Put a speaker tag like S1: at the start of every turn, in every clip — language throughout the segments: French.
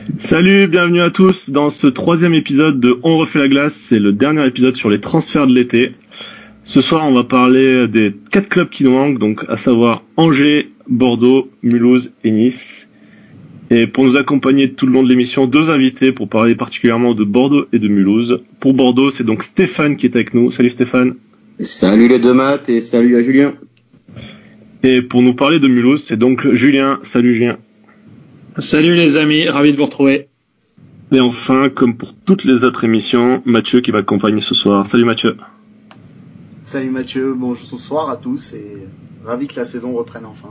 S1: Salut, bienvenue à tous dans ce troisième épisode de On refait la glace. C'est le dernier épisode sur les transferts de l'été. Ce soir, on va parler des 4 clubs qui nous manquent, donc à savoir Angers, Bordeaux, Mulhouse et Nice. Et pour nous accompagner tout le long de l'émission, 2 invités pour parler particulièrement de Bordeaux et de Mulhouse. Pour Bordeaux, c'est donc Stéphane qui est avec nous. Salut Stéphane.
S2: Salut les deux maths et salut à Julien.
S1: Et pour nous parler de Mulhouse, c'est donc Julien. Salut Julien.
S3: Salut les amis, ravi de vous retrouver.
S1: Et enfin, comme pour toutes les autres émissions, Mathieu qui m'accompagne ce soir. Salut Mathieu.
S4: Salut Mathieu, bonsoir à tous et ravi que la saison reprenne enfin.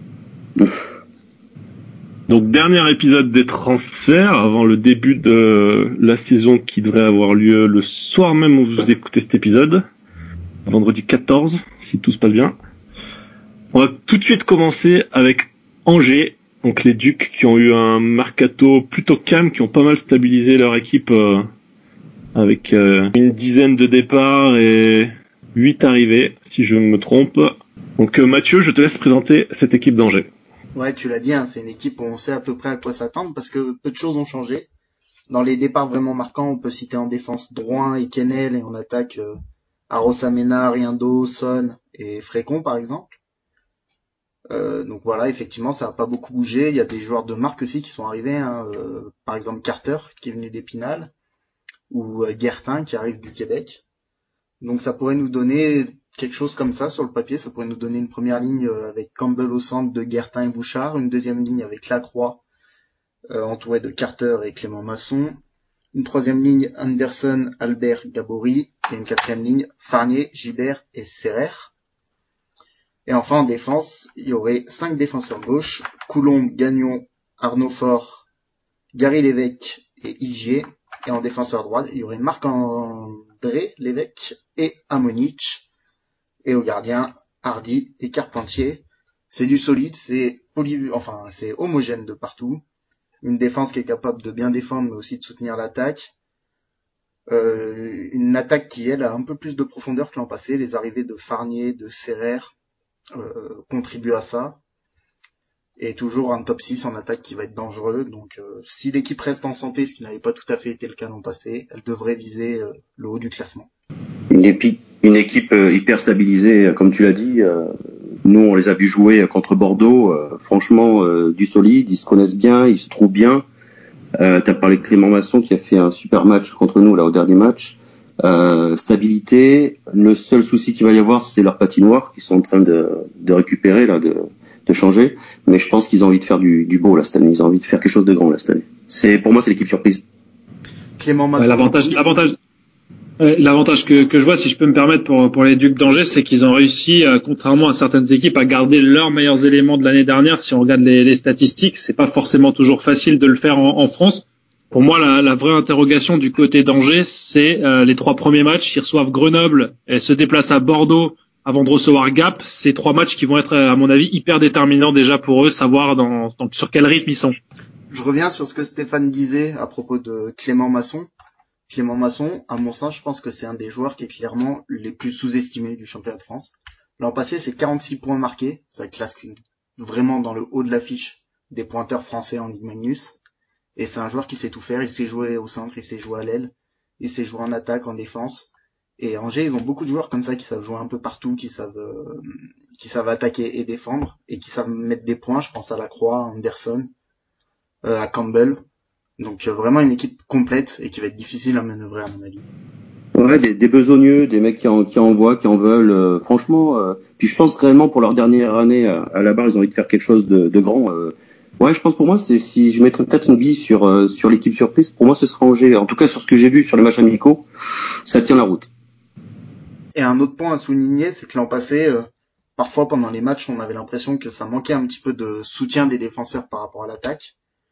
S1: Donc dernier épisode des transferts avant le début de la saison qui devrait avoir lieu le soir même où vous écoutez cet épisode, vendredi 14 si tout se passe bien. On va tout de suite commencer avec Angers, donc les Ducs qui ont eu un mercato plutôt calme, qui ont pas mal stabilisé leur équipe avec une dizaine de départs et 8 arrivées si je ne me trompe. Donc Mathieu, je te laisse présenter cette équipe d'Angers.
S4: Ouais, tu l'as dit, hein, c'est une équipe où on sait à peu près à quoi s'attendre parce que peu de choses ont changé. Dans les départs vraiment marquants, on peut citer en défense Drouin et Kennel et en attaque Arosamena, Riendo, Son et Frécon par exemple. Donc voilà, effectivement, ça n'a pas beaucoup bougé. Il y a des joueurs de marque aussi qui sont arrivés, hein, par exemple Carter qui est venu d'Épinal ou Guertin qui arrive du Québec. Donc ça pourrait nous donner quelque chose comme ça sur le papier, ça pourrait nous donner une première ligne avec Campbell au centre de Guertin et Bouchard, une deuxième ligne avec Lacroix entourée de Carter et Clément Masson, une troisième ligne Anderson, Albert, Gabory et une quatrième ligne Farnier, Gibert et Serrer. Et enfin en défense, il y aurait 5 défenseurs gauche, Coulombe, Gagnon, Arnaud Faure, Gary Lévesque et Igier. Et en défenseur droit, il y aurait Marc-André Lévesque et Amonich. Et au gardien, Hardy et Carpentier. C'est du solide, c'est homogène de partout. Une défense qui est capable de bien défendre, mais aussi de soutenir l'attaque. Une attaque qui, elle, a un peu plus de profondeur que l'an passé. Les arrivées de Farnier, de Serrer contribuent à ça. Et toujours un top 6 en attaque qui va être dangereux. Donc si l'équipe reste en santé, ce qui n'avait pas tout à fait été le cas l'an passé, elle devrait viser le haut du classement.
S2: Une équipe hyper stabilisée, comme tu l'as dit. Nous, on les a vus jouer contre Bordeaux. Franchement, du solide, ils se connaissent bien, ils se trouvent bien. T'as parlé de Clément Masson qui a fait un super match contre nous là au dernier match. Stabilité. Le seul souci qu'il va y avoir, c'est leur patinoire qu'ils sont en train de récupérer là, de changer, mais je pense qu'ils ont envie de faire du beau là cette année, ils ont envie de faire quelque chose de grand là cette année. Pour moi, c'est l'équipe surprise.
S4: Clément Masson.
S3: L'avantage que je vois, si je peux me permettre pour les Ducs d'Angers, c'est qu'ils ont réussi, contrairement à certaines équipes, à garder leurs meilleurs éléments de l'année dernière. Si on regarde les statistiques, c'est pas forcément toujours facile de le faire en France. Pour moi, la vraie interrogation du côté d'Angers, c'est les 3 premiers matchs. Ils reçoivent Grenoble et se déplacent à Bordeaux avant de recevoir Gap. Ces 3 matchs qui vont être, à mon avis, hyper déterminants déjà pour eux, savoir sur quel rythme ils sont.
S4: Je reviens sur ce que Stéphane disait à propos de Clément Masson. Clément Masson, à mon sens, je pense que c'est un des joueurs qui est clairement les plus sous-estimés du championnat de France. L'an passé, c'est 46 points marqués. Ça classe vraiment dans le haut de l'affiche des pointeurs français en Ligue Magnus. Et c'est un joueur qui sait tout faire. Il sait jouer au centre, il sait jouer à l'aile, il sait jouer en attaque, en défense. Et Angers, ils ont beaucoup de joueurs comme ça qui savent jouer un peu partout, qui savent attaquer et défendre, et qui savent mettre des points. Je pense à Lacroix, à Anderson, à Campbell. Donc vraiment une équipe complète et qui va être difficile à manœuvrer à mon avis.
S2: Ouais, des besogneux, des mecs qui envoient, qui en veulent. Franchement, puis je pense réellement pour leur dernière année à la barre, ils ont envie de faire quelque chose de grand. Ouais, je pense pour moi, c'est si je mettrais peut-être une bille sur l'équipe surprise, pour moi ce sera Angers. En tout cas, sur ce que j'ai vu sur les matchs amicaux, ça tient la route.
S4: Et un autre point à souligner, c'est que l'an passé, parfois pendant les matchs, on avait l'impression que ça manquait un petit peu de soutien des défenseurs par rapport à l'attaque.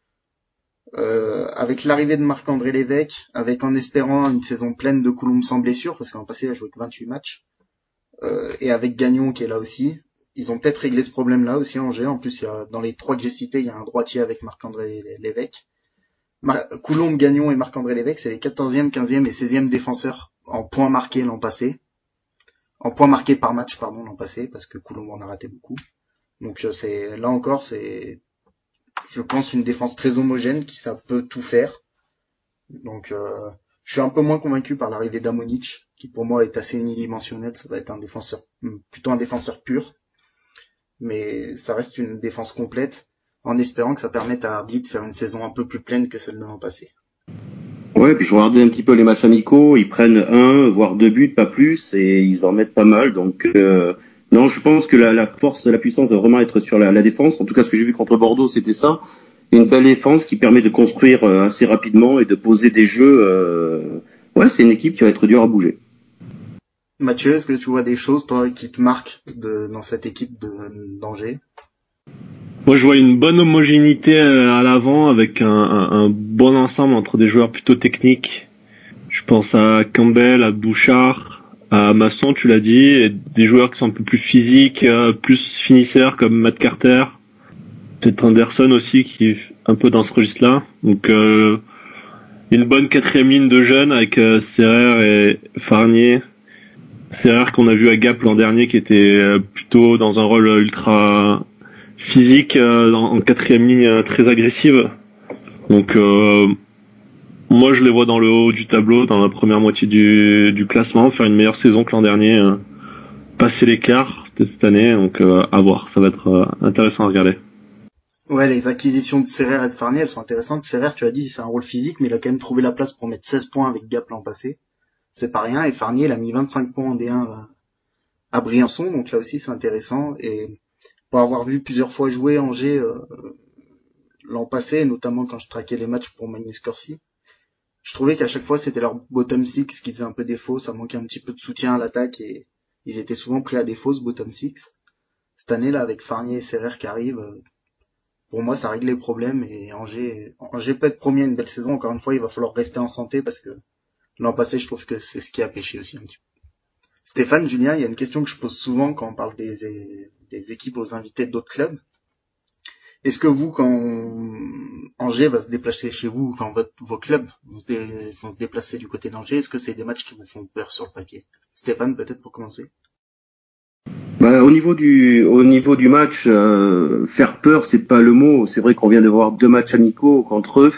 S4: Avec l'arrivée de Marc-André Lévesque, avec en espérant une saison pleine de Coulombe sans blessure, parce qu'en passé il a joué que 28 matchs, et avec Gagnon qui est là aussi, ils ont peut-être réglé ce problème-là aussi à Angers. En plus, dans les 3 que j'ai cités, il y a un droitier avec Marc-André Lévesque. Coulombe, Gagnon et Marc-André Lévesque, c'est les 14e, 15e et 16e défenseurs en points marqués l'an passé. En points marqués par match, l'an passé, parce que Coulombe en a raté beaucoup. Donc là encore, c'est je pense, une défense très homogène qui ça peut tout faire. Donc, je suis un peu moins convaincu par l'arrivée d'Amonic, qui pour moi est assez unidimensionnel. Ça va être plutôt un défenseur pur. Mais ça reste une défense complète, en espérant que ça permette à Hardy de faire une saison un peu plus pleine que celle de l'an passé.
S2: Ouais, puis je regardais un petit peu les matchs amicaux, ils prennent 1, voire 2 buts, pas plus, et ils en mettent pas mal. Donc non, je pense que la force, la puissance va vraiment être sur la défense. En tout cas, ce que j'ai vu contre Bordeaux, c'était ça. Une belle défense qui permet de construire assez rapidement et de poser des jeux. Ouais, c'est une équipe qui va être dure à bouger.
S4: Mathieu, est-ce que tu vois des choses, toi, qui te marquent dans cette équipe d'Angers?
S1: Moi, je vois une bonne homogénéité à l'avant avec un bon ensemble entre des joueurs plutôt techniques. Je pense à Campbell, à Bouchard, à Masson, tu l'as dit, et des joueurs qui sont un peu plus physiques, plus finisseurs comme Matt Carter, peut-être Anderson aussi qui est un peu dans ce registre-là. Donc une bonne quatrième ligne de jeunes avec Serrer et Farnier. Serrer qu'on a vu à Gap l'an dernier qui était plutôt dans un rôle ultra physique en quatrième ligne très agressive. Donc moi je les vois dans le haut du tableau, dans la première moitié du classement, faire une meilleure saison que l'an dernier, passer l'écart peut-être cette année, donc à voir, ça va être intéressant à regarder.
S4: Ouais, les acquisitions de Serrer et de Farnier, elles sont intéressantes. Serrer, tu as dit, c'est un rôle physique, mais il a quand même trouvé la place pour mettre 16 points avec Gap l'an passé. C'est pas rien, et Farnier, il a mis 25 points en D1 à Briançon, donc là aussi c'est intéressant, et pour avoir vu plusieurs fois jouer Angers l'an passé, notamment quand je traquais les matchs pour Magnus Corsi, je trouvais qu'à chaque fois c'était leur bottom six qui faisait un peu défaut, ça manquait un petit peu de soutien à l'attaque et ils étaient souvent pris à défaut ce bottom six. Cette année là avec Farnier et Serrer qui arrivent, pour moi ça règle les problèmes et Angers peut être premier à une belle saison. Encore une fois il va falloir rester en santé parce que l'an passé je trouve que c'est ce qui a pêché aussi un petit peu. Stéphane, Julien, il y a une question que je pose souvent quand on parle des équipes aux invités d'autres clubs. Est-ce que vous, quand Angers va se déplacer chez vous, quand vos clubs vont se déplacer du côté d'Angers, est-ce que c'est des matchs qui vous font peur sur le papier? Stéphane, peut-être pour commencer.
S2: Bah, au niveau du match, faire peur, c'est pas le mot. C'est vrai qu'on vient de voir 2 matchs amicaux contre eux,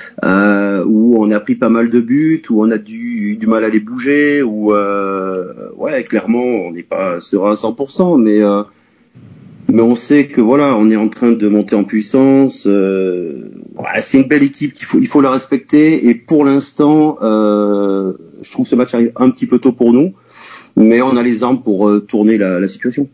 S2: où on a pris pas mal de buts, où on a du mal à les bouger, où ouais, clairement, on n'est pas serein à 100%, mais on sait que voilà, on est en train de monter en puissance. Ouais, c'est une belle équipe il faut la respecter. Et pour l'instant, je trouve que ce match arrive un petit peu tôt pour nous. Mais on a les armes pour tourner la situation.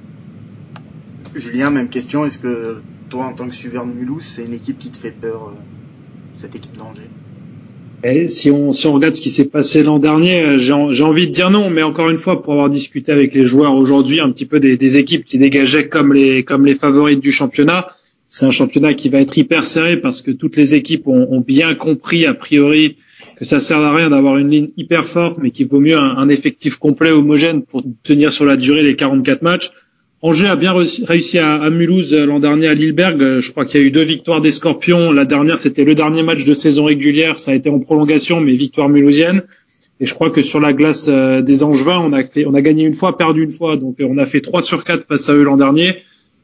S4: Julien, même question. Est-ce que toi, en tant que suiveur de Mulhouse, c'est une équipe qui te fait peur, cette équipe d'Angers?
S3: Et si on regarde ce qui s'est passé l'an dernier, j'ai envie de dire non, mais encore une fois, pour avoir discuté avec les joueurs aujourd'hui, un petit peu des équipes qui dégageaient comme les favorites du championnat, c'est un championnat qui va être hyper serré parce que toutes les équipes ont bien compris a priori que ça sert à rien d'avoir une ligne hyper forte, mais qu'il vaut mieux un effectif complet, homogène pour tenir sur la durée les 44 matchs. Angers a bien réussi à Mulhouse l'an dernier à Lilleberg. Je crois qu'il y a eu 2 victoires des Scorpions. La dernière, c'était le dernier match de saison régulière. Ça a été en prolongation, mais victoire mulhousienne. Et je crois que sur la glace des Angevins, on a gagné une fois, perdu une fois. Donc on a fait 3 sur 4 face à eux l'an dernier.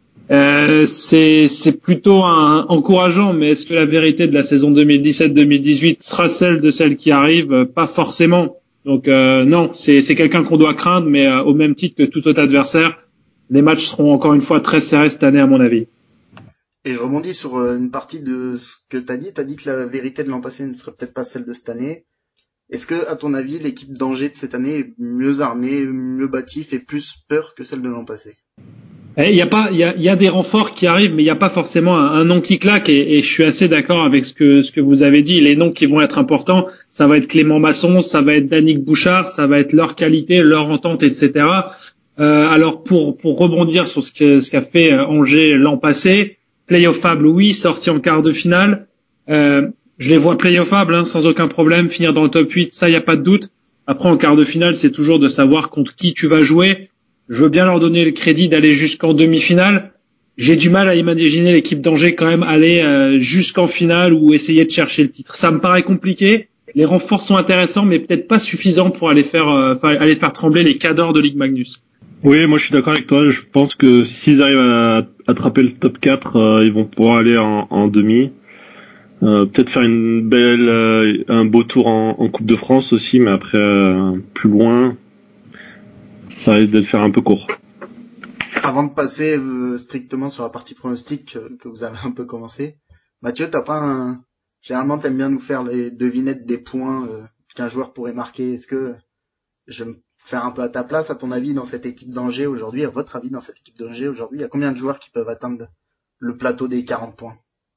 S3: C'est plutôt encourageant, mais est-ce que la vérité de la saison 2017-2018 sera celle de celle qui arrive? Pas forcément. Donc non, c'est quelqu'un qu'on doit craindre, mais au même titre que tout autre adversaire, les matchs seront encore une fois très serrés cette année à mon avis.
S4: Et je rebondis sur une partie de ce que t'as dit. T'as dit que la vérité de l'an passé ne serait peut-être pas celle de cette année. Est-ce que, à ton avis, l'équipe d'Angers de cette année est mieux armée, mieux bâtie, fait plus peur que celle de l'an passé?
S3: Il y a des renforts qui arrivent, mais il n'y a pas forcément un nom qui claque, et je suis assez d'accord avec ce que vous avez dit. Les noms qui vont être importants, ça va être Clément Masson, ça va être Danick Bouchard, ça va être leur qualité, leur entente, etc. Alors pour rebondir sur ce qu'a fait Angers l'an passé, playoffable, oui, sorti en quart de finale. Je les vois playoffable, sans aucun problème, finir dans le top 8, ça y a pas de doute. Après en quart de finale, c'est toujours de savoir contre qui tu vas jouer. Je veux bien leur donner le crédit d'aller jusqu'en demi-finale. J'ai du mal à imaginer l'équipe d'Angers quand même aller jusqu'en finale ou essayer de chercher le titre. Ça me paraît compliqué. Les renforts sont intéressants, mais peut-être pas suffisants pour aller faire trembler les cadors de Ligue Magnus.
S1: Oui, moi je suis d'accord avec toi. Je pense que s'ils arrivent à attraper le top 4, ils vont pouvoir aller en demi. Peut-être faire un beau tour en Coupe de France aussi, mais après plus loin, ça risque de faire un peu court.
S4: Avant de passer strictement sur la partie pronostic que vous avez un peu commencé, Mathieu, généralement t'aimes bien nous faire les devinettes des points qu'un joueur pourrait marquer. Est-ce que je vais me faire un peu à ta place, à ton avis, dans cette équipe d'Angers aujourd'hui, à votre avis dans cette équipe d'Angers aujourd'hui, il y a combien de joueurs qui peuvent atteindre le plateau des 40 points?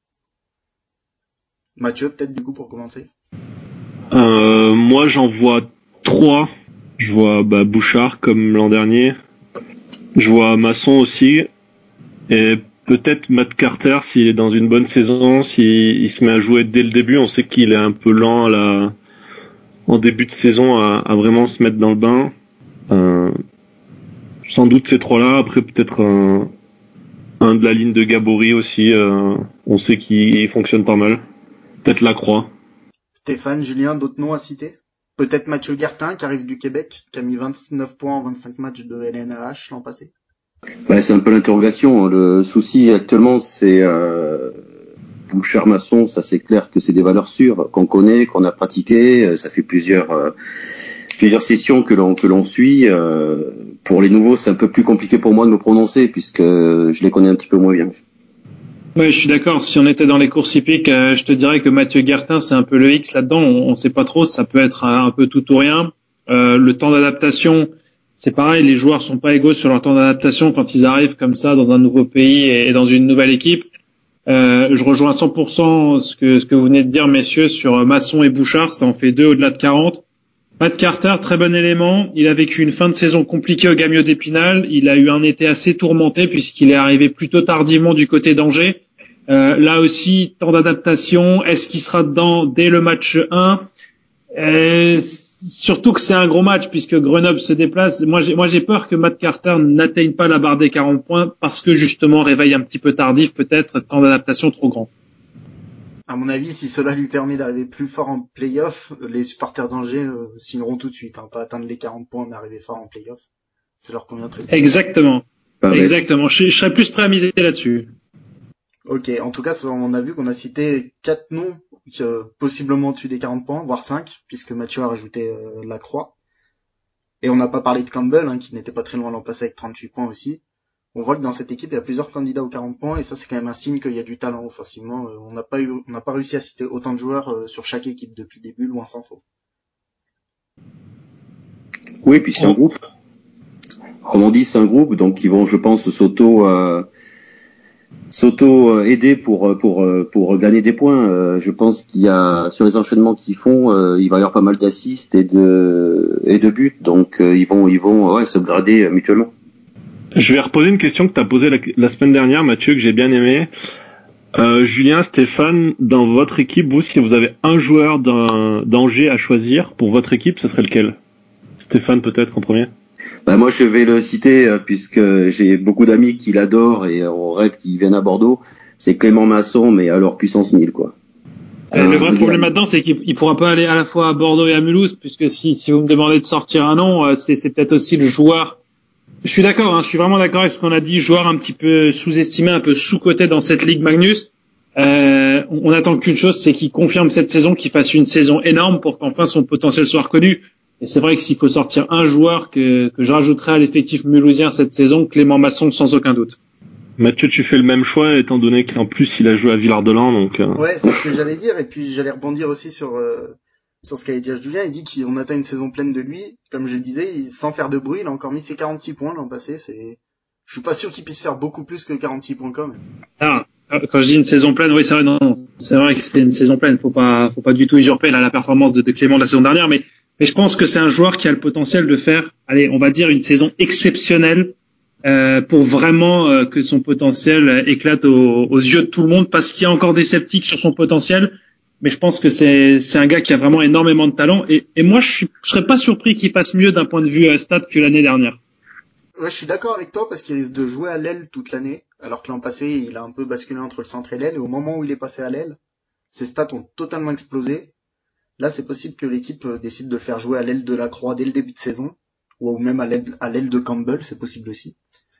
S4: Mathieu, peut-être du coup pour commencer.
S1: Moi j'en vois 3. Je vois Bouchard comme l'an dernier. Je vois Masson aussi. Et peut-être Matt Carter s'il est dans une bonne saison, s'il se met à jouer dès le début. On sait qu'il est un peu lent en début de saison à vraiment se mettre dans le bain. Sans doute ces 3-là. Après peut-être un de la ligne de Gabory aussi. On sait qu'il fonctionne pas mal. Peut-être Lacroix.
S4: Stéphane, Julien, d'autres noms à citer? Peut-être Mathieu Guertin, qui arrive du Québec, qui a mis 29 points en 25 matchs de LNH l'an passé.
S2: C'est un peu l'interrogation. Le souci actuellement, c'est Bouchard, Masson. Ça, c'est clair que c'est des valeurs sûres qu'on connaît, qu'on a pratiquées. Ça fait plusieurs sessions que l'on suit. Pour les nouveaux, c'est un peu plus compliqué pour moi de me prononcer puisque je les connais un petit peu moins bien.
S3: Oui, je suis d'accord. Si on était dans les courses hippiques, je te dirais que Mathieu Guertin, c'est un peu le X là-dedans. On sait pas trop. Ça peut être un peu tout ou rien. Le temps d'adaptation, c'est pareil. Les joueurs sont pas égaux sur leur temps d'adaptation quand ils arrivent comme ça dans un nouveau pays et dans une nouvelle équipe. Je rejoins à 100% ce que vous venez de dire, messieurs, sur Masson et Bouchard. Ça en fait 2 au-delà de 40. Matt Carter, très bon élément. Il a vécu une fin de saison compliquée au Gamio d'Épinal. Il a eu un été assez tourmenté puisqu'il est arrivé plutôt tardivement du côté d'Angers. Là aussi, temps d'adaptation. Est-ce qu'il sera dedans dès le match 1 ? Surtout que c'est un gros match puisque Grenoble se déplace. Moi, j'ai peur que Matt Carter n'atteigne pas la barre des 40 points parce que justement, réveil un petit peu tardif peut-être, temps d'adaptation trop grand.
S4: À mon avis, si cela lui permet d'arriver plus fort en play-off, les supporters d'Angers signeront tout de suite. Pas atteindre les 40 points, mais arriver fort en play-off. Ça leur convient très bien.
S3: Exactement. Exactement. Je serais plus prêt à miser là-dessus.
S4: Ok. En tout cas, on a vu qu'on a cité 4 noms possiblement au-dessus des 40 points, voire 5, puisque Mathieu a rajouté Lacroix. Et on n'a pas parlé de Campbell, qui n'était pas très loin l'an passé avec 38 points aussi. On voit que dans cette équipe, il y a plusieurs candidats aux 40 points, et ça, c'est quand même un signe qu'il y a du talent offensivement. On n'a pas réussi à citer autant de joueurs sur chaque équipe depuis le début, loin s'en faut.
S2: Oui, puis c'est un groupe. Comme on dit, c'est un groupe, donc ils vont, je pense, s'auto-aider pour gagner des points. Je pense qu'il y a, sur les enchaînements qu'ils font, il va y avoir pas mal d'assists et de buts, donc ils vont se grader mutuellement.
S1: Je vais reposer une question que tu as posée la semaine dernière, Mathieu, que j'ai bien aimé. Julien, Stéphane, dans votre équipe, vous, si vous avez un joueur d'Angers à choisir pour votre équipe, ce serait lequel ? Stéphane, peut-être, en premier ?
S2: Moi, je vais le citer, puisque j'ai beaucoup d'amis qui l'adorent et on rêve qu'ils viennent à Bordeaux. C'est Clément Masson, mais à leur puissance 1000, quoi.
S3: Le vrai problème là-dedans, c'est qu'il pourra pas aller à la fois à Bordeaux et à Mulhouse, puisque si vous me demandez de sortir un nom, c'est peut-être aussi le joueur. Je suis d'accord, je suis vraiment d'accord avec ce qu'on a dit, joueur un petit peu sous-estimé, un peu sous-coté dans cette Ligue Magnus. On attend qu'une chose, c'est qu'il confirme cette saison, qu'il fasse une saison énorme pour qu'enfin son potentiel soit reconnu. Et c'est vrai que s'il faut sortir un joueur que je rajouterais à l'effectif mulhousien cette saison, Clément Masson sans aucun doute.
S1: Mathieu, tu fais le même choix étant donné qu'en plus il a joué à Villard-de-Lans, donc.
S4: Ouais, c'est ce que j'allais dire, et puis j'allais rebondir aussi sur ce qu'a dit Julien. Il dit qu'on atteint une saison pleine de lui. Comme je le disais, sans faire de bruit, il a encore mis ses 46 points l'an passé. Je suis pas sûr qu'il puisse faire beaucoup plus que 46 points quand même.
S3: Ah, quand je dis une saison pleine, oui, c'est vrai, non, c'est vrai que c'était une saison pleine. Faut pas du tout usurper la performance de Clément de la saison dernière, mais je pense que c'est un joueur qui a le potentiel de faire, allez, on va dire une saison exceptionnelle. Pour vraiment que son potentiel éclate aux yeux de tout le monde, parce qu'il y a encore des sceptiques sur son potentiel, mais je pense que c'est un gars qui a vraiment énormément de talent, et moi je serais pas surpris qu'il fasse mieux d'un point de vue stat que l'année dernière.
S4: Ouais, je suis d'accord avec toi parce qu'il risque de jouer à l'aile toute l'année, alors que l'an passé il a un peu basculé entre le centre et l'aile, et au moment où il est passé à l'aile, ses stats ont totalement explosé. Là, c'est possible que l'équipe décide de le faire jouer à l'aile de Lacroix dès le début de saison, ou même à l'aile de Campbell, c'est possible aussi. En tout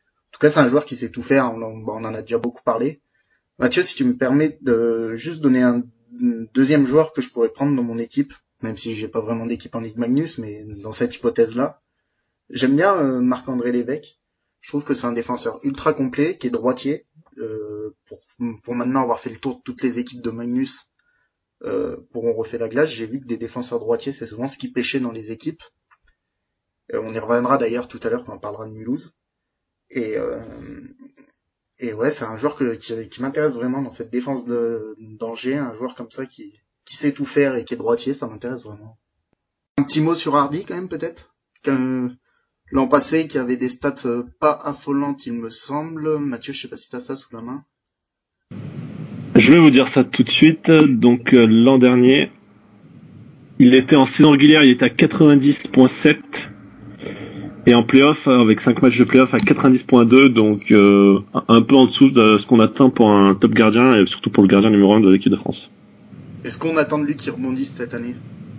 S4: cas, c'est un joueur qui sait tout faire. On en a déjà beaucoup parlé. Mathieu, si tu me permets de juste donner un deuxième joueur que je pourrais prendre dans mon équipe, même si j'ai pas vraiment d'équipe en Ligue Magnus, mais dans cette hypothèse-là, j'aime bien Marc-André Lévesque. Je trouve que c'est un défenseur ultra complet, qui est droitier. Pour maintenant avoir fait le tour de toutes les équipes de Magnus, pour On refait la glace, j'ai vu que des défenseurs droitiers, c'est souvent ce qui pêchait dans les équipes. On y reviendra d'ailleurs tout à l'heure quand on parlera de Mulhouse. Et ouais, c'est un joueur qui m'intéresse vraiment dans cette défense d'Angers, un joueur comme ça qui sait tout faire et qui est droitier, ça m'intéresse vraiment. Un petit mot sur Hardy quand même peut-être. L'an passé, qui avait des stats pas affolantes, il me semble. Mathieu, je sais pas si t'as ça sous la main.
S1: Je vais vous dire ça tout de suite. Donc l'an dernier, il était en saison régulière, il était à 90.7 et en play-off, avec 5 matchs de play-off, à 90.2, donc un peu en dessous de ce qu'on attend pour un top gardien et surtout pour le gardien numéro 1 de l'équipe de France.
S4: Est-ce qu'on attend de lui qu'il rebondisse cette année ?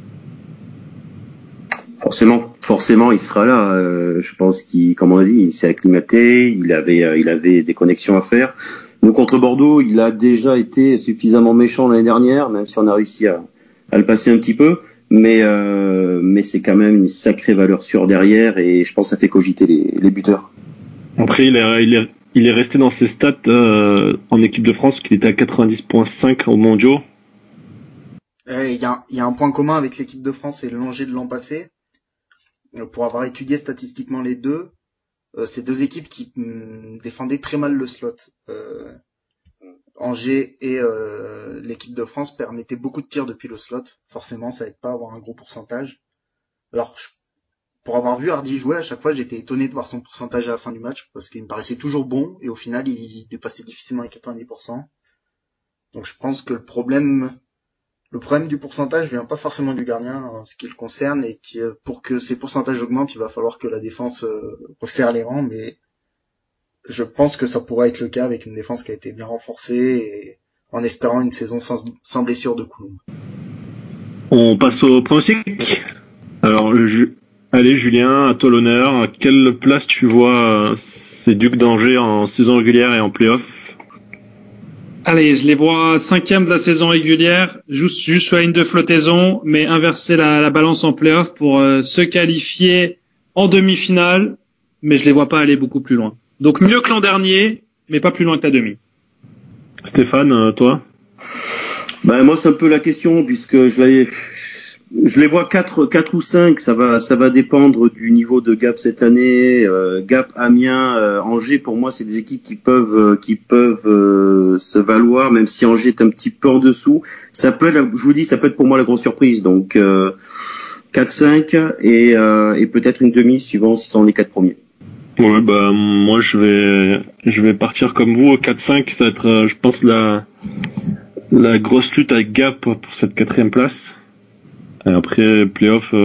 S2: Forcément, il sera là. Je pense comme on a dit, il s'est acclimaté, il avait des connexions à faire. Nous, contre Bordeaux, il a déjà été suffisamment méchant l'année dernière, même si on a réussi à le passer un petit peu. Mais c'est quand même une sacrée valeur sûre derrière, et je pense que ça fait cogiter les buteurs.
S1: Après, il est resté dans ses stats en équipe de France, qu'il était à 90.5 aux mondiaux.
S4: Il y a un point commun avec l'équipe de France, c'est l'Angers de l'an passé. Pour avoir étudié statistiquement les deux, c'est deux équipes qui défendaient très mal le slot. Angers et l'équipe de France permettaient beaucoup de tirs depuis le slot. Forcément, ça aide pas à avoir un gros pourcentage. Alors, pour avoir vu Hardy jouer, à chaque fois, j'étais étonné de voir son pourcentage à la fin du match, parce qu'il me paraissait toujours bon, et au final, il dépassait difficilement les 90%. Donc je pense que le problème du pourcentage vient pas forcément du gardien en ce qui le concerne, et pour que ces pourcentages augmentent, il va falloir que la défense resserre les rangs, mais je pense que ça pourrait être le cas avec une défense qui a été bien renforcée et en espérant une saison sans blessure de Coulombe.
S1: On passe au pronostic. Alors, allez Julien, à toi l'honneur. À quelle place tu vois ces Ducs d'Angers en saison régulière et en play-off ?
S3: Allez, je les vois 5e de la saison régulière, juste sur la ligne de flottaison, mais inverser la balance en play-off pour se qualifier en demi-finale, mais je les vois pas aller beaucoup plus loin. Donc mieux que l'an dernier, mais pas plus loin que la demi.
S1: Stéphane, toi ?
S2: Moi, c'est un peu la question, puisque je les vois 4 ou 5, ça va dépendre du niveau de Gap cette année. Gap, Amiens, Angers, pour moi, c'est des équipes qui peuvent se valoir, même si Angers est un petit peu en dessous. Ça peut être pour moi la grosse surprise. Donc 4-5 et peut-être une demi suivant si sont les 4 premiers.
S1: Ouais, moi je vais partir comme vous au 4-5, ça va être je pense la grosse lutte avec Gap pour cette 4e place. Et après playoff,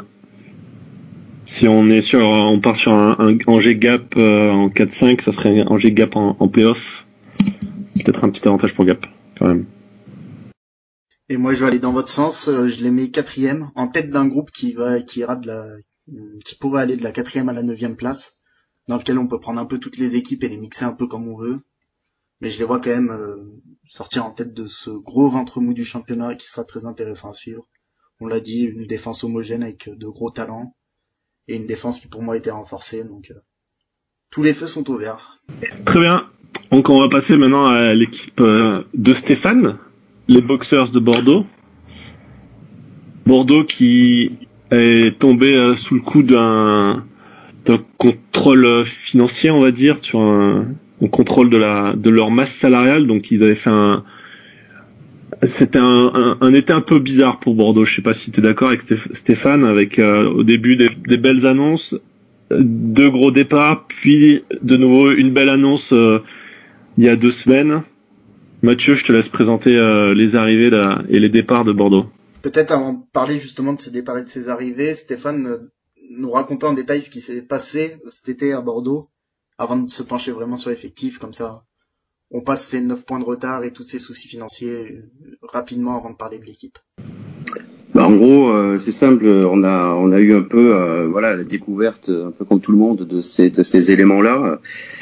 S1: si on part sur un Angers Gap en 4-5, ça ferait Angers Gap en playoff. Peut-être un petit avantage pour Gap quand même.
S4: Et moi je vais aller dans votre sens, je les mets 4e en tête d'un groupe qui pourrait aller de la 4e à la 9e place, dans lequel on peut prendre un peu toutes les équipes et les mixer un peu comme on veut. Mais je les vois quand même sortir en tête de ce gros ventre mou du championnat qui sera très intéressant à suivre. On l'a dit, une défense homogène avec de gros talents et une défense qui pour moi a été renforcée. Donc tous les feux sont au vert.
S1: Très bien. Donc on va passer maintenant à l'équipe de Stéphane, les Boxers de Bordeaux. Bordeaux qui est tombé sous le coup d'un contrôle financier, on va dire, sur un contrôle de leur masse salariale. Donc ils avaient fait c'était un été un peu bizarre pour Bordeaux. Je sais pas si tu es d'accord avec Stéphane, avec au début des belles annonces, 2 gros départs, puis de nouveau une belle annonce il y a 2 semaines. Mathieu, je te laisse présenter les arrivées et les départs de Bordeaux.
S4: Peut-être avant de parler justement de ces départs et de ces arrivées, Stéphane nous raconter en détail ce qui s'est passé cet été à Bordeaux, avant de se pencher vraiment sur l'effectif, comme ça on passe ces 9 points de retard et tous ces soucis financiers rapidement avant de parler de l'équipe.
S2: En gros, c'est simple, on a eu un peu la découverte, un peu comme tout le monde, de ces éléments-là.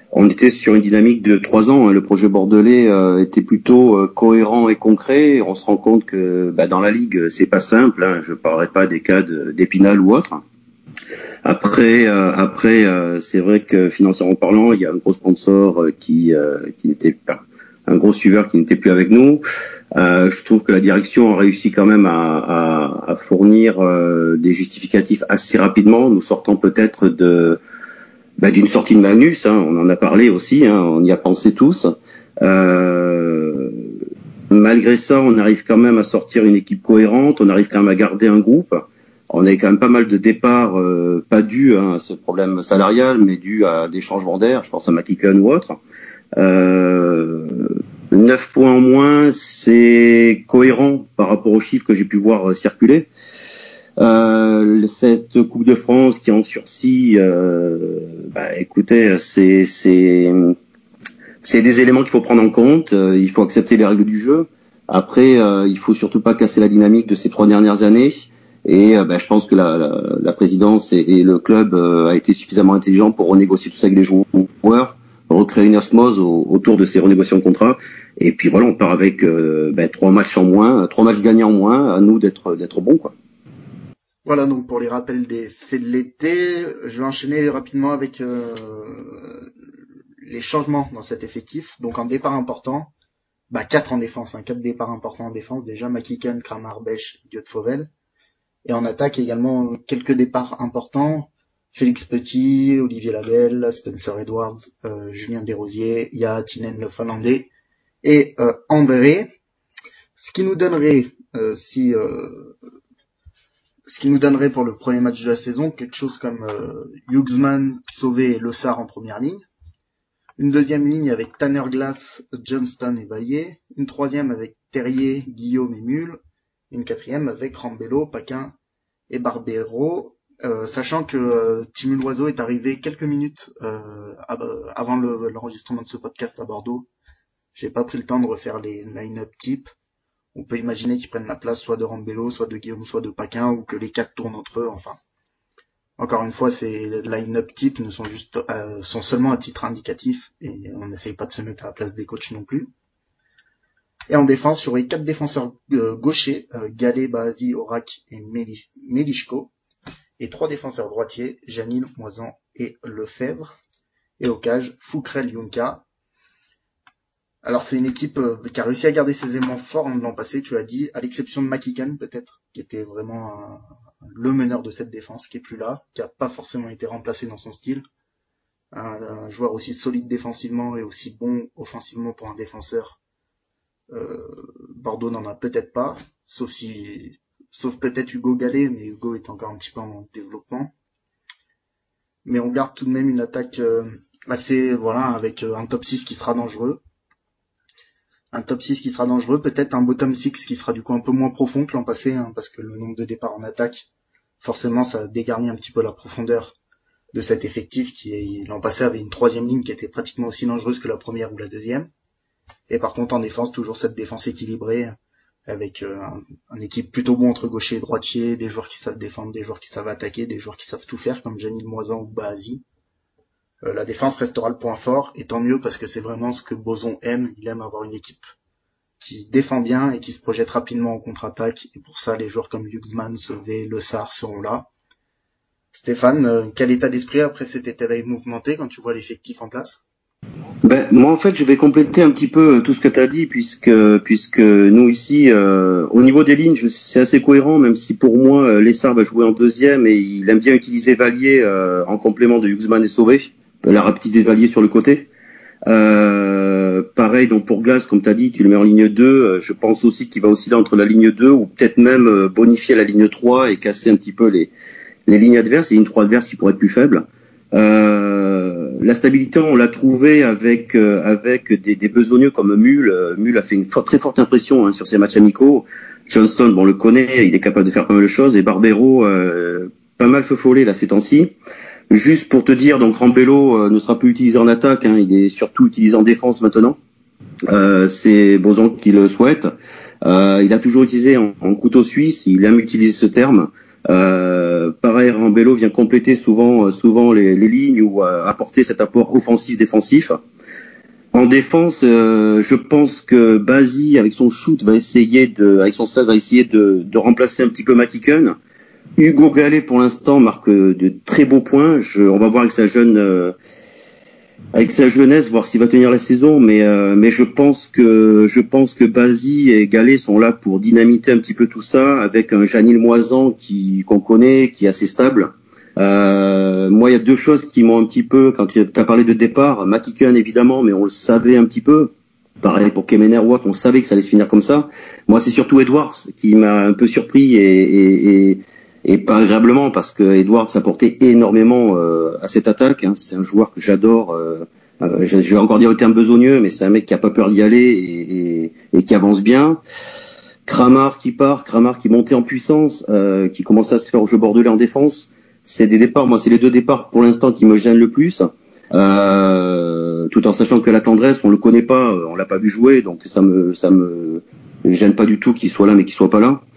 S2: on était sur une dynamique de 3 ans. Hein. Le projet bordelais était plutôt cohérent et concret. On se rend compte que dans la ligue, c'est pas simple. Hein. Je parlerai pas des cas d'Épinal ou autre. Après, c'est vrai que financièrement parlant, il y a un gros sponsor qui n'était pas, un gros suiveur qui n'était plus avec nous. Je trouve que la direction a réussi quand même à fournir des justificatifs assez rapidement, nous sortant peut-être d'une sortie de Magnus, hein, on en a parlé aussi, hein, on y a pensé tous. Malgré ça, on arrive quand même à sortir une équipe cohérente, on arrive quand même à garder un groupe. On a quand même pas mal de départs, pas dus à ce problème salarial, mais dus à des changements d'air, je pense à McKicken ou autre. 9 points en moins, c'est cohérent par rapport aux chiffres que j'ai pu voir circuler. Cette Coupe de France qui est en sursis, écoutez, c'est des éléments qu'il faut prendre en compte. Il faut accepter les règles du jeu. Après, il faut surtout pas casser la dynamique de ces 3 dernières années. Et je pense que la présidence et le club a été suffisamment intelligent pour renégocier tout ça avec les joueurs, recréer une osmose autour de ces renégociations de contrat. Et puis voilà, on part avec 3 matchs en moins, 3 matchs gagnés en moins. À nous d'être bons, quoi.
S4: Voilà donc pour les rappels des faits de l'été. Je vais enchaîner rapidement avec les changements dans cet effectif. Donc en départ important, 4 en défense, 4 départs importants en défense déjà, McKicken, Kramar, Bech, Diot Fauvel. Et en attaque également quelques départs importants, Félix Petit, Olivier Labelle, Spencer Edwards, Julien Desrosiers, Yaha Tinen le Finlandais et André. Ce qui nous donnerait pour le premier match de la saison quelque chose comme Hughesman, Sauvé et Le Sar en première ligne. Une deuxième ligne avec Tanner Glass, Johnston et Vallier. Une troisième avec Terrier, Guillaume et Mule. Une quatrième avec Rambello, Paquin et Barbero. Sachant que Timu Loiseau est arrivé quelques minutes avant l'enregistrement de ce podcast à Bordeaux. J'ai pas pris le temps de refaire les line-up types. On peut imaginer qu'ils prennent la place soit de Rambello, soit de Guillaume, soit de Paquin, ou que les 4 tournent entre eux, enfin. Encore une fois, ces line-up types ne sont sont seulement à titre indicatif, et on n'essaye pas de se mettre à la place des coachs non plus. Et en défense, il y aurait 4 défenseurs gauchers, Gallet, Bahazi, Aubrac et Melishko, et 3 défenseurs droitiers, Janil, Moisan et Lefebvre. Et au cage, Foukrel, Yunka. Alors c'est une équipe qui a réussi à garder ses éléments forts l'an passé, tu l'as dit, à l'exception de McKicken peut-être, qui était vraiment le meneur de cette défense, qui est plus là, qui a pas forcément été remplacé dans son style. Un joueur aussi solide défensivement et aussi bon offensivement pour un défenseur. Bordeaux n'en a peut-être pas, sauf peut-être Hugo Gallet, mais Hugo est encore un petit peu en développement. Mais on garde tout de même une attaque avec un top 6 qui sera dangereux. Un top 6 qui sera dangereux, peut-être un bottom 6 qui sera du coup un peu moins profond que l'an passé, parce que le nombre de départs en attaque, forcément ça dégarnit un petit peu la profondeur de cet effectif qui l'an passé avait une troisième ligne qui était pratiquement aussi dangereuse que la première ou la deuxième. Et par contre en défense, toujours cette défense équilibrée, avec une équipe plutôt bon entre gaucher et droitier, des joueurs qui savent défendre, des joueurs qui savent attaquer, des joueurs qui savent tout faire comme Janil Moisan ou Bahazi. La défense restera le point fort, et tant mieux parce que c'est vraiment ce que Boson aime. Il aime avoir une équipe qui défend bien et qui se projette rapidement en contre-attaque. Et pour ça, les joueurs comme Hughesman, Sauvé, Le Sar seront là. Stéphane, quel état d'esprit après cet été mouvementé quand tu vois l'effectif en place ?
S2: Moi en fait je vais compléter un petit peu tout ce que tu as dit puisque nous ici au niveau des lignes c'est assez cohérent, même si pour moi Lessard va jouer en deuxième et il aime bien utiliser Vallier en complément de Hughesman et Sauvé, la rapidité de Vallier sur le côté. Pareil donc pour Glass, comme tu as dit, tu le mets en ligne 2, je pense aussi qu'il va osciller entre la ligne 2 ou peut-être même bonifier la ligne 3 et casser un petit peu les lignes adverses, les lignes 3 adverses qui pourraient être plus faibles. La stabilité, on l'a trouvé avec des besogneux comme Mule. Mule a fait une très forte impression sur ses matchs amicaux. Johnston, on le connaît, il est capable de faire pas mal de choses. Et Barbero, pas mal feufolé là ces temps-ci. Juste pour te dire, donc Rambello ne sera plus utilisé en attaque, il est surtout utilisé en défense maintenant. C'est Boson qui le souhaite. Il a toujours utilisé en couteau suisse, il aime utiliser ce terme. Pareil, Rambello vient compléter souvent les lignes ou apporter cet apport offensif-défensif. En défense, je pense que Bassi, avec son shoot, avec son stade, va essayer de remplacer un petit peu McKicken. Hugo Gallet, pour l'instant, marque de très beaux points. On va voir avec sa jeunesse, voir s'il va tenir la saison, mais je pense que Bassi et Gallet sont là pour dynamiter un petit peu tout ça, avec un Janil Moisan qu'on connaît, qui est assez stable. Moi, il y a deux choses qui m'ont un petit peu, quand tu as parlé de départ, McKicken évidemment, mais on le savait un petit peu. Pareil pour Kemener Watt, on savait que ça allait se finir comme ça. Moi, c'est surtout Edwards qui m'a un peu surpris et pas agréablement, parce que Edwards apportait énormément à cette attaque. Hein. C'est un joueur que j'adore. Je vais encore dire le terme besogneux, mais c'est un mec qui a pas peur d'y aller et qui avance bien. Kramar qui montait en puissance, qui commençait à se faire au jeu bordelais en défense. C'est des départs, moi c'est les deux départs pour l'instant qui me gênent le plus, tout en sachant que la tendresse, on le connaît pas, on l'a pas vu jouer, donc ça me gêne pas du tout qu'il soit là mais qu'il soit pas là.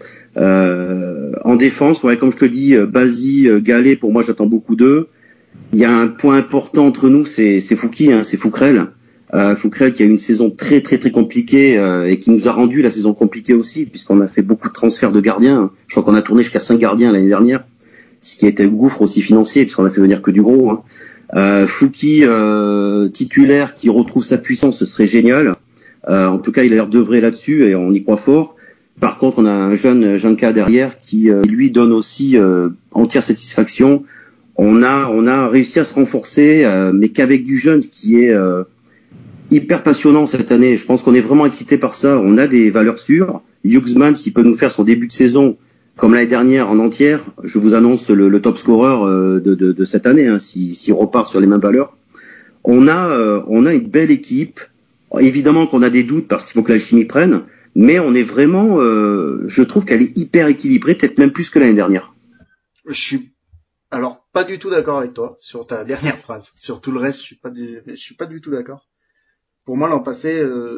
S2: En défense, ouais, comme je te dis, Bassi, Gallet, pour moi j'attends beaucoup d'eux. Il y a un point important entre nous, c'est Fouki, hein, c'est Fouquerel. Fouquerel qui a eu une saison très très très compliquée et qui nous a rendu la saison compliquée aussi, puisqu'on a fait beaucoup de transferts de gardiens. Je crois qu'on a tourné jusqu'à 5 gardiens l'année dernière, ce qui était un gouffre aussi financier, puisqu'on a fait venir que du gros. Hein. Fouki, titulaire, qui retrouve sa puissance, ce serait génial. En tout cas, il a l'air d'œuvrer là-dessus et on y croit fort. Par contre, on a un jeune cas derrière qui lui donne aussi entière satisfaction. On a réussi à se renforcer, mais qu'avec du jeune, ce qui est hyper passionnant cette année. Je pense qu'on est vraiment excité par ça. On a des valeurs sûres. Hughesman, s'il peut nous faire son début de saison comme l'année dernière en entière, je vous annonce le top scorer de cette année, hein, s'il repart sur les mêmes valeurs. On a une belle équipe. Évidemment qu'on a des doutes parce qu'il faut que l'alchimie prenne, mais on est vraiment, je trouve qu'elle est hyper équilibrée, peut-être même plus que l'année dernière.
S4: Je suis alors pas du tout d'accord avec toi sur ta dernière phrase. Sur tout le reste, je suis pas du tout d'accord. Pour moi, l'an passé,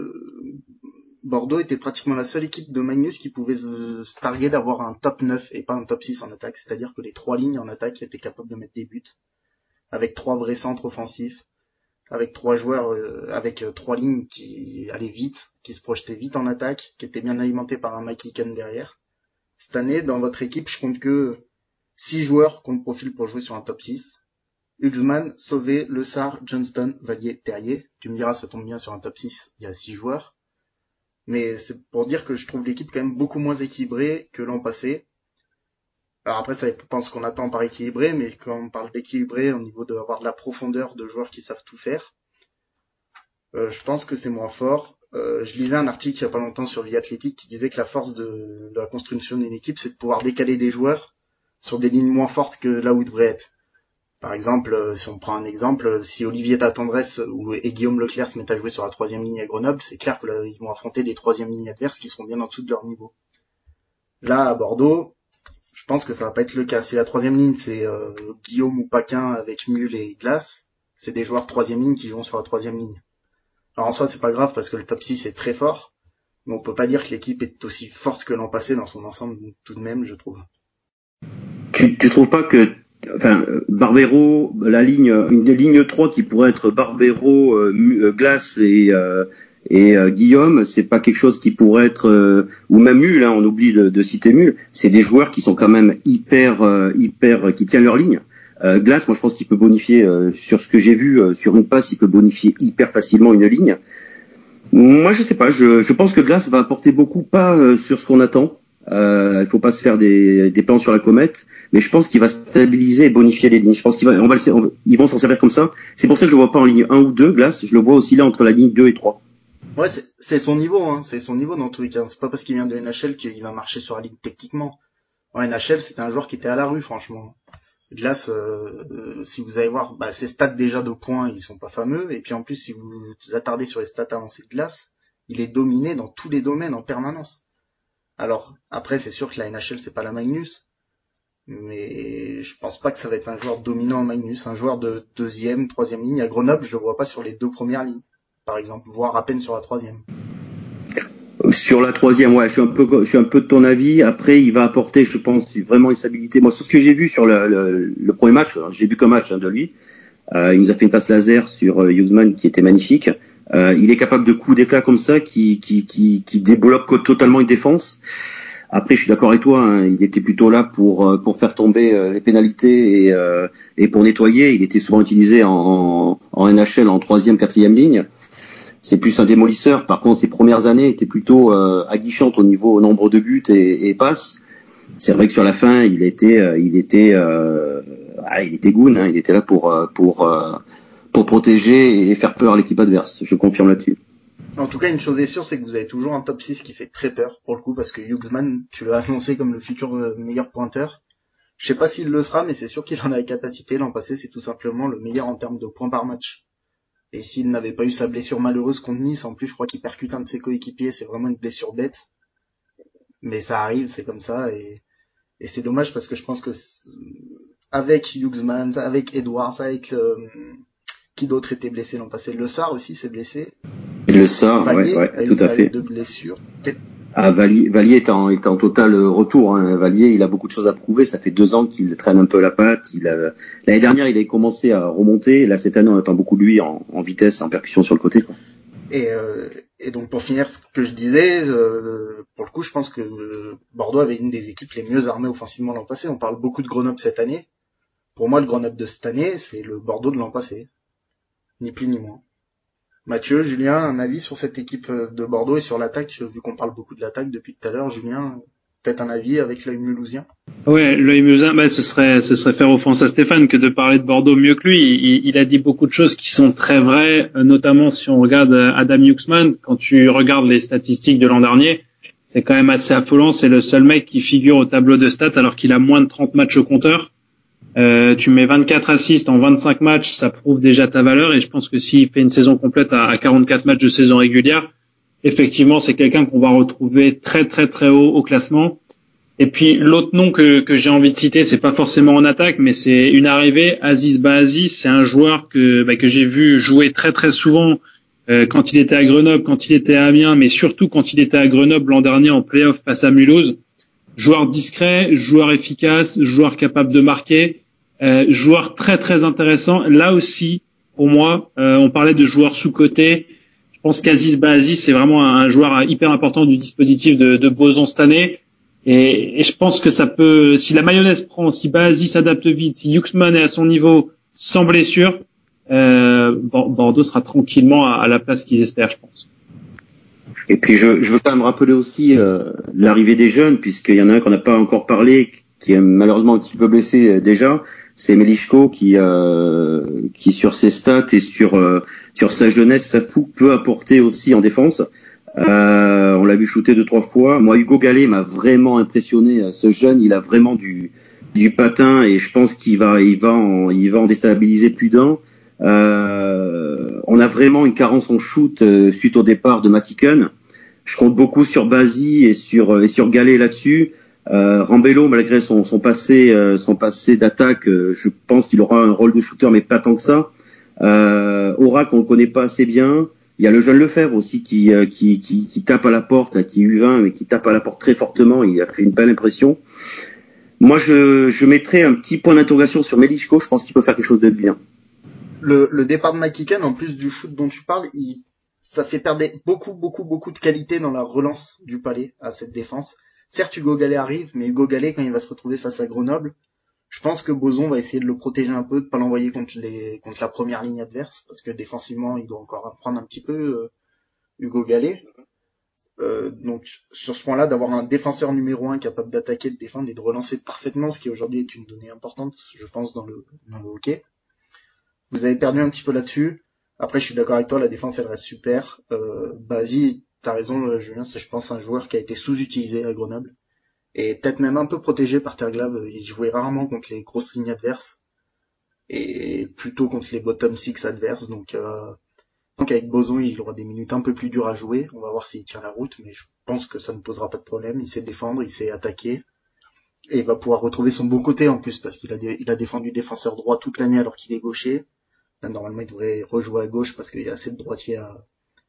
S4: Bordeaux était pratiquement la seule équipe de Magnus qui pouvait se targuer d'avoir un top 9 et pas un top 6 en attaque. C'est-à-dire que les trois lignes en attaque étaient capables de mettre des buts, avec trois vrais centres offensifs, avec trois joueurs, avec trois lignes qui allaient vite, qui se projetaient vite en attaque, qui étaient bien alimentés par un McKicken derrière. Cette année, dans votre équipe, je compte que 6 joueurs comptent profil pour jouer sur un top 6. Hughesman, Sauvé, Le Sar, Johnston, Vallier, Terrier. Tu me diras, ça tombe bien sur un top 6, il y a 6 joueurs. Mais c'est pour dire que je trouve l'équipe quand même beaucoup moins équilibrée que l'an passé. Alors après, ça dépend ce qu'on attend par équilibré, mais quand on parle d'équilibré au niveau d'avoir de la profondeur de joueurs qui savent tout faire, je pense que c'est moins fort. Je lisais un article il y a pas longtemps sur The Athletic qui disait que la force de la construction d'une équipe, c'est de pouvoir décaler des joueurs sur des lignes moins fortes que là où ils devraient être. Par exemple, si on prend un exemple, si Olivier Tatendresse et Guillaume Leclerc se mettent à jouer sur la troisième ligne à Grenoble, c'est clair que là, ils vont affronter des troisième lignes adverses qui seront bien en dessous de leur niveau. Là, à Bordeaux, je pense que ça va pas être le cas. Si la troisième ligne, c'est Guillaume ou Paquin avec Mule et Glace, c'est des joueurs troisième ligne qui jouent sur la troisième ligne. Alors en soi, c'est pas grave parce que le top 6 est très fort, mais on peut pas dire que l'équipe est aussi forte que l'an passé dans son ensemble tout de même, je trouve.
S2: Tu trouves pas que, Barbero, une ligne 3 qui pourrait être Barbero, Glace et Guillaume, c'est pas quelque chose qui pourrait être, ou même Mule, hein, on oublie de citer Mule, c'est des joueurs qui sont quand même hyper, qui tiennent leur ligne. Glace, moi je pense qu'il peut bonifier, sur ce que j'ai vu, sur une passe, il peut bonifier hyper facilement une ligne. Moi je sais pas, je pense que Glace va apporter beaucoup, pas sur ce qu'on attend. Il faut pas se faire des plans sur la comète, mais je pense qu'il va stabiliser et bonifier les lignes. Je pense ils vont s'en servir comme ça. C'est pour ça que je le vois pas en ligne 1 ou 2, Glace, je le vois aussi là entre la ligne 2 et 3.
S4: Ouais, c'est son niveau, hein. C'est son niveau dans tous les cas. C'est pas parce qu'il vient de NHL qu'il va marcher sur la ligne techniquement. En NHL, c'était un joueur qui était à la rue, franchement. Glace, si vous allez voir, ses stats déjà de points, ils sont pas fameux. Et puis en plus, si vous vous attardez sur les stats avancées de Glace, il est dominé dans tous les domaines en permanence. Alors, après, c'est sûr que la NHL, c'est pas la Magnus. Mais je pense pas que ça va être un joueur dominant en Magnus. Un joueur de deuxième, troisième ligne. À Grenoble, je le vois pas sur les deux premières lignes, par exemple, voire à peine sur la troisième.
S2: Sur la troisième, ouais, je suis un peu de ton avis. Après, il va apporter, je pense, vraiment une stabilité. Moi, sur ce que j'ai vu sur le premier match, j'ai vu qu'un match de lui. Il nous a fait une passe laser sur Hughesman qui était magnifique. Il est capable de coups d'éclat comme ça qui débloque totalement une défense. Après, je suis d'accord avec toi, hein, il était plutôt là pour faire tomber les pénalités et pour nettoyer. Il était souvent utilisé en NHL en troisième, quatrième ligne. C'est plus un démolisseur. Par contre, ses premières années étaient plutôt aguichantes au niveau nombre de buts et passes. C'est vrai que sur la fin, il était goon. Hein, il était là pour protéger et faire peur à l'équipe adverse. Je confirme là-dessus.
S4: En tout cas, une chose est sûre, c'est que vous avez toujours un top 6 qui fait très peur, pour le coup, parce que Hughesman, tu l'as annoncé comme le futur meilleur pointeur. Je sais pas s'il le sera, mais c'est sûr qu'il en a la capacité. L'an passé, c'est tout simplement le meilleur en termes de points par match. Et s'il n'avait pas eu sa blessure malheureuse contre Nice, en plus, je crois qu'il percute un de ses coéquipiers, c'est vraiment une blessure bête. Mais ça arrive, c'est comme ça, et c'est dommage parce que je pense que avec Hughesman, avec Edwards, avec qui d'autre était blessé l'an passé? Le Sarr aussi s'est blessé.
S2: Le Sarr, ouais, tout à fait.
S4: De blessures.
S2: Valier est en total retour. Hein. Valier, il a beaucoup de choses à prouver. Ça fait 2 ans qu'il traîne un peu la patte. L'année dernière, il a commencé à remonter. Là, cette année, on attend beaucoup de lui en vitesse, en percussion sur le côté, quoi.
S4: Et donc pour finir ce que je disais, pour le coup, je pense que Bordeaux avait une des équipes les mieux armées offensivement l'an passé. On parle beaucoup de Grenoble cette année. Pour moi, le Grenoble de cette année, c'est le Bordeaux de l'an passé. Ni plus ni moins. Mathieu, Julien, un avis sur cette équipe de Bordeaux et sur l'attaque, vu qu'on parle beaucoup de l'attaque depuis tout à l'heure. Julien, peut-être un avis avec l'œil mulhousien?
S3: Ouais, l'œil mulhousien, ce serait faire offense à Stéphane que de parler de Bordeaux mieux que lui. Il a dit beaucoup de choses qui sont très vraies, notamment si on regarde Adam Hughesman. Quand tu regardes les statistiques de l'an dernier, c'est quand même assez affolant. C'est le seul mec qui figure au tableau de stats alors qu'il a moins de 30 matchs au compteur. Tu mets 24 assists en 25 matchs, ça prouve déjà ta valeur, et je pense que s'il fait une saison complète à 44 matchs de saison régulière, effectivement, c'est quelqu'un qu'on va retrouver très très très haut au classement. Et puis l'autre nom que j'ai envie de citer, c'est pas forcément en attaque, mais c'est une arrivée, Aziz Bahazi. C'est un joueur que j'ai vu jouer très très souvent quand il était à Grenoble, quand il était à Amiens, mais surtout quand il était à Grenoble l'an dernier en play-off face à Mulhouse. Joueur discret, joueur efficace, joueur capable de marquer, joueur très très intéressant. Là aussi, pour moi, on parlait de joueurs sous-cotés. Je pense qu'Aziz Bahazi, c'est vraiment un joueur hyper important du dispositif de Boson cette année. Et je pense que ça peut, si la mayonnaise prend, si Bahazi s'adapte vite, si Hughesman est à son niveau sans blessure, Bordeaux sera tranquillement à la place qu'ils espèrent, je pense.
S2: Et puis je veux quand même rappeler aussi l'arrivée des jeunes, puisqu'il y en a un qu'on n'a pas encore parlé, qui est malheureusement un petit peu blessé déjà. C'est Melichko qui sur ses stats et sur sa jeunesse, sa fougue peut apporter aussi en défense. On l'a vu shooter 2-3 fois. Moi, Hugo Gallet m'a vraiment impressionné. Ce jeune, il a vraiment du patin, et je pense qu'il va en déstabiliser plus d'un. On a vraiment une carence en shoot suite au départ de Matiken. Je compte beaucoup sur Bazi et sur Gallet là-dessus. Rambello, malgré son passé d'attaque, je pense qu'il aura un rôle de shooter, mais pas tant que ça. Aubrac, on le connaît pas assez bien. Il y a le jeune Lefebvre aussi qui tape à la porte, qui est U20, mais qui tape à la porte très fortement. Il a fait une belle impression. Moi, je mettrais un petit point d'interrogation sur Melichko. Je pense qu'il peut faire quelque chose de bien.
S4: Le départ de McKicken, en plus du shoot dont tu parles, ça fait perdre beaucoup de qualité dans la relance du Palais à cette défense. Certes, Hugo Gallet arrive, mais Hugo Gallet, quand il va se retrouver face à Grenoble, je pense que Boson va essayer de le protéger un peu, de pas l'envoyer contre la première ligne adverse, parce que défensivement, il doit encore apprendre un petit peu Hugo Gallet. Donc sur ce point-là, d'avoir un défenseur numéro 1 capable d'attaquer, de défendre et de relancer parfaitement, ce qui aujourd'hui est une donnée importante, je pense, dans le hockey. Vous avez perdu un petit peu là-dessus. Après, je suis d'accord avec toi, la défense, elle reste super. Bazi, t'as raison, Julien, c'est, je pense, un joueur qui a été sous-utilisé à Grenoble. Et peut-être même un peu protégé par Terglav. Il jouait rarement contre les grosses lignes adverses. Et plutôt contre les bottom six adverses. Donc avec Boson, il aura des minutes un peu plus dures à jouer. On va voir s'il tient la route, mais je pense que ça ne posera pas de problème. Il sait défendre, il sait attaquer. Et il va pouvoir retrouver son bon côté en plus, parce qu'il a défendu défenseur droit toute l'année alors qu'il est gaucher. Là, normalement, il devrait rejouer à gauche parce qu'il y a assez de droitiers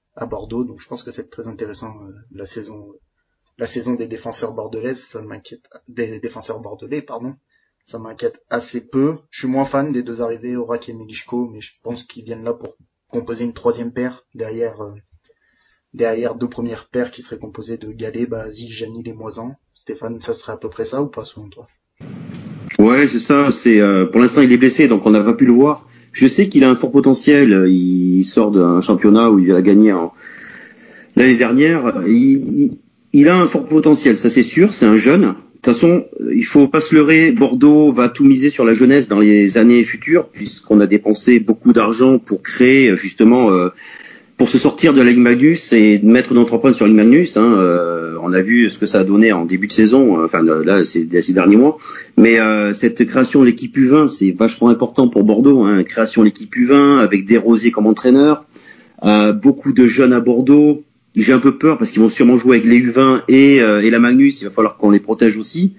S4: à Bordeaux. Donc je pense que c'est très intéressant la saison des défenseurs bordelaises. Ça m'inquiète, des défenseurs bordelais, pardon. Ça m'inquiète assez peu. Je suis moins fan des deux arrivées, Aubrac et Milichko, mais je pense qu'ils viennent là pour composer une troisième paire derrière deux premières paires qui seraient composées de Gallet, Bazi, Janil et Moisan. Stéphane, ça serait à peu près ça ou pas selon toi?
S2: Ouais, c'est ça. C'est pour l'instant il est blessé, donc on n'a pas pu le voir. Je sais qu'il a un fort potentiel. Il sort d'un championnat où il a gagné l'année dernière. Il a un fort potentiel, ça c'est sûr. C'est un jeune. De toute façon, il faut pas se leurrer. Bordeaux va tout miser sur la jeunesse dans les années futures, puisqu'on a dépensé beaucoup d'argent pour créer justement, pour se sortir de la Ligue Magnus et de mettre notre empreinte sur la Ligue Magnus. On a vu ce que ça a donné en début de saison, enfin là c'est ces derniers mois. Mais cette création de l'équipe U20, c'est vachement important pour Bordeaux. Création de l'équipe U20 avec Desrosiers comme entraîneur, beaucoup de jeunes à Bordeaux. J'ai un peu peur parce qu'ils vont sûrement jouer avec les U20 et la Magnus. Il va falloir qu'on les protège aussi.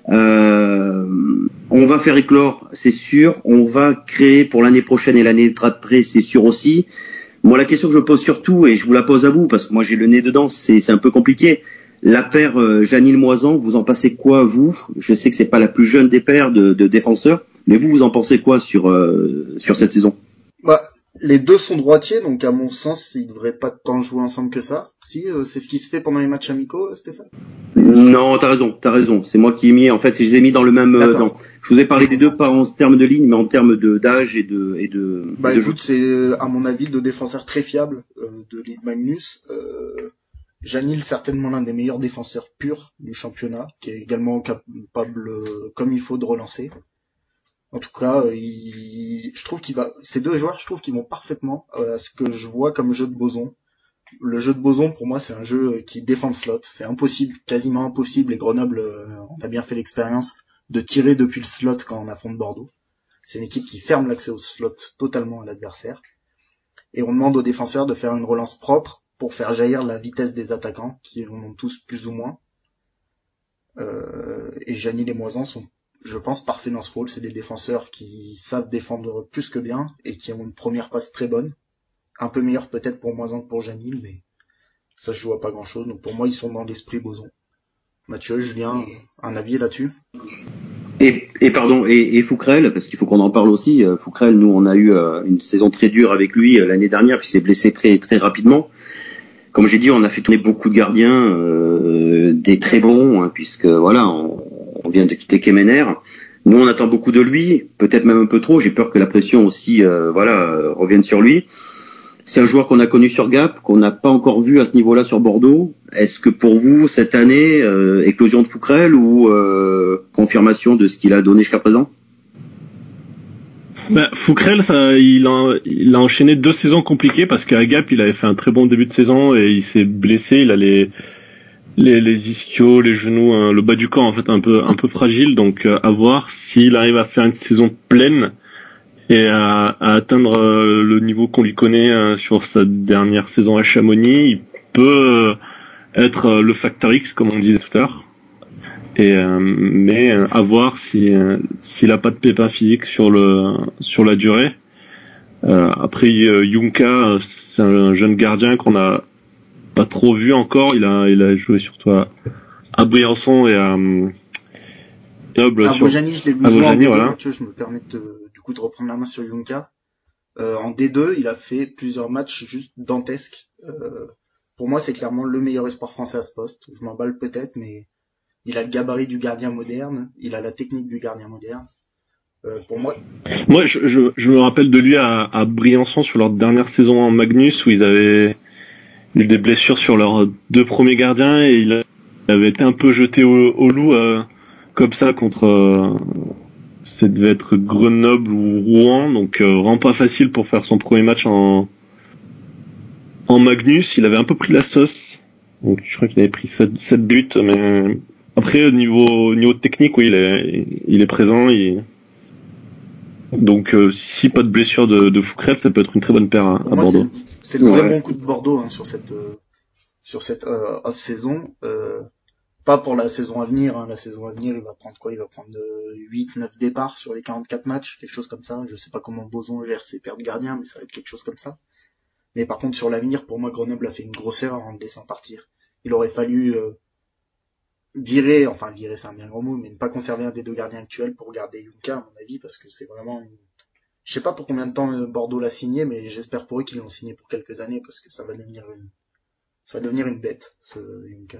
S2: On va faire éclore, c'est sûr. On va créer pour l'année prochaine et l'année d'après, c'est sûr aussi. Moi, la question que je pose surtout, et je vous la pose à vous, parce que moi j'ai le nez dedans, c'est un peu compliqué. La paire Janil-Moisan, vous en pensez quoi, vous? Je sais que c'est pas la plus jeune des paires de défenseurs, mais vous en pensez quoi sur cette saison?
S4: Les deux sont droitiers, donc à mon sens, ils devraient pas tant jouer ensemble que ça. Si, c'est ce qui se fait pendant les matchs amicaux, Stéphane?
S2: Non, t'as raison. C'est moi qui ai mis, en fait, je les ai mis dans le même, je vous ai parlé des deux, pas en termes de ligne, mais en termes d'âge et de
S4: écoute, c'est, à mon avis, deux défenseurs très fiables, de Ligue Magnus. Janil, certainement l'un des meilleurs défenseurs purs du championnat, qui est également capable, comme il faut, de relancer. En tout cas, je trouve ces deux joueurs, je trouve qu'ils vont parfaitement à ce que je vois comme jeu de boson. Le jeu de boson, pour moi, c'est un jeu qui défend le slot. C'est impossible, quasiment impossible. Et Grenoble, on a bien fait l'expérience de tirer depuis le slot quand on affronte Bordeaux. C'est une équipe qui ferme l'accès au slot totalement à l'adversaire. Et on demande aux défenseurs de faire une relance propre pour faire jaillir la vitesse des attaquants, qui en ont tous plus ou moins. Et Janil et Moisan sont, je pense, parfaits dans ce rôle. C'est des défenseurs qui savent défendre plus que bien et qui ont une première passe très bonne. Un peu meilleure peut-être pour Moisan que pour Janil, mais ça se joue à pas grand-chose. Donc pour moi, ils sont dans l'esprit boson. Mathieu, Julien, un avis là-dessus?
S2: Et Fouquerel, parce qu'il faut qu'on en parle aussi. Fouquerel, nous, on a eu une saison très dure avec lui l'année dernière, puis il s'est blessé très très rapidement. Comme j'ai dit, on a fait tourner beaucoup de gardiens, des très bons, puisque voilà, on vient de quitter Kemener. Nous, on attend beaucoup de lui, peut-être même un peu trop. J'ai peur que la pression aussi, revienne sur lui. C'est un joueur qu'on a connu sur Gap, qu'on n'a pas encore vu à ce niveau-là sur Bordeaux. Est-ce que pour vous, cette année, éclosion de Fouquerel ou confirmation de ce qu'il a donné jusqu'à présent?
S1: Fouquerel, il a enchaîné 2 saisons compliquées parce qu'à Gap, il avait fait un très bon début de saison et il s'est blessé. Il a les ischios, les genoux, le bas du corps en fait un peu fragile. Donc à voir s'il arrive à faire une saison pleine et à atteindre le niveau qu'on lui connaît sur sa dernière saison à Chamonix. Il peut être le facteur X comme on disait tout à l'heure. Mais à voir s'il a pas de pépin physique sur la durée. Après Yunka, c'est un jeune gardien qu'on a pas trop vu encore. Il a joué surtout à Briançon et à
S4: Bojani, je l'ai vu jouer en D2, voilà. Mathieu, je me permets du coup de reprendre la main sur Yunka. En D2, il a fait plusieurs matchs juste dantesques. Pour moi, c'est clairement le meilleur espoir français à ce poste. Je m'emballe peut-être, mais il a le gabarit du gardien moderne, il a la technique du gardien moderne. Pour moi,
S1: je me rappelle de lui à Briançon sur leur dernière saison en Magnus où ils avaient eu des blessures sur leurs 2 premiers gardiens et il avait été un peu jeté au loup comme ça contre ça devait être Grenoble ou Rouen, donc vraiment pas facile pour faire son premier match en Magnus. Il avait un peu pris la sauce, donc je crois qu'il avait pris 7 buts, mais après niveau technique, oui, il est présent. Donc si pas de blessure de Fouquerel, ça peut être une très bonne paire à Bordeaux.
S4: C'est le vrai bon coup de Bordeaux sur cette off-saison. Pas pour la saison à venir. La saison à venir, il va prendre quoi? Il va prendre 8-9 départs sur les 44 matchs, quelque chose comme ça. Je sais pas comment Boson gère ses paires de gardiens, mais ça va être quelque chose comme ça. Mais par contre, sur l'avenir, pour moi, Grenoble a fait une grosse erreur en le laissant partir. Il aurait fallu virer, c'est un bien gros mot, mais ne pas conserver un des deux gardiens actuels pour garder Juncker, à mon avis, parce que c'est vraiment je sais pas pour combien de temps Bordeaux l'a signé, mais j'espère pour eux qu'ils l'ont signé pour quelques années, parce que ça va devenir une bête, ce Juncker.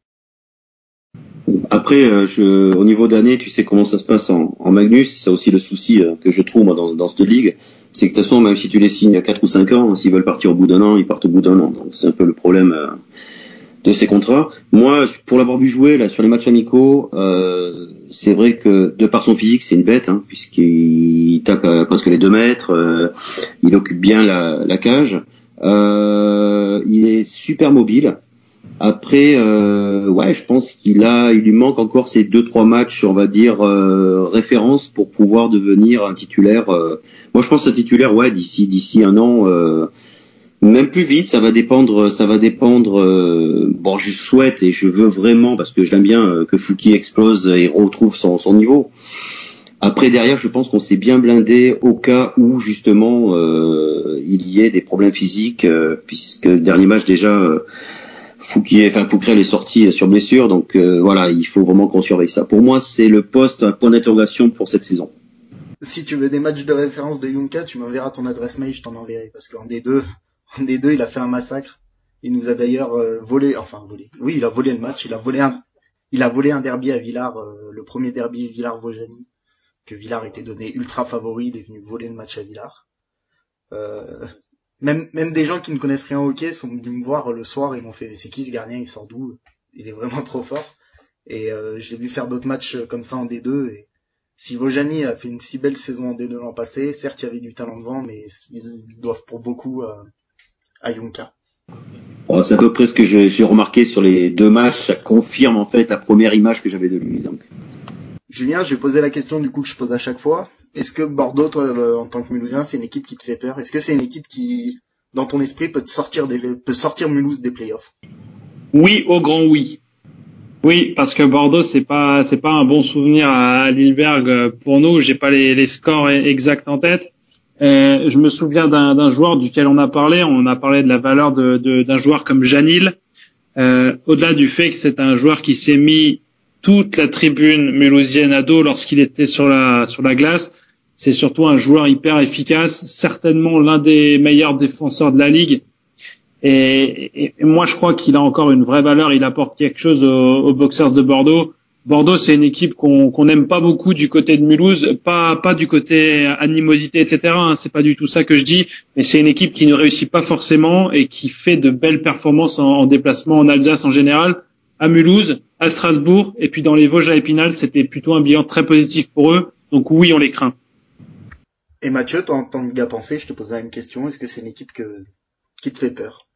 S2: Après, au niveau d'année, tu sais comment ça se passe en Magnus. C'est aussi le souci que je trouve moi dans cette ligue, c'est que de toute façon, même si tu les signes à 4 ou 5 ans, s'ils veulent partir au bout d'un an, ils partent au bout d'un an. Donc c'est un peu le problème de ces contrats. Moi, pour l'avoir vu jouer là sur les matchs amicaux, c'est vrai que de par son physique, c'est une bête, hein, puisqu'il tape à presque les 2 mètres, il occupe bien la cage, il est super mobile. Après, je pense il lui manque encore ces 2-3 matchs, on va dire, référence pour pouvoir devenir un titulaire. Moi, je pense un titulaire, d'ici un an, même plus vite. Ça va dépendre. Bon, je souhaite et je veux vraiment, parce que je l'aime bien, que Fouki explose et retrouve son niveau. Après, derrière, je pense qu'on s'est bien blindé au cas où justement il y ait des problèmes physiques, puisque le dernier match déjà. Fouquerel est sorti sur blessure, donc il faut vraiment qu'on surveille ça. Pour moi, c'est le un point d'interrogation pour cette saison.
S4: Si tu veux des matchs de référence de Juncker, tu m'enverras ton adresse mail, je t'en enverrai, parce qu'en D2, il a fait un massacre. Il nous a d'ailleurs volé. Oui, il a volé le match. Il a volé un derby à Villars, le premier derby Villars-Vaujany, que Villars était donné ultra favori. Il est venu voler le match à Villars. Même des gens qui ne connaissent rien au hockey sont venus me voir le soir et m'ont fait, c'est qui ce gardien, il sort d'où? Il est vraiment trop fort. Et je l'ai vu faire d'autres matchs comme ça en D2. Et si Vaujany a fait une si belle saison en D2 l'an passé, certes il y avait du talent devant, mais ils doivent pour beaucoup à Juncker.
S2: C'est à peu près ce que j'ai remarqué sur les 2 matchs. Ça confirme en fait la première image que j'avais de lui. Donc.
S4: Julien, je vais poser la question du coup que je pose à chaque fois. Est-ce que Bordeaux, toi, en tant que Mulhousien, c'est une équipe qui te fait peur? Est-ce que c'est une équipe qui, dans ton esprit, peut sortir Mulhouse des playoffs?
S3: Oui, au grand oui. Oui, parce que Bordeaux, c'est pas un bon souvenir à Lilleberg pour nous. J'ai pas les scores exacts en tête. Je me souviens d'un joueur duquel on a parlé. On a parlé de la valeur d'un joueur comme Janil. Au-delà du fait que c'est un joueur qui s'est mis toute la tribune mulhousienne à dos lorsqu'il était sur la glace. C'est surtout un joueur hyper efficace, certainement l'un des meilleurs défenseurs de la ligue. Et moi, je crois qu'il a encore une vraie valeur. Il apporte quelque chose aux Boxers de Bordeaux. Bordeaux, c'est une équipe qu'on n'aime pas beaucoup du côté de Mulhouse, pas du côté animosité, etc. C'est pas du tout ça que je dis, mais c'est une équipe qui ne réussit pas forcément et qui fait de belles performances en déplacement en Alsace en général. À Mulhouse, à Strasbourg, et puis dans les Vosges à Épinal, c'était plutôt un bilan très positif pour eux. Donc oui, on les craint.
S4: Et Mathieu, toi, en tant que gars pensé, je te pose la même question. Est-ce que c'est une équipe qui te fait peur?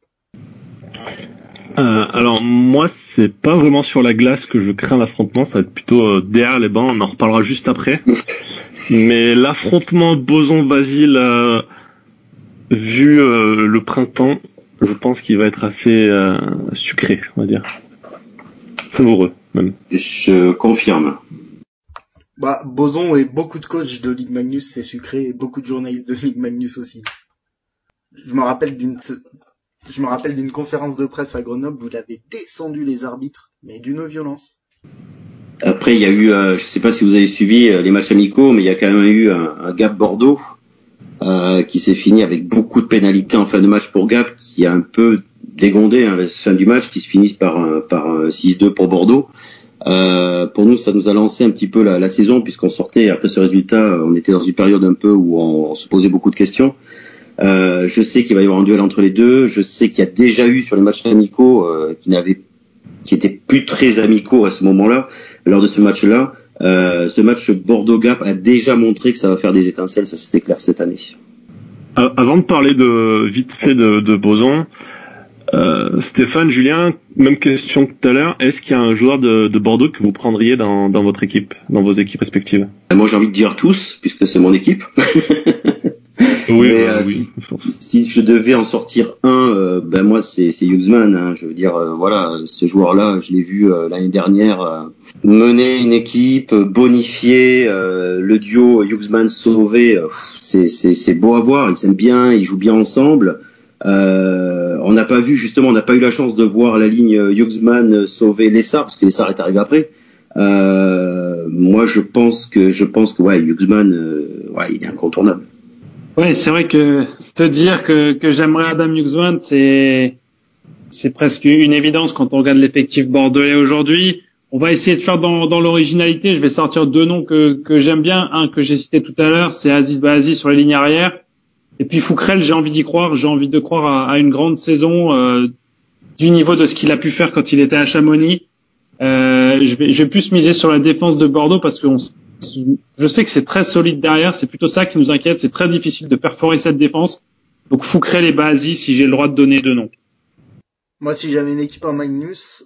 S1: Alors moi, c'est pas vraiment sur la glace que je crains l'affrontement. Ça va être plutôt derrière les bancs. On en reparlera juste après. Mais l'affrontement Boson-Basile, vu le printemps, je pense qu'il va être assez sucré, on va dire. Savoureux, même.
S2: Je confirme.
S4: Boson et beaucoup de coachs de Ligue Magnus, c'est sucré, et beaucoup de journalistes de Ligue Magnus aussi. Je me rappelle d'une conférence de presse à Grenoble où il avait descendu les arbitres, mais d'une violence.
S2: Après, il y a eu, je sais pas si vous avez suivi les matchs amicaux, mais il y a quand même eu un Gap Bordeaux qui s'est fini avec beaucoup de pénalités en fin de match pour Gap, qui a un peu dégondé la fin du match, qui se finissent par 6-2 pour Bordeaux. Pour nous, ça nous a lancé un petit peu la saison, puisqu'on sortait, après ce résultat, on était dans une période un peu où on se posait beaucoup de questions. Je sais qu'il va y avoir un duel entre les deux. Je sais qu'il y a déjà eu sur les matchs amicaux qui étaient plus très amicaux à ce moment-là, lors de ce match-là. Ce match Bordeaux-Gap a déjà montré que ça va faire des étincelles, ça c'est clair cette année.
S1: Avant de parler vite fait de Boson, Stéphane, Julien, même question que tout à l'heure. Est-ce qu'il y a un joueur de Bordeaux que vous prendriez dans votre équipe, dans vos équipes respectives?
S2: Moi j'ai envie de dire tous, puisque c'est mon équipe.
S1: Oui,
S2: mais,
S1: oui.
S2: Si je devais en sortir un, moi c'est Hughesman. Hein. Je veux dire, voilà, ce joueur-là, je l'ai vu l'année dernière mener une équipe, bonifier le duo Hughesman-Sauvé. C'est beau à voir. Ils s'aiment bien, ils jouent bien ensemble. On n'a pas eu la chance de voir la ligne Hughesman sauver Lessard, parce que Lessard est arrivé après. Moi, je pense que ouais, Hughesman, il est incontournable.
S3: Ouais, c'est vrai que te dire que j'aimerais Adam Hughesman, c'est presque une évidence quand on regarde l'effectif bordelais aujourd'hui. On va essayer de faire dans l'originalité. Je vais sortir deux noms que j'aime bien. Un que j'ai cité tout à l'heure, c'est Aziz Bahazi sur les lignes arrière. Et puis Fouquerel, j'ai envie d'y croire. J'ai envie de croire à une grande saison du niveau de ce qu'il a pu faire quand il était à Chamonix. Je vais plus miser sur la défense de Bordeaux parce que je sais que c'est très solide derrière. C'est plutôt ça qui nous inquiète. C'est très difficile de perforer cette défense. Donc Fouquerel et Bahazi, si j'ai le droit de donner deux noms.
S4: Moi, si j'avais une équipe en Magnus,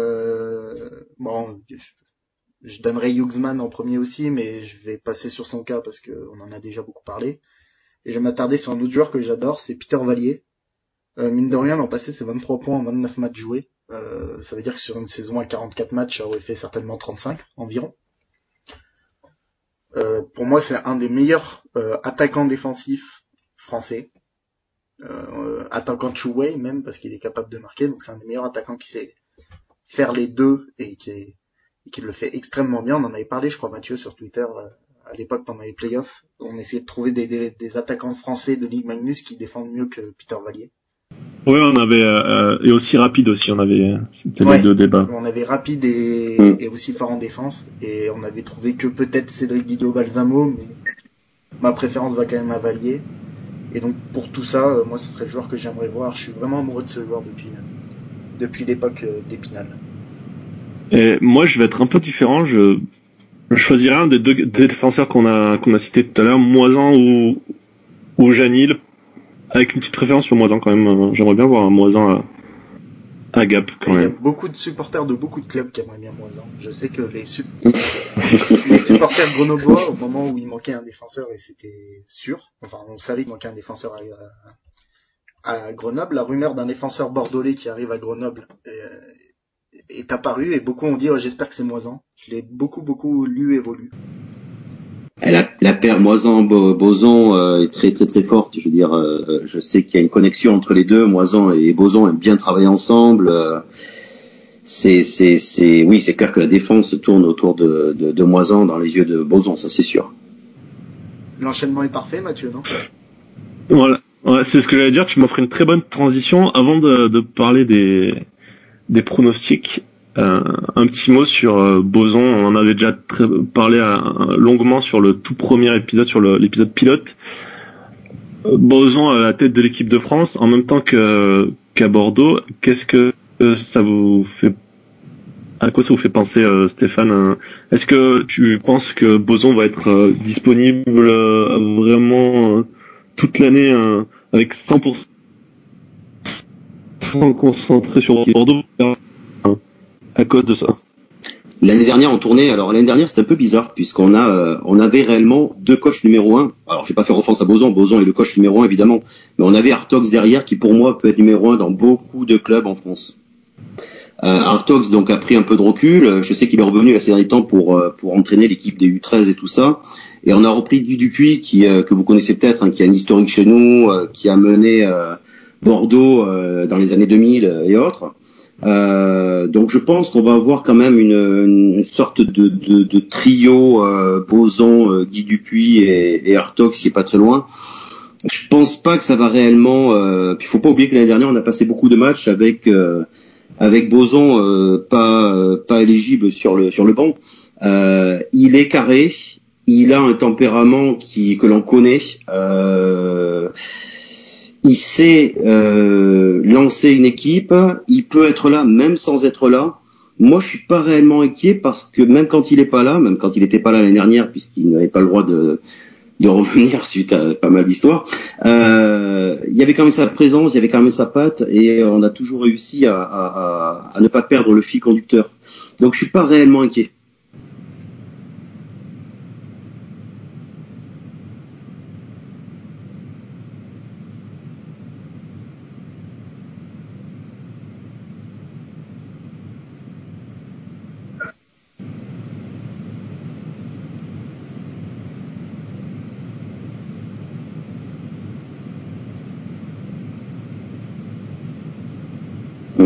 S4: je donnerais Hughesman en premier aussi, mais je vais passer sur son cas parce que on en a déjà beaucoup parlé. Et je vais m'attarder sur un autre joueur que j'adore, c'est Peter Vallier. Mine de rien, l'an passé, c'est 23 points en 29 matchs joués. Ça veut dire que sur une saison à 44 matchs, ça aurait fait certainement 35 environ. Pour moi, c'est un des meilleurs attaquants défensifs français. Attaquant two-way même, parce qu'il est capable de marquer, donc c'est un des meilleurs attaquants qui sait faire les deux et qui le fait extrêmement bien. On en avait parlé, je crois, Mathieu, sur Twitter à l'époque pendant les playoffs. On essayait de trouver des attaquants français de Ligue Magnus qui défendent mieux que Peter Vallier.
S1: Oui, on avait et aussi rapide aussi, c'était les deux débats.
S4: On avait rapide et aussi fort en défense, et on avait trouvé que peut-être Cédric Didio Balsamo, mais ma préférence va quand même à Vallier. Et donc pour tout ça, moi ce serait le joueur que j'aimerais voir. Je suis vraiment amoureux de ce joueur depuis l'époque d'Épinal.
S1: Et moi je vais être un peu différent. Je choisirais un des deux défenseurs qu'on a cité tout à l'heure, Moisan ou Janil, avec une petite préférence sur Moisan quand même. J'aimerais bien voir un Moisan à Gap quand même.
S4: Il y a beaucoup de supporters de beaucoup de clubs qui aimeraient bien Moisan. Je sais que les supporters grenoblois, au moment où il manquait un défenseur, et c'était sûr, enfin on savait qu'il manquait un défenseur à Grenoble, la rumeur d'un défenseur bordelais qui arrive à Grenoble est apparue, et beaucoup ont dit j'espère que c'est Moisan. Je l'ai beaucoup lu et relu.
S2: La paire Moisan-Boson est très très très forte. Je veux dire, je sais qu'il y a une connexion entre les deux. Moisan et Boson aiment bien travailler ensemble. C'est clair que la défense tourne autour de Moisan dans les yeux de Boson, ça c'est sûr.
S4: L'enchaînement est parfait, Mathieu, non?
S1: Voilà, ouais, c'est ce que j'allais dire. Tu m'offres une très bonne transition avant de parler des pronostics. Un petit mot sur Boson. On en avait déjà parlé longuement sur le tout premier épisode, sur l'épisode pilote. Boson à la tête de l'équipe de France, en même temps qu'à Bordeaux. Qu'est-ce que ça vous fait? À quoi ça vous fait penser, Stéphane? Est-ce que tu penses que Boson va être disponible vraiment toute l'année avec 100% concentré sur Bordeaux à cause de ça?
S2: L'année dernière en tournée, alors l'année dernière c'était un peu bizarre puisqu'on avait réellement deux coachs numéro 1. Alors je vais pas faire offense à Boson est le coach numéro 1 évidemment, mais on avait Artox derrière qui pour moi peut être numéro 1 dans beaucoup de clubs en France. Artox donc a pris un peu de recul, je sais qu'il est revenu assez derniers temps pour entraîner l'équipe des U13 et tout ça, et on a repris Guy Dupuis que vous connaissez peut-être, qui a un historique chez nous, qui a mené Bordeaux dans les années 2000 et autres. Donc je pense qu'on va avoir quand même une sorte de trio Boson, Guy Dupuis et Artox qui est pas très loin. Je pense pas que ça va réellement. Puis faut pas oublier que l'année dernière on a passé beaucoup de matchs avec Boson pas éligible sur le banc. Il est carré, il a un tempérament que l'on connaît. Il sait lancer une équipe, il peut être là même sans être là. Moi, je suis pas réellement inquiet parce que même quand il est pas là, même quand il était pas là l'année dernière, puisqu'il n'avait pas le droit de revenir suite à pas mal d'histoires, il y avait quand même sa présence, il y avait quand même sa patte, et on a toujours réussi à ne pas perdre le fil conducteur. Donc, je suis pas réellement inquiet.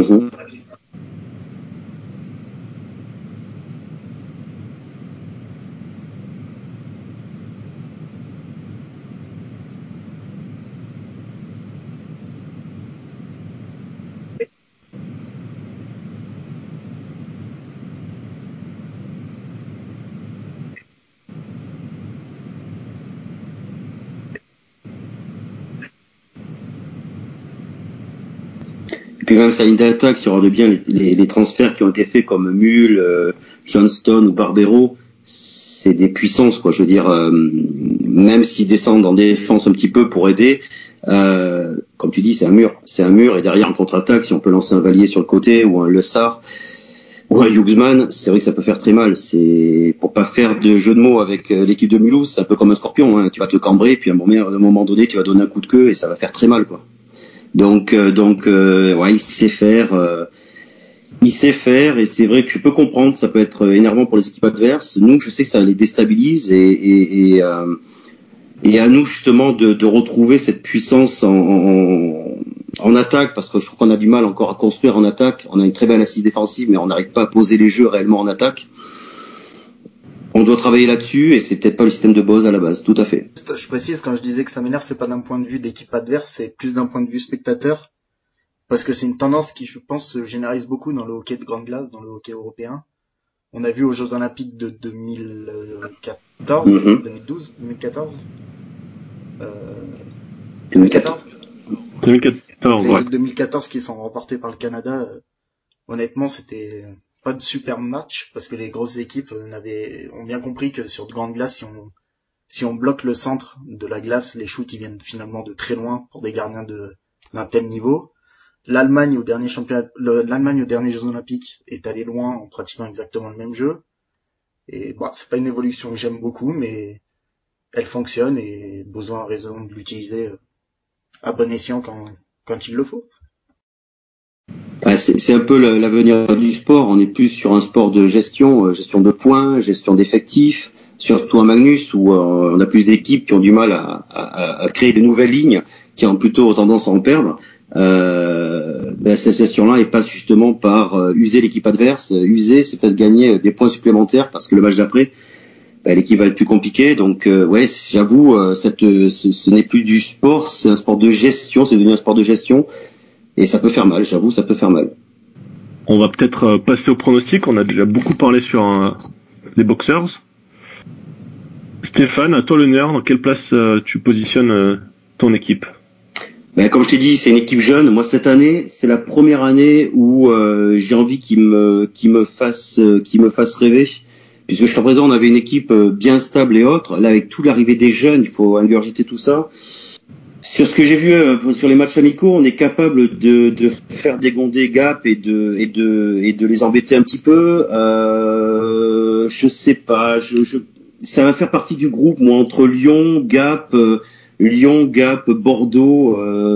S2: Mhm. Et puis même sa ligne d'attaque, si on regarde bien les transferts qui ont été faits comme Mull, Johnston ou Barbero, c'est des puissances, quoi. Je veux dire, même s'ils descendent en défense un petit peu pour aider, comme tu dis, c'est un mur, et derrière en contre-attaque, si on peut lancer un Valier sur le côté ou un Le Sar ou un Hughesman, c'est vrai que ça peut faire très mal. C'est pour pas faire de jeu de mots avec l'équipe de Mulhouse, c'est un peu comme un scorpion, hein. Tu vas te cambrer, puis à un moment donné, tu vas donner un coup de queue et ça va faire très mal, quoi. Donc, ouais, il sait faire. Il sait faire, et c'est vrai que je peux comprendre, ça peut être énervant pour les équipes adverses. Nous, je sais que ça les déstabilise, et à nous justement de retrouver cette puissance en attaque, parce que je trouve qu'on a du mal encore à construire en attaque. On a une très belle assise défensive, mais on n'arrive pas à poser les jeux réellement en attaque. On doit travailler là-dessus, et c'est peut-être pas le système de Boz à la base, tout à fait.
S4: Je précise, quand je disais que ça m'énerve, c'est pas d'un point de vue d'équipe adverse, c'est plus d'un point de vue spectateur. Parce que c'est une tendance qui, je pense, se généralise beaucoup dans le hockey de grande glace, dans le hockey européen. On a vu aux Jeux Olympiques de 2014, 2012, 2014, 2014.
S1: 2014,
S4: Les
S1: ouais.
S4: Jeux de 2014 qui sont remportés par le Canada, honnêtement, c'était pas de super match, parce que les grosses équipes ont bien compris que sur de grandes glaces, si on bloque le centre de la glace, les shoots, ils viennent finalement de très loin pour des gardiens d'un tel niveau. L'Allemagne aux derniers Jeux Olympiques est allée loin en pratiquant exactement le même jeu. Et bon, c'est pas une évolution que j'aime beaucoup, mais elle fonctionne, et besoin a raison de l'utiliser à bon escient quand il le faut.
S2: Ouais, c'est un peu l'avenir du sport. On est plus sur un sport de gestion de points, gestion d'effectifs, surtout à Magnus, où on a plus d'équipes qui ont du mal à créer de nouvelles lignes, qui ont plutôt tendance à en perdre. Cette gestion-là, elle passe justement par user l'équipe adverse. User, c'est peut-être gagner des points supplémentaires, parce que le match d'après, l'équipe va être plus compliquée. Donc ouais, j'avoue, ce n'est plus du sport, c'est un sport de gestion, c'est devenu un sport de gestion, et ça peut faire mal, j'avoue, ça peut faire mal.
S1: On va peut-être passer au pronostic. On a déjà beaucoup parlé sur les boxers. Stéphane, à toi l'honneur. Dans quelle place tu positionnes ton équipe?
S2: Comme je t'ai dit, c'est une équipe jeune. Moi, cette année, c'est la première année où j'ai envie qu'il me fasse rêver, puisque jusqu'à présent, on avait une équipe bien stable et autre. Là, avec toute l'arrivée des jeunes, il faut ingurgiter tout ça. Sur ce que j'ai vu sur les matchs amicaux, on est capable de faire dégonder Gap et de les embêter un petit peu. Je sais pas, ça va faire partie du groupe, moi, entre Lyon, Gap, Bordeaux,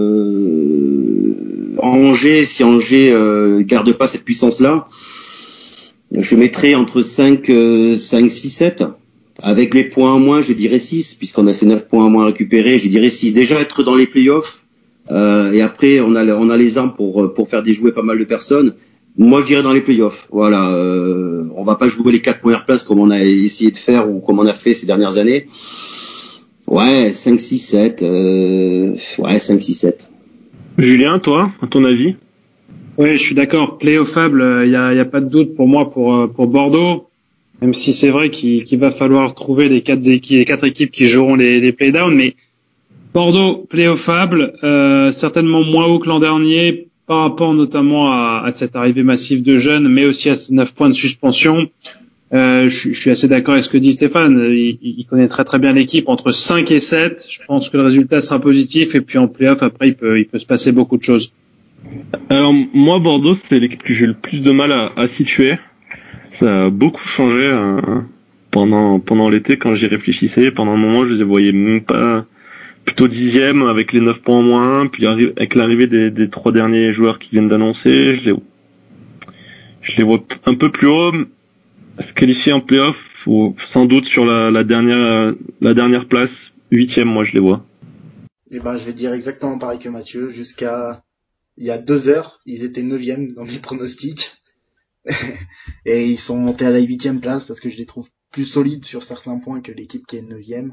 S2: Angers. Si Angers garde pas cette puissance-là, je mettrais entre 5, 6, 7. Avec les points en moins, je dirais 6, puisqu'on a ces 9 points en moins récupérés, je dirais 6. Déjà être dans les playoffs, et après on a les armes pour faire déjouer pas mal de personnes. Moi, je dirais dans les playoffs. Voilà, on va pas jouer les 4 premières places comme on a essayé de faire ou comme on a fait ces dernières années. Ouais, 5, 6, 7. Ouais, 5, 6, 7.
S1: Julien, toi, à ton avis?
S3: Oui, je suis d'accord. Playoffable, il y a pas de doute pour moi pour Bordeaux. Même si c'est vrai qu'il va falloir trouver les quatre équipes qui joueront les playdowns, mais Bordeaux playoffable, certainement moins haut que l'an dernier par rapport notamment à cette arrivée massive de jeunes, mais aussi à ces 9 points de suspension. Je suis assez d'accord avec ce que dit Stéphane. Il connaît très très bien l'équipe. Entre 5 et 7, je pense que le résultat sera positif, et puis en playoff après il peut se passer beaucoup de choses.
S1: Alors moi, Bordeaux, c'est l'équipe que j'ai le plus de mal à situer. Ça a beaucoup changé pendant l'été quand j'y réfléchissais. Pendant un moment, je les voyais même pas, plutôt 10e avec les 9 points en moins. Puis avec l'arrivée des 3 derniers joueurs qui viennent d'annoncer, je les vois un peu plus haut. Se qualifier en play-off, ou sans doute sur la dernière place, 8e, moi je les vois.
S4: Et je vais dire exactement pareil que Mathieu, jusqu'à il y a 2 heures, ils étaient 9e dans mes pronostics. Et ils sont montés à la 8e place parce que je les trouve plus solides sur certains points que l'équipe qui est 9e.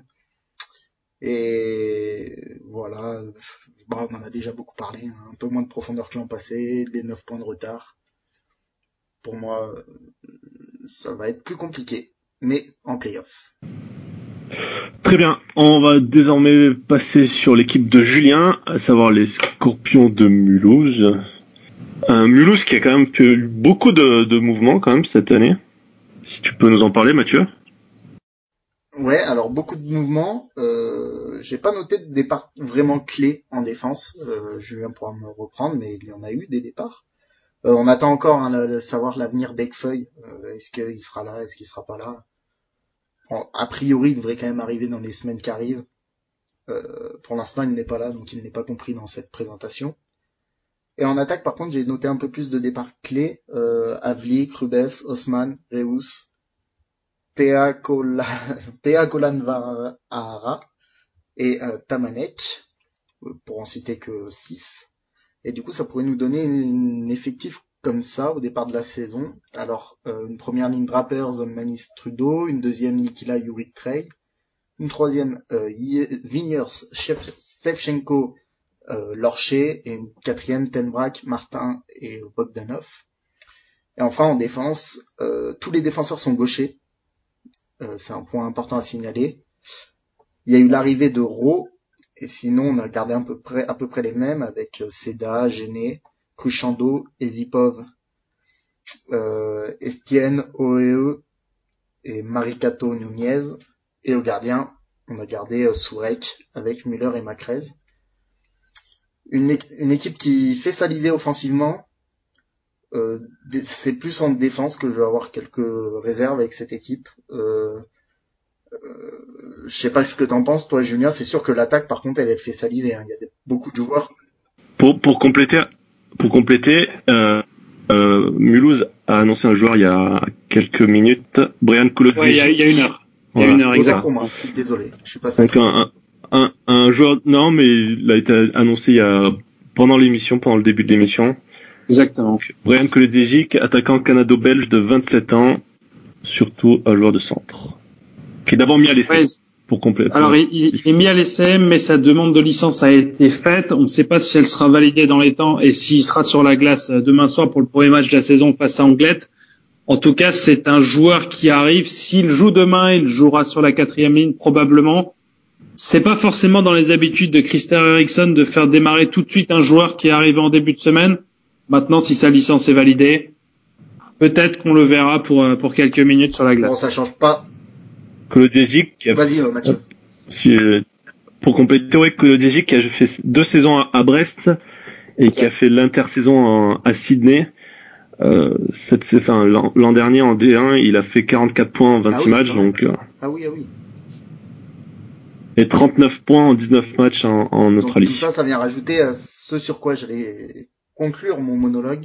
S4: Et voilà, on en a déjà beaucoup parlé, hein. Un peu moins de profondeur que l'an passé, des 9 points de retard. Pour moi, ça va être plus compliqué, mais en play-off.
S1: Très bien, on va désormais passer sur l'équipe de Julien, à savoir les Scorpions de Mulhouse. Un Mulhouse qui a quand même fait beaucoup de mouvements quand même cette année. Si tu peux nous en parler, Mathieu.
S4: Ouais, alors beaucoup de mouvements. J'ai pas noté de départ vraiment clés en défense. Julien pourra me reprendre, mais il y en a eu des départs. On attend encore de savoir l'avenir d'Ekfeuille. Est-ce qu'il sera là, est-ce qu'il sera pas là? Bon, a priori, il devrait quand même arriver dans les semaines qui arrivent. Pour l'instant, il n'est pas là, donc il n'est pas compris dans cette présentation. Et en attaque, par contre, j'ai noté un peu plus de départs clés. Havlik, Rubes, Osman, Reus, Pea Kolanvara et Tamanek, pour en citer que 6. Et du coup, ça pourrait nous donner un effectif comme ça au départ de la saison. Alors, une première ligne Draper, Zolmanis, Trudeau, une deuxième Nikila, Yurik, Trey, une troisième Vigniers, Shevchenko, Lorcher, et une quatrième Tenbrak, Martin et Bogdanov. Et enfin, en défense, tous les défenseurs sont gauchers. C'est un point important à signaler. Il y a eu l'arrivée de Rowe, et sinon on a gardé à peu près les mêmes avec Seda, Gené, Cruchando, Ezipov, Estienne, Oe et Maricato Nunez. Et au gardien, on a gardé Sourek avec Müller et Macrez. Une équipe qui fait saliver offensivement. C'est plus en défense que je vais avoir quelques réserves avec cette équipe. Je sais pas ce que t'en penses, toi, Julien. C'est sûr que l'attaque, par contre, elle fait saliver, hein. Il y a beaucoup de joueurs.
S1: Pour compléter, Mulhouse a annoncé un joueur il y a quelques minutes, Brian Kolodziej.
S3: Ouais, il y a une heure.
S1: Voilà.
S3: Il y a une heure,
S4: exact. Pour moi, je suis désolé. Je suis pas ça.
S1: Donc un joueur, non, mais il a été annoncé pendant le début de l'émission.
S3: Exactement.
S1: Donc, Brian Kolodziej, attaquant canado-belge de 27 ans, surtout un joueur de centre, qui est d'abord mis à l'essai.
S3: Ouais.
S1: Pour compléter.
S3: Alors, il est mis à l'essai, mais sa demande de licence a été faite. On ne sait pas si elle sera validée dans les temps et s'il sera sur la glace demain soir pour le premier match de la saison face à Anglet. En tout cas, c'est un joueur qui arrive. S'il joue demain, il jouera sur la 4e ligne probablement. C'est pas forcément dans les habitudes de Christer Eriksson de faire démarrer tout de suite un joueur qui est arrivé en début de semaine. Maintenant, si sa licence est validée, peut-être qu'on le verra pour quelques minutes sur la glace.
S4: Bon, ça change pas.
S1: Kolodziej,
S4: Vas-y, Mathieu.
S1: Pour compléter, ouais, Kolodziej qui a fait 2 saisons à Brest et qui a fait l'intersaison à Sydney. L'an dernier en D1, il a fait 44 points en 26 matchs, donc.
S4: Ah oui.
S1: Et 39 points en 19 matchs en Australie.
S4: Donc, tout ça vient rajouter à ce sur quoi j'allais conclure mon monologue.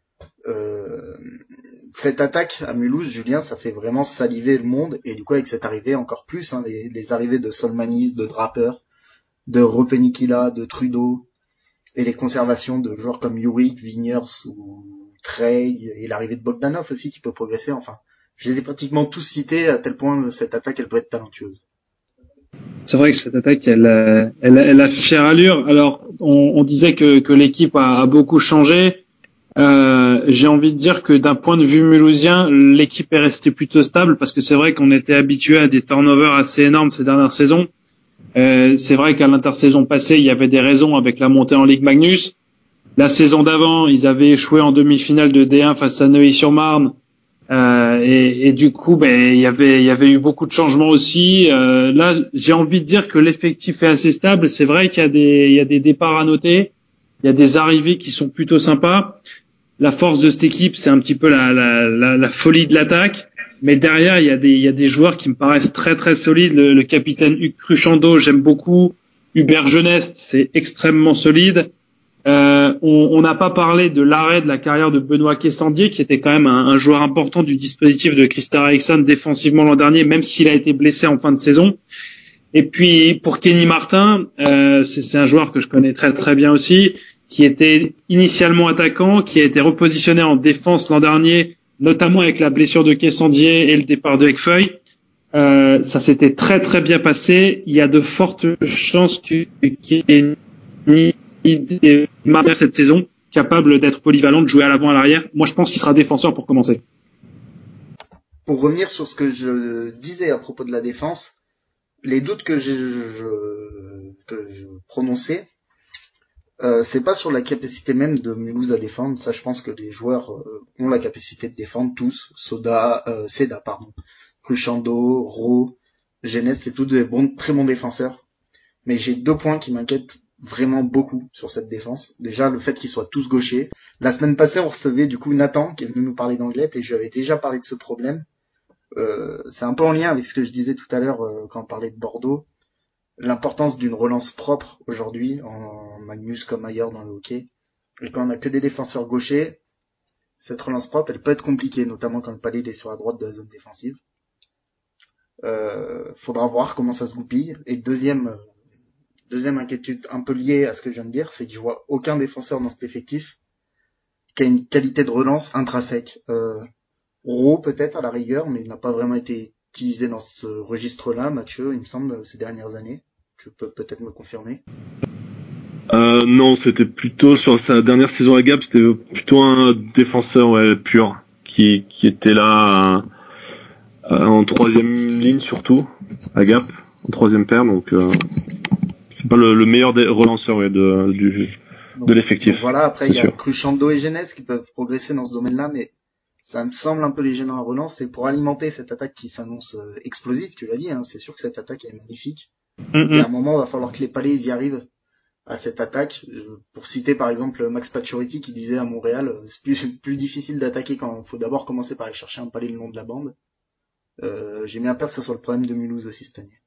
S4: Cette attaque à Mulhouse, Julien, ça fait vraiment saliver le monde, et du coup avec cette arrivée encore plus, hein, les arrivées de Solmanis, de Draper, de Ropenikila, de Trudeau, et les conservations de joueurs comme Yurik, Vigniers ou Trey, et l'arrivée de Bogdanov aussi qui peut progresser. Enfin, je les ai pratiquement tous cités à tel point cette attaque elle peut être talentueuse.
S3: C'est vrai que cette attaque, elle a fière allure. Alors, on disait que l'équipe a beaucoup changé. J'ai envie de dire que d'un point de vue mulhousien, l'équipe est restée plutôt stable parce que c'est vrai qu'on était habitué à des turnovers assez énormes ces dernières saisons. C'est vrai qu'à l'intersaison passée, il y avait des raisons avec la montée en Ligue Magnus. La saison d'avant, ils avaient échoué en demi-finale de D1 face à Neuilly-sur-Marne. Et du coup, il y avait eu beaucoup de changements aussi. Là, j'ai envie de dire que l'effectif est assez stable. C'est vrai qu'il y a des départs à noter. Il y a des arrivées qui sont plutôt sympas. La force de cette équipe, c'est un petit peu la folie de l'attaque. Mais derrière, il y a des joueurs qui me paraissent très très solides. Le capitaine Hugues Cruchando, j'aime beaucoup. Hubert Geneste, c'est extrêmement solide. On n'a pas parlé de l'arrêt de la carrière de Benoît Quessandier, qui était quand même un joueur important du dispositif de Christer Eriksson défensivement l'an dernier, même s'il a été blessé en fin de saison. Et puis pour Kenny Martin, c'est un joueur que je connais très très bien aussi, qui était initialement attaquant, qui a été repositionné en défense l'an dernier, notamment avec la blessure de Kessandier et le départ de Ekfeuille. Ça s'était très très bien passé. Il y a de fortes chances qu'il y ait une idée cette saison capable d'être polyvalent, de jouer à l'avant, à l'arrière. Moi, je pense qu'il sera défenseur pour commencer.
S4: Pour revenir sur ce que je disais à propos de la défense, les doutes que je prononçais, c'est pas sur la capacité même de Mulhouse à défendre. Ça, je pense que les joueurs ont la capacité de défendre tous. Seda, Cruchando, Ro, Genes, c'est tous des très bons défenseurs. Mais j'ai 2 points qui m'inquiètent vraiment beaucoup sur cette défense. Déjà, le fait qu'ils soient tous gauchers. La semaine passée, on recevait du coup Nathan qui est venu nous parler d'Anglette et je lui avais déjà parlé de ce problème. C'est un peu en lien avec ce que je disais tout à l'heure quand on parlait de Bordeaux. L'importance d'une relance propre aujourd'hui en Magnus comme ailleurs dans le hockey. Et quand on a que des défenseurs gauchers, cette relance propre, elle peut être compliquée, notamment quand le palais est sur la droite de la zone défensive. Faudra voir comment ça se goupille. Et deuxième inquiétude un peu liée à ce que je viens de dire, c'est que je vois aucun défenseur dans cet effectif qui a une qualité de relance intrinsèque. Ro peut-être à la rigueur, mais il n'a pas vraiment été utilisé dans ce registre-là, Mathieu, il me semble, ces dernières années. Tu peux peut-être me confirmer.
S1: Non, c'était plutôt sur sa dernière saison à Gap, c'était plutôt un défenseur pur qui était là en 3e ligne surtout à Gap, en 3e paire, donc c'est pas le meilleur des relanceurs de l'effectif.
S4: Donc voilà, après il y a Cruchando et Genes qui peuvent progresser dans ce domaine-là, mais ça me semble un peu les gênants à relance. C'est pour alimenter cette attaque qui s'annonce explosive, tu l'as dit, hein, c'est sûr que cette attaque est magnifique. Et à un moment, il va falloir que les Palais y arrivent à cette attaque. Pour citer par exemple Max Pacioretty qui disait à Montréal, c'est plus difficile d'attaquer quand il faut d'abord commencer par aller chercher un palais le long de la bande. J'ai bien peur que ça soit le problème de Mulhouse aussi cette année.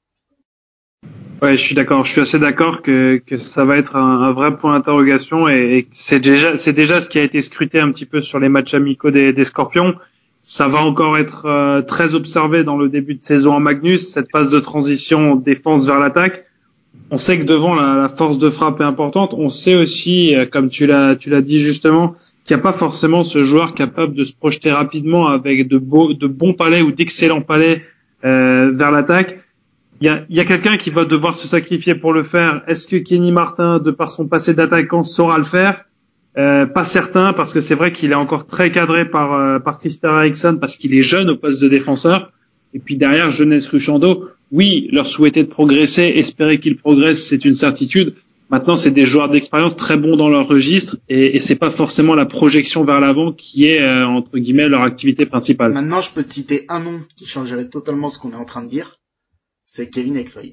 S3: Ouais, je suis d'accord. Je suis assez d'accord que ça va être un vrai point d'interrogation et c'est déjà ce qui a été scruté un petit peu sur les matchs amicaux des Scorpions. Ça va encore être très observé dans le début de saison en Magnus, cette phase de transition défense vers l'attaque. On sait que devant la force de frappe est importante. On sait aussi, comme tu l'as dit justement, qu'il n'y a pas forcément ce joueur capable de se projeter rapidement avec de bons palais ou d'excellents palais vers l'attaque. Il y a quelqu'un qui va devoir se sacrifier pour le faire. Est-ce que Kenny Martin, de par son passé d'attaquant, saura le faire? Pas certain, parce que c'est vrai qu'il est encore très cadré par Christer Eriksson, parce qu'il est jeune au poste de défenseur. Et puis derrière, Jeunesse Cruchando, oui, leur souhaiter de progresser, espérer qu'ils progressent, c'est une certitude. Maintenant, c'est des joueurs d'expérience très bons dans leur registre, et c'est pas forcément la projection vers l'avant qui est, entre guillemets, leur activité principale.
S4: Maintenant, je peux te citer un nom qui changerait totalement ce qu'on est en train de dire. C'est Kevin Ekfeuille.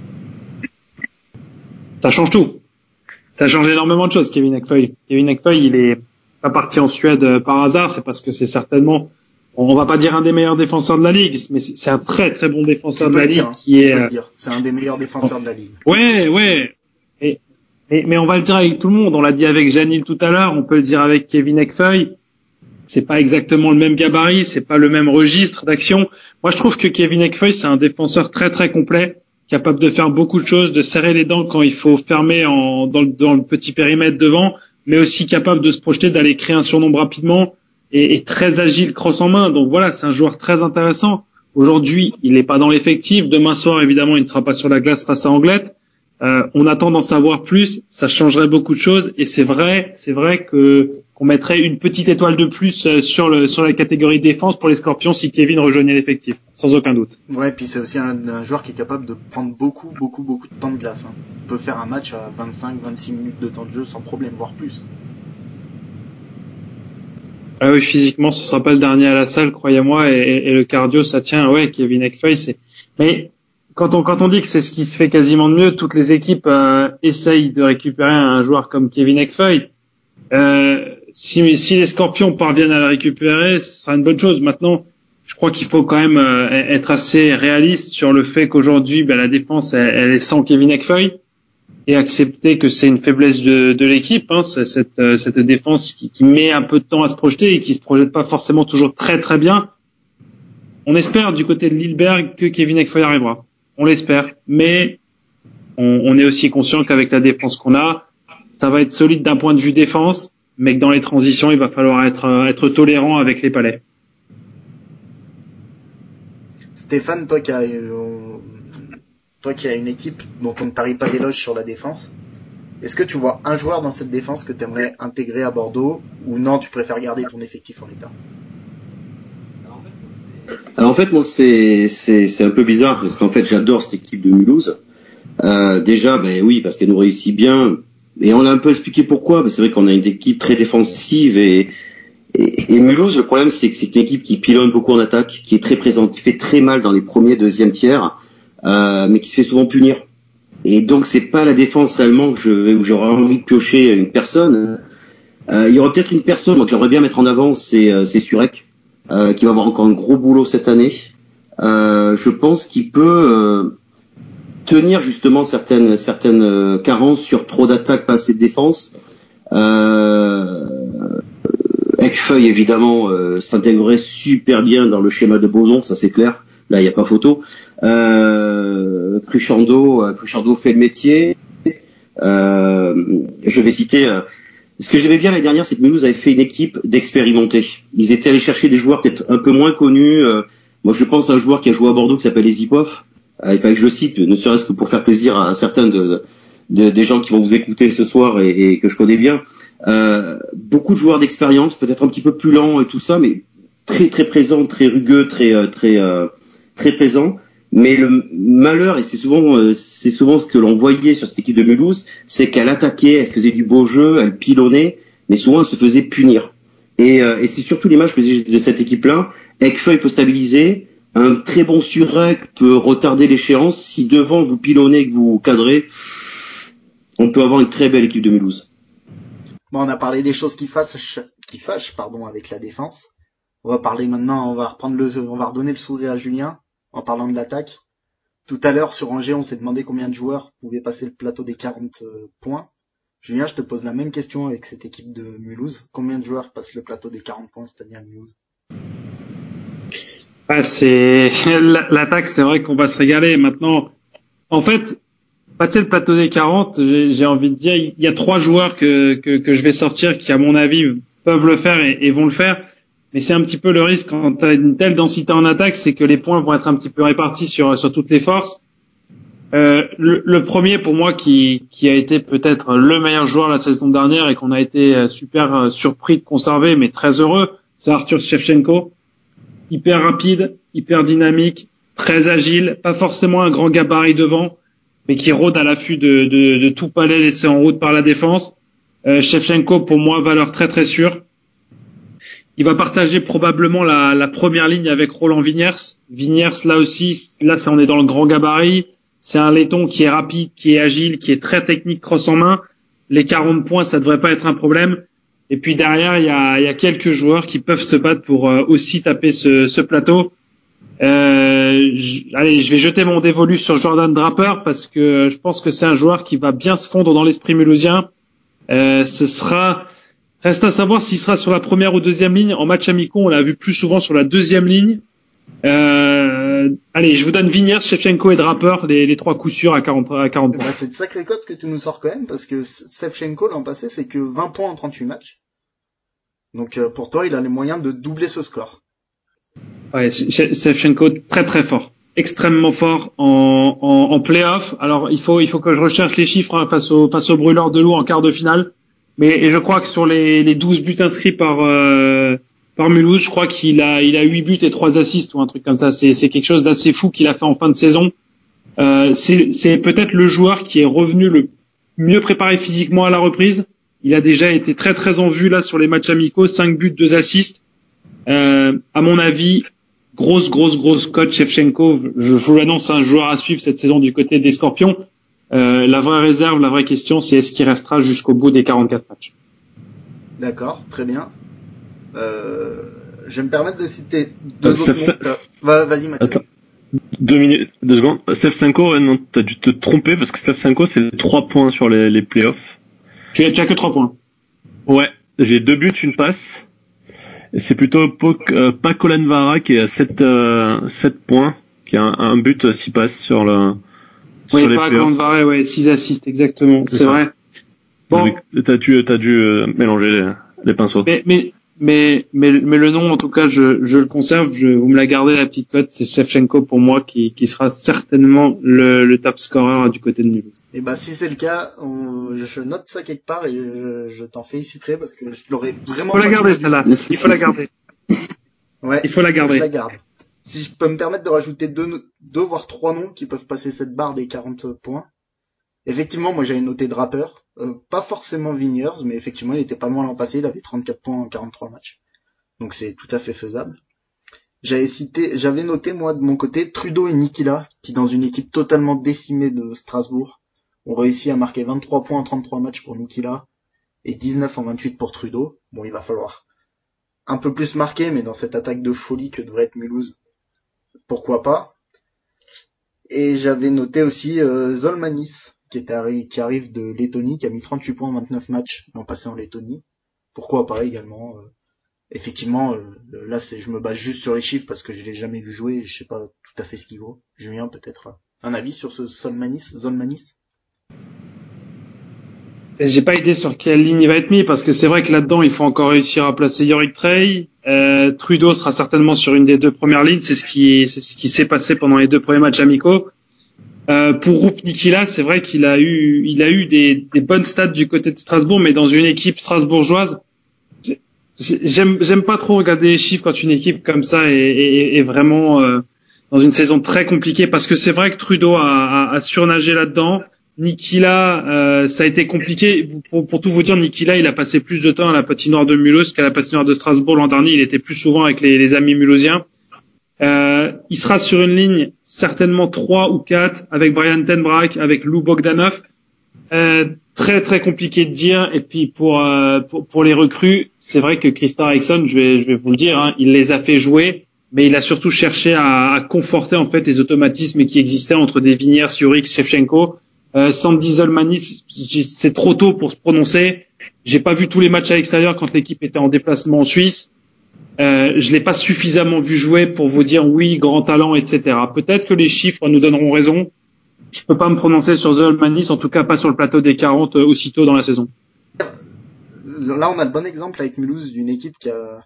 S3: Ça change tout. Ça change énormément de choses, Kevin Ekfeuille. Kevin Ekfeuille, il est pas parti en Suède par hasard, c'est parce que c'est certainement, on va pas dire un des meilleurs défenseurs de la ligue, mais c'est un très très bon défenseur de la ligue qui est.
S4: C'est un des meilleurs défenseurs de la ligue.
S3: Ouais. Mais on va le dire avec tout le monde. On l'a dit avec Janil tout à l'heure. On peut le dire avec Kevin Ekfeuille. C'est pas exactement le même gabarit, c'est pas le même registre d'action. Moi, je trouve que Kevin Ekfeuille, c'est un défenseur très très complet, capable de faire beaucoup de choses, de serrer les dents quand il faut fermer dans le petit périmètre devant, mais aussi capable de se projeter, d'aller créer un surnombre rapidement et très agile, crosse en main. Donc voilà, c'est un joueur très intéressant. Aujourd'hui, il n'est pas dans l'effectif. Demain soir, évidemment, il ne sera pas sur la glace face à Anglette. On attend d'en savoir plus, ça changerait beaucoup de choses et c'est vrai qu'on mettrait une petite étoile de plus sur la catégorie défense pour les Scorpions si Kevin rejoignait l'effectif, sans aucun doute.
S4: Ouais, puis c'est aussi un joueur qui est capable de prendre beaucoup de temps de glace. Hein. Il peut faire un match à 25-26 minutes de temps de jeu sans problème, voire plus.
S3: Ah oui, physiquement, ce sera pas le dernier à la salle, croyez-moi, et le cardio, ça tient. Ouais, Kevin Ekfeuille, mais quand on dit que c'est ce qui se fait quasiment de mieux, toutes les équipes essayent de récupérer un joueur comme Kevin Ekfeuille. Si les Scorpions parviennent à le récupérer, ce sera une bonne chose. Maintenant, je crois qu'il faut quand même être assez réaliste sur le fait qu'aujourd'hui, la défense, elle est sans Kevin Ekfeuille et accepter que c'est une faiblesse de l'équipe, hein, cette défense qui met un peu de temps à se projeter et qui se projette pas forcément toujours très très bien. On espère du côté de Lilleberg que Kevin Ekfeuille arrivera. On l'espère, mais on est aussi conscient qu'avec la défense qu'on a, ça va être solide d'un point de vue défense, mais que dans les transitions, il va falloir être tolérant avec les palais.
S4: Stéphane, toi qui as une équipe dont on ne tarit pas d'éloges sur la défense, est-ce que tu vois un joueur dans cette défense que tu aimerais intégrer à Bordeaux, ou non, tu préfères garder ton effectif en l'état?
S2: Alors en fait, moi c'est un peu bizarre parce qu'en fait j'adore cette équipe de Mulhouse. Déjà, oui, parce qu'elle nous réussit bien, et on a un peu expliqué pourquoi. Mais c'est vrai qu'on a une équipe très défensive et Mulhouse, le problème c'est que c'est une équipe qui pilonne beaucoup en attaque, qui est très présente, qui fait très mal dans les premiers, deuxième tiers, mais qui se fait souvent punir. Et donc c'est pas la défense réellement où j'aurais envie de piocher une personne. Il y aurait peut-être une personne moi que j'aimerais bien mettre en avant, c'est Surek, qui va avoir encore un gros boulot cette année. Je pense qu'il peut tenir justement certaines carences sur trop d'attaques, pas assez de défense. Ekfeuille évidemment s'intégrerait super bien dans le schéma de Boson, ça c'est clair. Là, il n'y a pas photo. Cruchando fait le métier. Je vais citer. Ce que j'aimais bien l'année dernière, c'est que Mulhouse avait fait une équipe d'expérimentés. Ils étaient allés chercher des joueurs peut-être un peu moins connus. Moi, je pense à un joueur qui a joué à Bordeaux qui s'appelle Ezipov. Il fallait que je le cite, ne serait-ce que pour faire plaisir à certains des gens qui vont vous écouter ce soir et que je connais bien. Beaucoup de joueurs d'expérience, peut-être un petit peu plus lents et tout ça, mais très très présents, très rugueux, très présent. Mais le malheur, et c'est souvent ce que l'on voyait sur cette équipe de Mulhouse, c'est qu'elle attaquait, elle faisait du beau jeu, elle pilonnait, mais souvent elle se faisait punir. Et c'est surtout l'image que j'ai de cette équipe-là. Ekfeuille peut stabiliser, un très bon Surek peut retarder l'échéance. Si devant vous pilonnez et que vous cadrez, on peut avoir une très belle équipe de Mulhouse.
S4: Bon, on a parlé des choses qui fâchent, avec la défense. On va parler maintenant, on va redonner le sourire à Julien en parlant de l'attaque. Tout à l'heure, sur Angers, on s'est demandé combien de joueurs pouvaient passer le plateau des 40 points. Julien, je te pose la même question avec cette équipe de Mulhouse. Combien de joueurs passent le plateau des 40 points cette année à Mulhouse?
S3: C'est l'attaque, c'est vrai qu'on va se régaler. Maintenant, en fait, passer le plateau des 40, j'ai envie de dire, il y a 3 joueurs que je vais sortir qui, à mon avis, peuvent le faire et vont le faire. Mais c'est un petit peu le risque quand tu as une telle densité en attaque, c'est que les points vont être un petit peu répartis sur toutes les forces. Le premier pour moi qui a été peut-être le meilleur joueur la saison dernière et qu'on a été super surpris de conserver, mais très heureux, c'est Arthur Shevchenko. Hyper rapide, hyper dynamique, très agile, pas forcément un grand gabarit devant, mais qui rôde à l'affût de tout palais laissé en route par la défense. Shevchenko, pour moi, valeur très très sûre. Il va partager probablement la première ligne avec Roland Vigners. Vigners, là aussi, on est dans le grand gabarit. C'est un laiton qui est rapide, qui est agile, qui est très technique, crosse en main. Les 40 points, ça devrait pas être un problème. Et puis derrière, il y a quelques joueurs qui peuvent se battre pour aussi taper ce plateau. Je vais jeter mon dévolu sur Jordan Draper parce que je pense que c'est un joueur qui va bien se fondre dans l'esprit mulhousien. Reste à savoir s'il sera sur la première ou deuxième ligne. En match amicaux, on l'a vu plus souvent sur la deuxième ligne. Je vous donne Vigners, Shevchenko et Draper, les 3 coups sûrs à 40 points.
S4: C'est de sacré cote que tu nous sors quand même, parce que Shevchenko, l'an passé, c'est que 20 points en 38 matchs. Donc pour toi, il a les moyens de doubler ce score.
S3: Ouais, Shevchenko, très très fort. Extrêmement fort en play-off. Alors il faut que je recherche les chiffres face au Brûleurs de Loup en quart de finale. Mais je crois que sur les 12 buts inscrits par Mulhouse, je crois qu'il a 8 buts et 3 assists ou un truc comme ça. C'est quelque chose d'assez fou qu'il a fait en fin de saison. C'est peut-être le joueur qui est revenu le mieux préparé physiquement à la reprise. Il a déjà été très très en vue là sur les matchs amicaux, 5 buts, 2 assists. À mon avis, grosse cote Shevchenko. Je vous l'annonce, un joueur à suivre cette saison du côté des Scorpions. La vraie réserve, la vraie question, c'est est-ce qu'il restera jusqu'au bout des 44 matchs.
S4: D'accord, très bien. Je vais me permettre de citer 2 autres noms. Vas-y, Mathieu.
S1: Attends. 2 secondes. Shevchenko, non, t'as dû te tromper parce que Shevchenko, c'est 3 points sur les playoffs.
S3: Tu as que 3 points.
S1: Ouais, j'ai 2 buts, 1 passe. Et c'est plutôt Paco Lanvara qui est à 7 points, qui a un but 6 passes sur les
S3: pas Lanvara, 6 assists, exactement. C'est vrai. Bon.
S1: T'as dû mélanger les pinceaux.
S3: Mais le nom, en tout cas, je le conserve. Vous me la gardez, la petite cote. C'est Shevchenko pour moi qui sera certainement le top scorer du côté de Mulhouse.
S4: Et bah, si c'est le cas, je note ça quelque part et je t'en féliciterai parce que je l'aurais vraiment.
S3: Il faut la garder, celle-là. Il faut la garder.
S4: Ouais.
S3: Il faut la garder.
S4: Je la garde. Si je peux me permettre de rajouter deux voire trois noms qui peuvent passer cette barre des 40 points. Effectivement, moi j'avais noté Draper, pas forcément Vigniers, mais effectivement il était pas loin l'an passé, il avait 34 points en 43 matchs. Donc c'est tout à fait faisable. J'avais noté moi de mon côté Trudeau et Nikila, qui dans une équipe totalement décimée de Strasbourg, ont réussi à marquer 23 points en 33 matchs pour Nikila, et 19 en 28 pour Trudeau. Bon, il va falloir un peu plus marquer, mais dans cette attaque de folie que devrait être Mulhouse, pourquoi pas. Et j'avais noté aussi Zolmanis, qui arrive de Lettonie, qui a mis 38 points en 29 matchs l'an passé en Lettonie. Pourquoi pas également. Effectivement, là je me base juste sur les chiffres parce que je l'ai jamais vu jouer et je sais pas tout à fait ce qu'il vaut. Julien, peut-être un avis sur ce Zolmanis?
S3: J'ai pas idée sur quelle ligne il va être mis parce que c'est vrai que là-dedans il faut encore réussir à placer Yorick Trey. Trudeau sera certainement sur une des deux premières lignes, c'est ce qui s'est passé pendant les deux premiers matchs amicaux. Pour Rup Nikila, c'est vrai qu'il a eu des bonnes stats du côté de Strasbourg, mais dans une équipe strasbourgeoise, j'aime pas trop regarder les chiffres quand une équipe comme ça est vraiment dans une saison très compliquée, parce que c'est vrai que Trudeau a surnagé là-dedans. Nikila, ça a été compliqué. Pour tout vous dire, Nikila, il a passé plus de temps à la patinoire de Mulhouse qu'à la patinoire de Strasbourg l'an dernier. Il était plus souvent avec les amis mulhousiens. Il sera sur une ligne certainement 3 ou 4 avec Brian Tenbrak, avec Lou Bogdanov. Très très compliqué de dire. Et puis pour les recrues, c'est vrai que Christian Eriksson, je vais vous le dire, hein, il les a fait jouer, mais il a surtout cherché à conforter en fait les automatismes qui existaient entre des Vigniers, Juric, Shevchenko. Sandy Zolmanis, c'est trop tôt pour se prononcer. J'ai pas vu tous les matchs à l'extérieur quand l'équipe était en déplacement en Suisse. Je l'ai pas suffisamment vu jouer pour vous dire oui, grand talent, etc. Peut-être que les chiffres nous donneront raison. Je peux pas me prononcer sur Zolmanis, en tout cas pas sur le plateau des 40 aussitôt dans la saison.
S4: Là, on a le bon exemple avec Mulhouse d'une équipe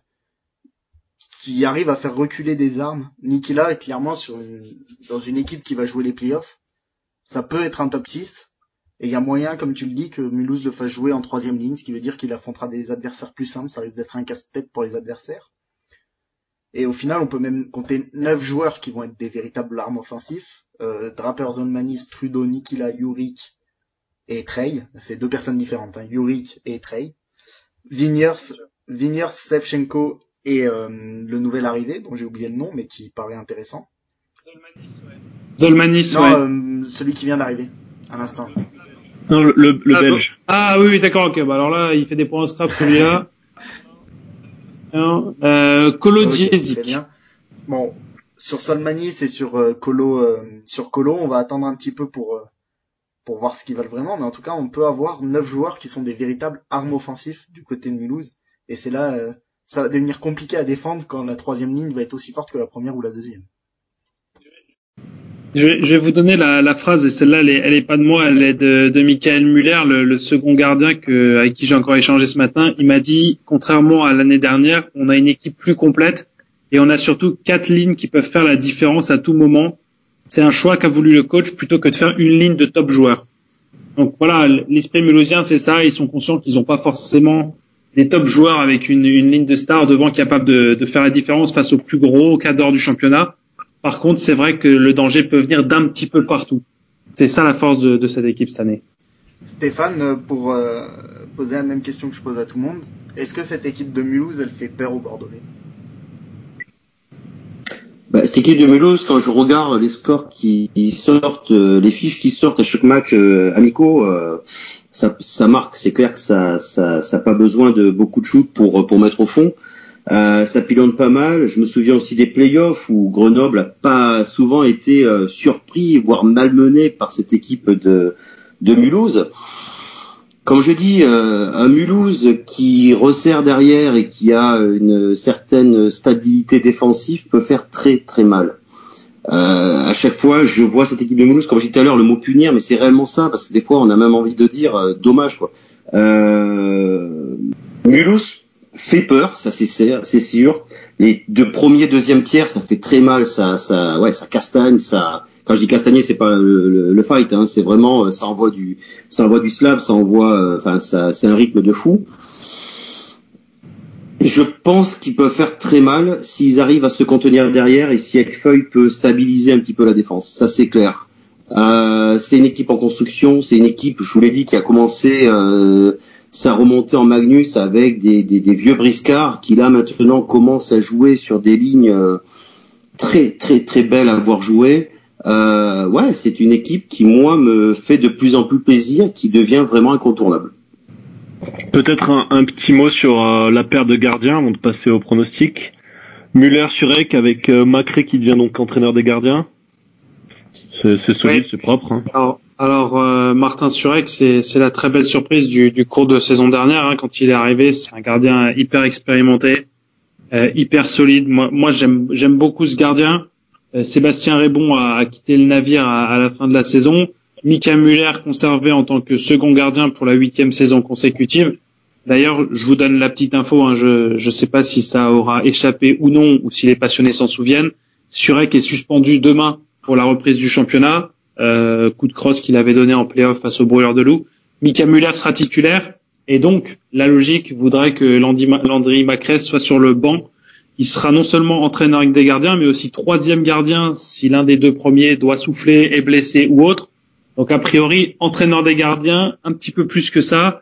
S4: qui arrive à faire reculer des armes. Nikila est clairement dans une équipe qui va jouer les playoffs. Ça peut être un top 6. Et il y a moyen, comme tu le dis, que Mulhouse le fasse jouer en troisième ligne, ce qui veut dire qu'il affrontera des adversaires plus simples. Ça risque d'être un casse-tête pour les adversaires. Et au final, on peut même compter 9 joueurs qui vont être des véritables armes offensifs. Draper, Zolmanis, Trudeau, Nikila, Juric et Trey. C'est deux personnes différentes, hein. Juric et Trey. Vigniers, Shevchenko et le nouvel arrivé, dont j'ai oublié le nom, mais qui paraît intéressant.
S3: Zolmanis,
S4: non, celui qui vient d'arriver, à l'instant.
S1: Non, le Belge.
S3: Ah oui, d'accord, ok. Bah alors là, il fait des points au scrap, celui-là. Kolo Diezik.
S4: Très bien. Bon, sur Zolmanis et sur Kolo, on va attendre un petit peu pour voir ce qu'ils veulent vraiment, mais en tout cas, on peut avoir 9 joueurs qui sont des véritables armes offensives du côté de Mulhouse, et c'est là, ça va devenir compliqué à défendre quand la troisième ligne va être aussi forte que la première ou la deuxième.
S3: Je vais vous donner la phrase, et celle-là, elle est pas de moi, elle est de Michael Muller, le second gardien avec qui j'ai encore échangé ce matin. Il m'a dit, contrairement à l'année dernière, on a une équipe plus complète et on a surtout 4 lignes qui peuvent faire la différence à tout moment. C'est un choix qu'a voulu le coach plutôt que de faire une ligne de top joueurs. Donc voilà, l'esprit mulhousien, c'est ça. Ils sont conscients qu'ils n'ont pas forcément des top joueurs avec une ligne de stars devant capable de faire la différence face aux plus gros cadors du championnat. Par contre, c'est vrai que le danger peut venir d'un petit peu partout. C'est ça la force de cette équipe cette année.
S4: Stéphane, pour poser la même question que je pose à tout le monde, est-ce que cette équipe de Mulhouse, elle fait peur aux Bordelais ?
S2: Cette équipe de Mulhouse, quand je regarde les scores qui sortent, les fiches qui sortent à chaque match amicaux, ça marque. C'est clair que ça a pas besoin de beaucoup de shoot pour mettre au fond. Ça pilonne pas mal. Je me souviens aussi des playoffs où Grenoble a pas souvent été surpris, voire malmené par cette équipe de Mulhouse. Comme je dis, un Mulhouse qui resserre derrière et qui a une certaine stabilité défensive peut faire très très mal. À chaque fois, je vois cette équipe de Mulhouse, comme je disais tout à l'heure, le mot punir, mais c'est réellement ça, parce que des fois, on a même envie de dire dommage, quoi. Mulhouse fait peur, ça c'est sûr. Les deuxième tiers, ça fait très mal, ça castagne, ça. Quand je dis castagner, c'est pas le fight, hein, c'est vraiment, ça envoie du slab, c'est un rythme de fou. Je pense qu'ils peuvent faire très mal s'ils arrivent à se contenir derrière et si Ekfeuille peut stabiliser un petit peu la défense. Ça, c'est clair. C'est une équipe en construction, c'est une équipe, je vous l'ai dit, qui a commencé sa remontée en Magnus avec des vieux briscards qui là maintenant commencent à jouer sur des lignes très très très belles à voir jouer. C'est une équipe qui moi me fait de plus en plus plaisir, qui devient vraiment incontournable.
S1: Peut-être un petit mot sur la paire de gardiens avant de passer au pronostic. Muller-Surek avec Macré qui devient donc entraîneur des gardiens. C'est solide, c'est propre. Hein.
S3: Alors Martin Surek, c'est la très belle surprise du cours de saison dernière. Hein, quand il est arrivé, c'est un gardien hyper expérimenté, hyper solide. Moi j'aime beaucoup ce gardien. Sébastien Rébon a quitté le navire à la fin de la saison. Mika Müller conservé en tant que second gardien pour la 8e saison consécutive. D'ailleurs, je vous donne la petite info, hein, je sais pas si ça aura échappé ou non, ou si les passionnés s'en souviennent. Surek est suspendu demain pour la reprise du championnat, coup de crosse qu'il avait donné en play-off face aux Brûleurs de Loup. Mika Müller sera titulaire, et donc la logique voudrait que Landry Macrès soit sur le banc. Il sera non seulement entraîneur des gardiens, mais aussi 3e gardien si l'un des deux premiers doit souffler, est blessé ou autre. Donc a priori, entraîneur des gardiens, un petit peu plus que ça.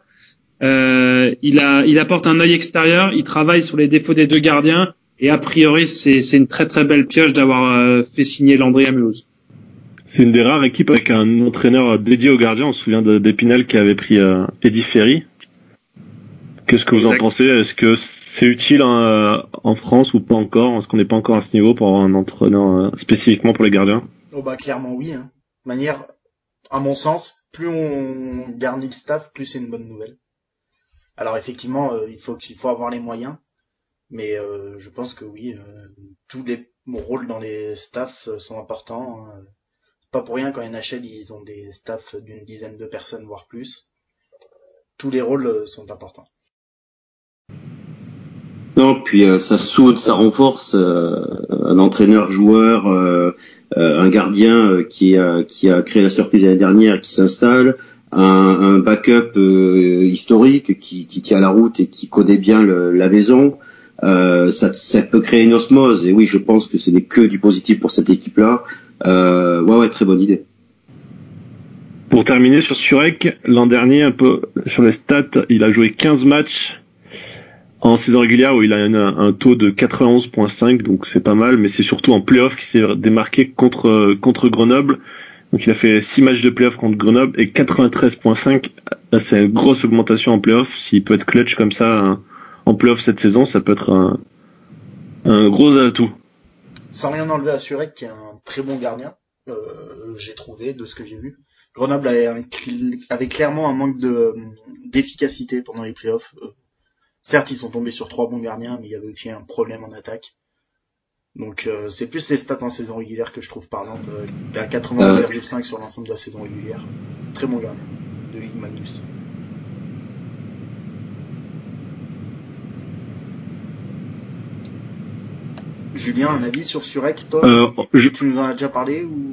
S3: Il apporte un œil extérieur, il travaille sur les défauts des deux gardiens, et a priori, c'est une très très belle pioche d'avoir fait signer Landry à Mulhouse.
S1: C'est une des rares équipes avec un entraîneur dédié aux gardiens. On se souvient d'Épinal qui avait pris Eddy Ferry. Qu'est-ce que vous en pensez? Est-ce que c'est utile en France ou pas encore? Est-ce qu'on n'est pas encore à ce niveau pour avoir un entraîneur spécifiquement pour les gardiens?
S4: Clairement oui. Hein. De manière, à mon sens, plus on garnit le staff, plus c'est une bonne nouvelle. Alors effectivement, il faut avoir les moyens, mais je pense que oui, tous les rôles dans les staffs sont importants. Hein. Pas pour rien quand NHL ils ont des staffs d'une dizaine de personnes voire plus. Tous les rôles sont importants.
S2: Non, puis ça soude, ça renforce un entraîneur-joueur, un gardien qui a créé la surprise l'année dernière, qui s'installe, un backup historique qui tient la route et qui connaît bien la maison. Ça peut créer une osmose, et oui, je pense que ce n'est que du positif pour cette équipe-là. Très bonne idée.
S1: Pour terminer sur Surek, l'an dernier, un peu sur les stats, il a joué 15 matchs en saison régulière où il a un taux de 91.5, donc c'est pas mal, mais c'est surtout en play-off qu'il s'est démarqué contre Grenoble. Donc il a fait 6 matchs de play-off contre Grenoble et 93.5. Là, c'est une grosse augmentation en play-off. S'il peut être clutch comme ça en play-off cette saison, ça peut être un gros atout.
S4: Sans rien enlever à Surek, qui est un très bon gardien, j'ai trouvé de ce que j'ai vu. Grenoble avait clairement un manque d'efficacité pendant les playoffs. Certes, ils sont tombés sur 3 bons gardiens, mais il y avait aussi un problème en attaque. Donc c'est plus les stats en saison régulière que je trouve parlantes. À 91,5 sur l'ensemble de la saison régulière. Très bon gardien de Ligue Magnus. Julien, un avis sur Surek, toi Tu nous en as déjà parlé ou?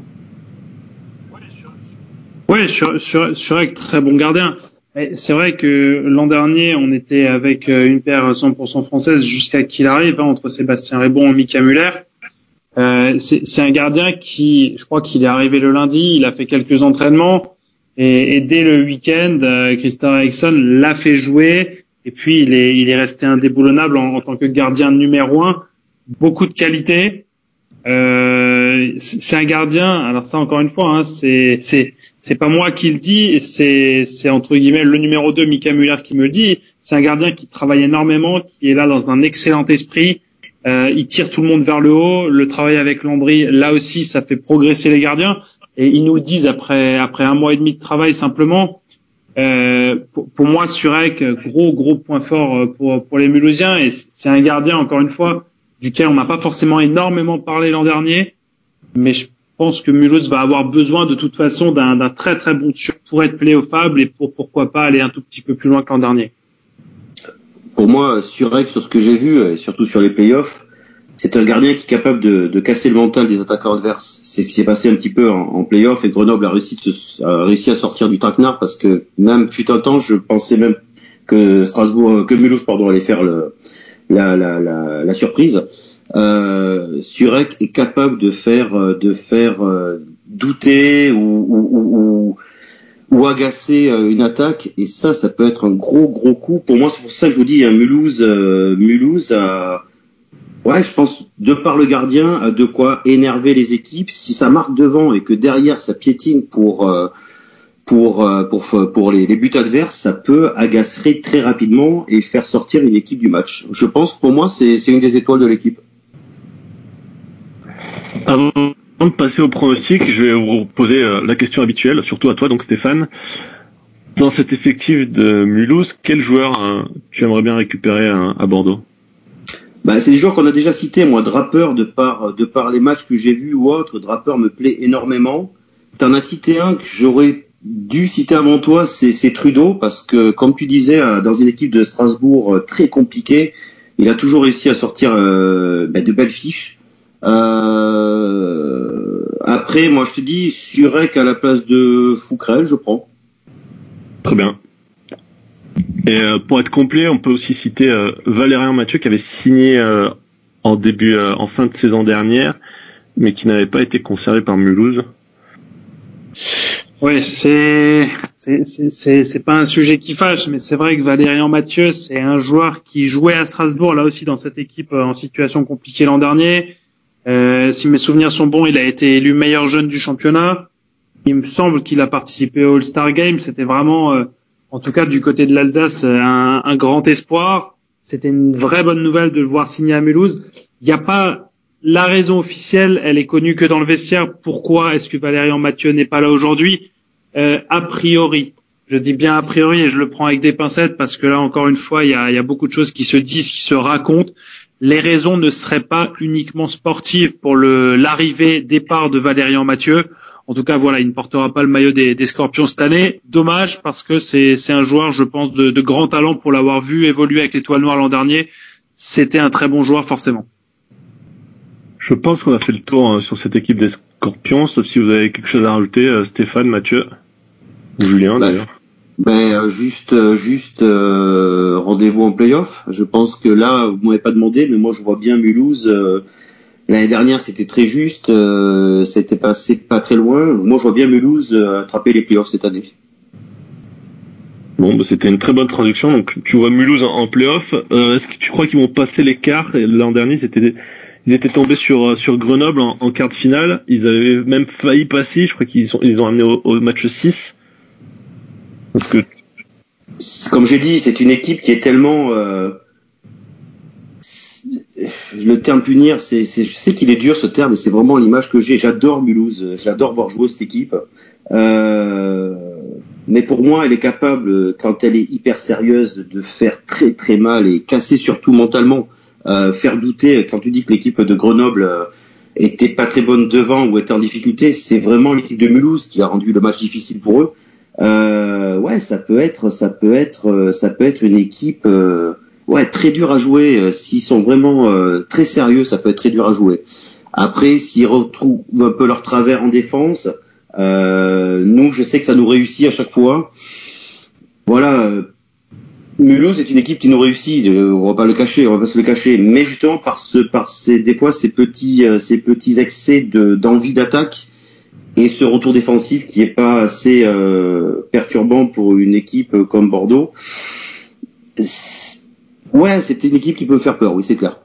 S3: Ouais, Surek, très bon gardien. C'est vrai que l'an dernier, on était avec une paire 100% française jusqu'à qu'il arrive, entre Sébastien Rébon et Mika Müller. C'est un gardien qui, je crois qu'il est arrivé le lundi, il a fait quelques entraînements et dès le week-end, Christian Eriksson l'a fait jouer et puis il est resté indéboulonnable en tant que gardien numéro 1. Beaucoup de qualité. C'est un gardien. Alors ça, encore une fois, hein, c'est pas moi qui le dis, c'est entre guillemets le numéro 2, Mika Müller, qui me le dit. C'est un gardien qui travaille énormément, qui est là dans un excellent esprit. Il tire tout le monde vers le haut. Le travail avec Landry, là aussi, ça fait progresser les gardiens. Et ils nous disent après 1 mois et demi de travail simplement. Pour moi, Surek, gros point fort pour les Mulhousiens. Et c'est un gardien, encore une fois, duquel on n'a pas forcément énormément parlé l'an dernier, mais pense que Mulhouse va avoir besoin de toute façon d'un très très bon tir pour être playoffable et pourquoi pas aller un tout petit peu plus loin que l'an dernier.
S2: Pour moi, Surek, sur ce que j'ai vu, et surtout sur les playoffs, c'est un gardien qui est capable de casser le mental des attaquants adverses. C'est ce qui s'est passé un petit peu en playoff, et Grenoble a réussi à sortir du traquenard, parce que même fut un temps, je pensais même que Mulhouse, allait faire la surprise. Surek est capable de faire douter ou agacer une attaque, et ça peut être un gros coup. Pour moi, c'est pour ça que je vous dis, Mulhouse a, je pense, de par le gardien, a de quoi énerver les équipes. Si ça marque devant et que derrière ça piétine pour les buts adverses, ça peut agacer très rapidement et faire sortir une équipe du match. Je pense, pour moi, c'est une des étoiles de l'équipe.
S1: Avant de passer au pronostic, je vais vous poser la question habituelle, surtout à toi, donc Stéphane. Dans cet effectif de Mulhouse, quel joueur tu aimerais bien récupérer à Bordeaux?
S2: C'est des joueurs qu'on a déjà cités. Moi, Draper, de par les matchs que j'ai vus ou autres, Draper me plaît énormément. T'en as cité un que j'aurais dû citer avant toi, c'est Trudeau, parce que, comme tu disais, dans une équipe de Strasbourg très compliquée, il a toujours réussi à sortir de belles fiches. Après, moi, je te dis, Surek à la place de Fouquerel, je prends.
S1: Très bien. Et pour être complet, on peut aussi citer Valérien Mathieu, qui avait signé en fin de saison dernière, mais qui n'avait pas été conservé par Mulhouse.
S3: Ouais, c'est pas un sujet qui fâche, mais c'est vrai que Valérien Mathieu, c'est un joueur qui jouait à Strasbourg, là aussi dans cette équipe en situation compliquée l'an dernier. Si mes souvenirs sont bons, il a été élu meilleur jeune du championnat. Il me semble qu'il a participé au All-Star Game. C'était vraiment, en tout cas du côté de l'Alsace, un grand espoir. C'était une vraie bonne nouvelle de le voir signer à Mulhouse. Il n'y a pas la raison officielle, elle est connue que dans le vestiaire. Pourquoi est-ce que Valérien Mathieu n'est pas là aujourd'hui? A priori, je dis bien a priori, et je le prends avec des pincettes parce que là, encore une fois, il y a beaucoup de choses qui se disent, qui se racontent. Les raisons ne seraient pas uniquement sportives pour départ de Valérien Mathieu. En tout cas, voilà, il ne portera pas le maillot des Scorpions cette année. Dommage, parce que c'est un joueur, je pense, de grand talent pour l'avoir vu évoluer avec l'Étoile Noire l'an dernier. C'était un très bon joueur, forcément.
S1: Je pense qu'on a fait le tour sur cette équipe des Scorpions, sauf si vous avez quelque chose à rajouter, Stéphane, Mathieu, ou Julien d'ailleurs.
S2: Juste rendez-vous en play-off. Je pense que là, vous m'avez pas demandé, mais moi je vois bien Mulhouse. L'année dernière, c'était très juste, c'était passé pas très loin. Moi, je vois bien Mulhouse attraper les play-offs cette année.
S1: Bon, c'était une très bonne traduction. Donc, tu vois Mulhouse en play-off. Est-ce que tu crois qu'ils vont passer l'écart? L'an dernier, ils étaient tombés sur Grenoble en quart de finale. Ils avaient même failli passer. Je crois ils ont amené au match 6. Parce que,
S2: comme j'ai dit, c'est une équipe qui est tellement le terme punir, je sais qu'il est dur ce terme, mais c'est vraiment l'image que j'ai. J'adore Mulhouse, j'adore voir jouer cette équipe. Mais pour moi, elle est capable, quand elle est hyper sérieuse, de faire très très mal et casser surtout mentalement, faire douter. Quand tu dis que l'équipe de Grenoble était pas très bonne devant ou était en difficulté, c'est vraiment l'équipe de Mulhouse qui a rendu le match difficile pour eux. Ça peut être une équipe très dure à jouer. S'ils sont vraiment très sérieux, ça peut être très dur à jouer. Après, s'ils retrouvent un peu leur travers en défense, nous, je sais que ça nous réussit à chaque fois. Voilà, Mulhouse est une équipe qui nous réussit. On va pas se le cacher. Mais justement des fois ces petits excès d'envie d'attaque. Et ce retour défensif qui est pas assez perturbant pour une équipe comme Bordeaux. C'est une équipe qui peut faire peur, oui, c'est clair.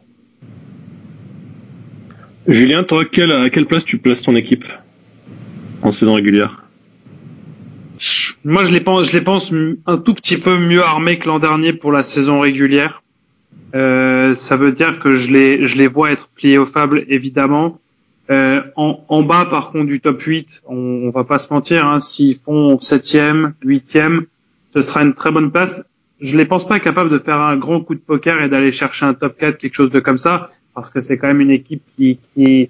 S1: Julien, toi, à quelle place tu places ton équipe en saison régulière?
S3: Moi, je les pense un tout petit peu mieux armés que l'an dernier pour la saison régulière. Ça veut dire que je les vois être playoffables, évidemment. En bas, par contre, du top 8, on va pas se mentir, s'ils font 7e, 8e, ce sera une très bonne place. Je les pense pas capables de faire un grand coup de poker et d'aller chercher un top 4, quelque chose de comme ça, parce que c'est quand même une équipe qui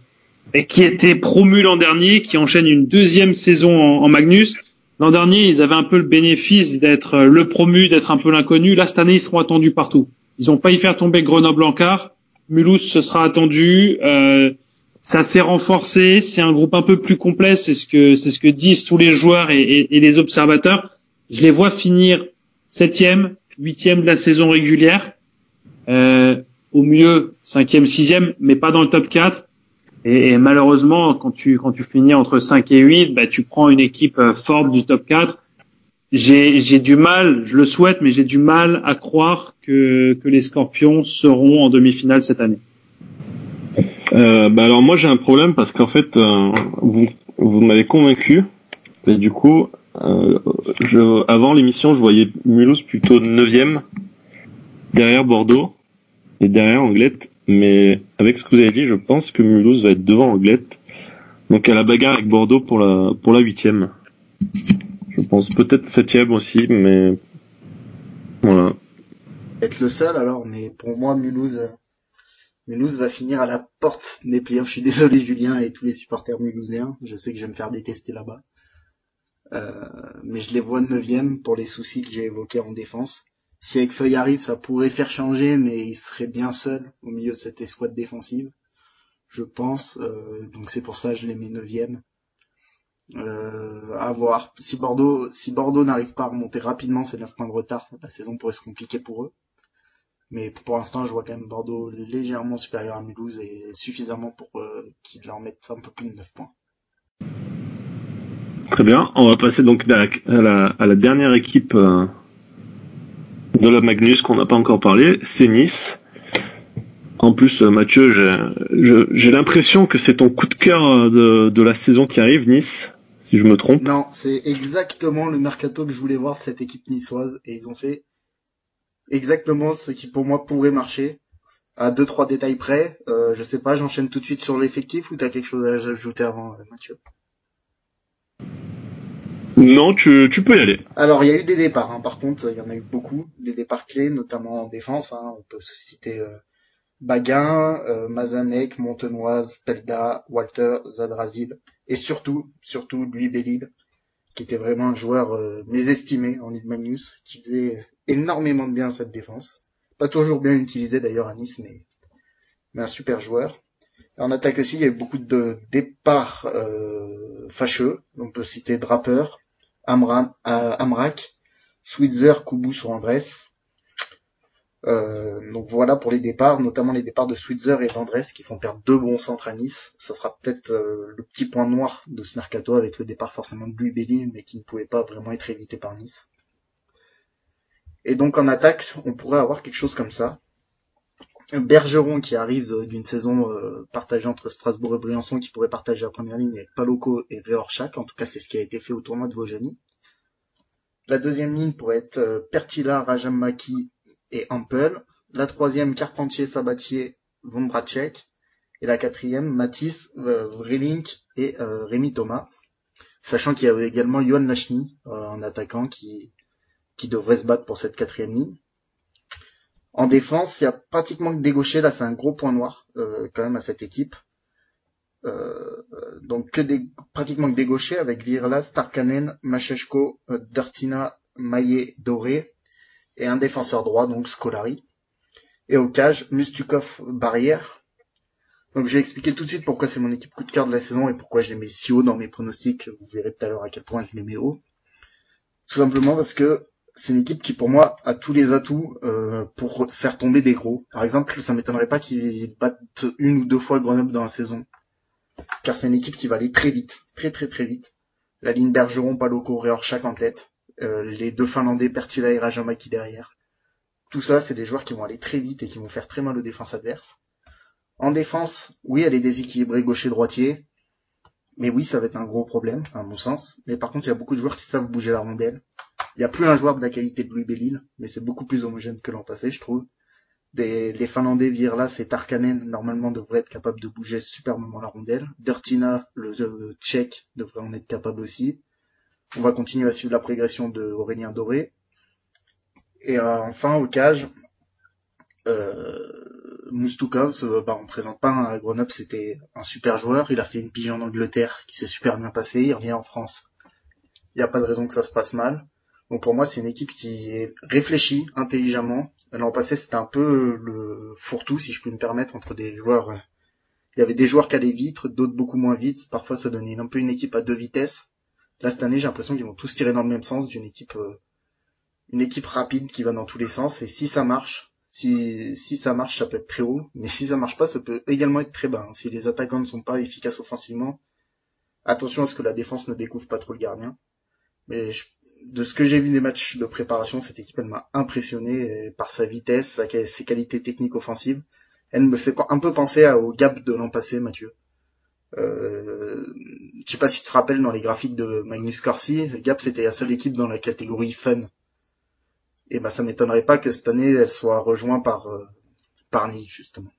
S3: et qui était promu l'an dernier, qui enchaîne une deuxième saison en Magnus. L'an dernier, ils avaient un peu le bénéfice d'être le promu, d'être un peu l'inconnu. Là, cette année, ils seront attendus partout. Ils ont failli faire tomber Grenoble en quart. Mulhouse, ce sera attendu. Ça s'est renforcé. C'est un groupe un peu plus complet. C'est ce que disent tous les joueurs et les observateurs. Je les vois finir 7e, 8e de la saison régulière. Au mieux 5e, 6e, mais pas dans le top 4. Et malheureusement, quand tu finis entre 5 et 8, bah, tu prends une équipe forte du top 4. J'ai du mal, je le souhaite, mais j'ai du mal à croire que les Scorpions seront en demi-finale cette année.
S1: Bah alors moi j'ai un problème parce qu'en fait vous m'avez convaincu et du coup avant l'émission je voyais Mulhouse plutôt 9e derrière Bordeaux et derrière Anglette, mais avec ce que vous avez dit je pense que Mulhouse va être devant Anglette, donc à la bagarre avec Bordeaux pour la 8e. Je pense peut-être 7e aussi, mais voilà.
S4: Être le seul alors, mais pour moi Mulhouse va finir à la porte des playoffs. Je suis désolé Julien et tous les supporters mulhouséens, je sais que je vais me faire détester là-bas. Mais je les vois 9e pour les soucis que j'ai évoqués en défense. Si avec Feuille arrive, ça pourrait faire changer, mais il serait bien seul au milieu de cette escouade défensive, je pense. Donc c'est pour ça que je les mets 9e. À voir. Si Bordeaux n'arrive pas à remonter rapidement, c'est 9 points de retard. La saison pourrait se compliquer pour eux. Mais pour l'instant, je vois quand même Bordeaux légèrement supérieur à Mulhouse et suffisamment pour qu'ils leur mettent un peu plus de 9 points.
S1: Très bien, on va passer donc à la dernière équipe de la Magnus qu'on n'a pas encore parlé, c'est Nice. En plus, Mathieu, j'ai l'impression que c'est ton coup de cœur de la saison qui arrive, Nice, si je me trompe.
S4: Non, c'est exactement le mercato que je voulais voir de cette équipe niçoise et ils ont fait exactement ce qui pour moi pourrait marcher. À 2-3 détails près, je sais pas, j'enchaîne tout de suite sur l'effectif ou t'as quelque chose à ajouter avant, Mathieu?
S1: Non, tu peux y aller.
S4: Alors, il y a eu des départs, hein. Par contre, il y en a eu beaucoup, des départs clés, notamment en défense, hein. On peut citer Baguin, Mazanek, Montenoise, Pelda, Walter, Zadrazil, et surtout, Louis Bellil, qui était vraiment un joueur mésestimé en Ligue Magnus, qui faisait énormément de bien à cette défense. Pas toujours bien utilisé d'ailleurs à Nice, mais un super joueur. Et en attaque aussi, il y a eu beaucoup de départs fâcheux. On peut citer Draper, Amrak, Switzer, Koubous ou Andrés. Donc voilà pour les départs, notamment les départs de Switzer et d'Andrés qui font perdre 2 bons centres à Nice. Ça sera peut-être le petit point noir de ce mercato avec le départ forcément de Louis Bellil, mais qui ne pouvait pas vraiment être évité par Nice. Et donc en attaque, on pourrait avoir quelque chose comme ça. Bergeron qui arrive d'une saison partagée entre Strasbourg et Briançon, qui pourrait partager la première ligne avec Paloko et Réorchac. En tout cas, c'est ce qui a été fait au tournoi de Vaujany. La deuxième ligne pourrait être Pertila, Rajamaki et Ampel. La troisième, Carpentier, Sabatier, Vondracek. Et la quatrième, Matisse, Vrelink et Rémi Thomas. Sachant qu'il y avait également Yohan Lachny, un attaquant qui devrait se battre pour cette quatrième ligne. En défense, il y a pratiquement que des gauchers. Là, c'est un gros point noir quand même à cette équipe. Donc pratiquement que des gauchers avec Virlas, Tarkanen, Macheshko, Dirtina, Maillet, Doré et un défenseur droit, donc Scolari. Et au cage, Mustukov, Barrière. Donc je vais expliquer tout de suite pourquoi c'est mon équipe coup de cœur de la saison et pourquoi je les mets si haut dans mes pronostics. Vous verrez tout à l'heure à quel point je les mets haut. Tout simplement parce que c'est une équipe qui, pour moi, a tous les atouts pour faire tomber des gros. Par exemple, ça m'étonnerait pas qu'ils battent 1 ou 2 fois Grenoble dans la saison. Car c'est une équipe qui va aller très vite. Très très très vite. La ligne Bergeron, Paloko, Réorchac en tête. Les 2 Finlandais, Pertila et Rajamaki derrière. Tout ça, c'est des joueurs qui vont aller très vite et qui vont faire très mal aux défenses adverses. En défense, oui, elle est déséquilibrée gaucher-droitier. Mais oui, ça va être un gros problème, à mon sens. Mais par contre, il y a beaucoup de joueurs qui savent bouger la rondelle. Il n'y a plus un joueur de la qualité de Louis Bellil, mais c'est beaucoup plus homogène que l'an passé, je trouve. Les Finlandais, Virlas et Tarkanen, normalement, devraient être capables de bouger superbement la rondelle. Dirtina, le Tchèque, devrait en être capable aussi. On va continuer à suivre la progression de Aurélien Doré. Et enfin, au cage, Mousstoukov, on présente pas, à Grenoble, c'était un super joueur. Il a fait une pige en Angleterre qui s'est super bien passée. Il revient en France. Il n'y a pas de raison que ça se passe mal. Donc pour moi, c'est une équipe qui est réfléchie intelligemment. L'an passé, c'était un peu le fourre-tout, si je puis me permettre, entre des joueurs. Il y avait des joueurs qui allaient vite, d'autres beaucoup moins vite. Parfois, ça donnait un peu une équipe à deux vitesses. Là, cette année, j'ai l'impression qu'ils vont tous tirer dans le même sens, d'une équipe, une équipe rapide qui va dans tous les sens. Et si ça marche, si ça marche, ça peut être très haut. Mais si ça marche pas, ça peut également être très bas. Si les attaquants ne sont pas efficaces offensivement, attention à ce que la défense ne découvre pas trop le gardien. Mais de ce que j'ai vu des matchs de préparation, cette équipe, elle m'a impressionné par sa vitesse, ses qualités techniques offensives. Elle me fait un peu penser au Gap de l'an passé, Mathieu. Je sais pas si tu te rappelles dans les graphiques de Magnus Corsi, le Gap c'était la seule équipe dans la catégorie fun. Et ça m'étonnerait pas que cette année elle soit rejointe par Nice justement.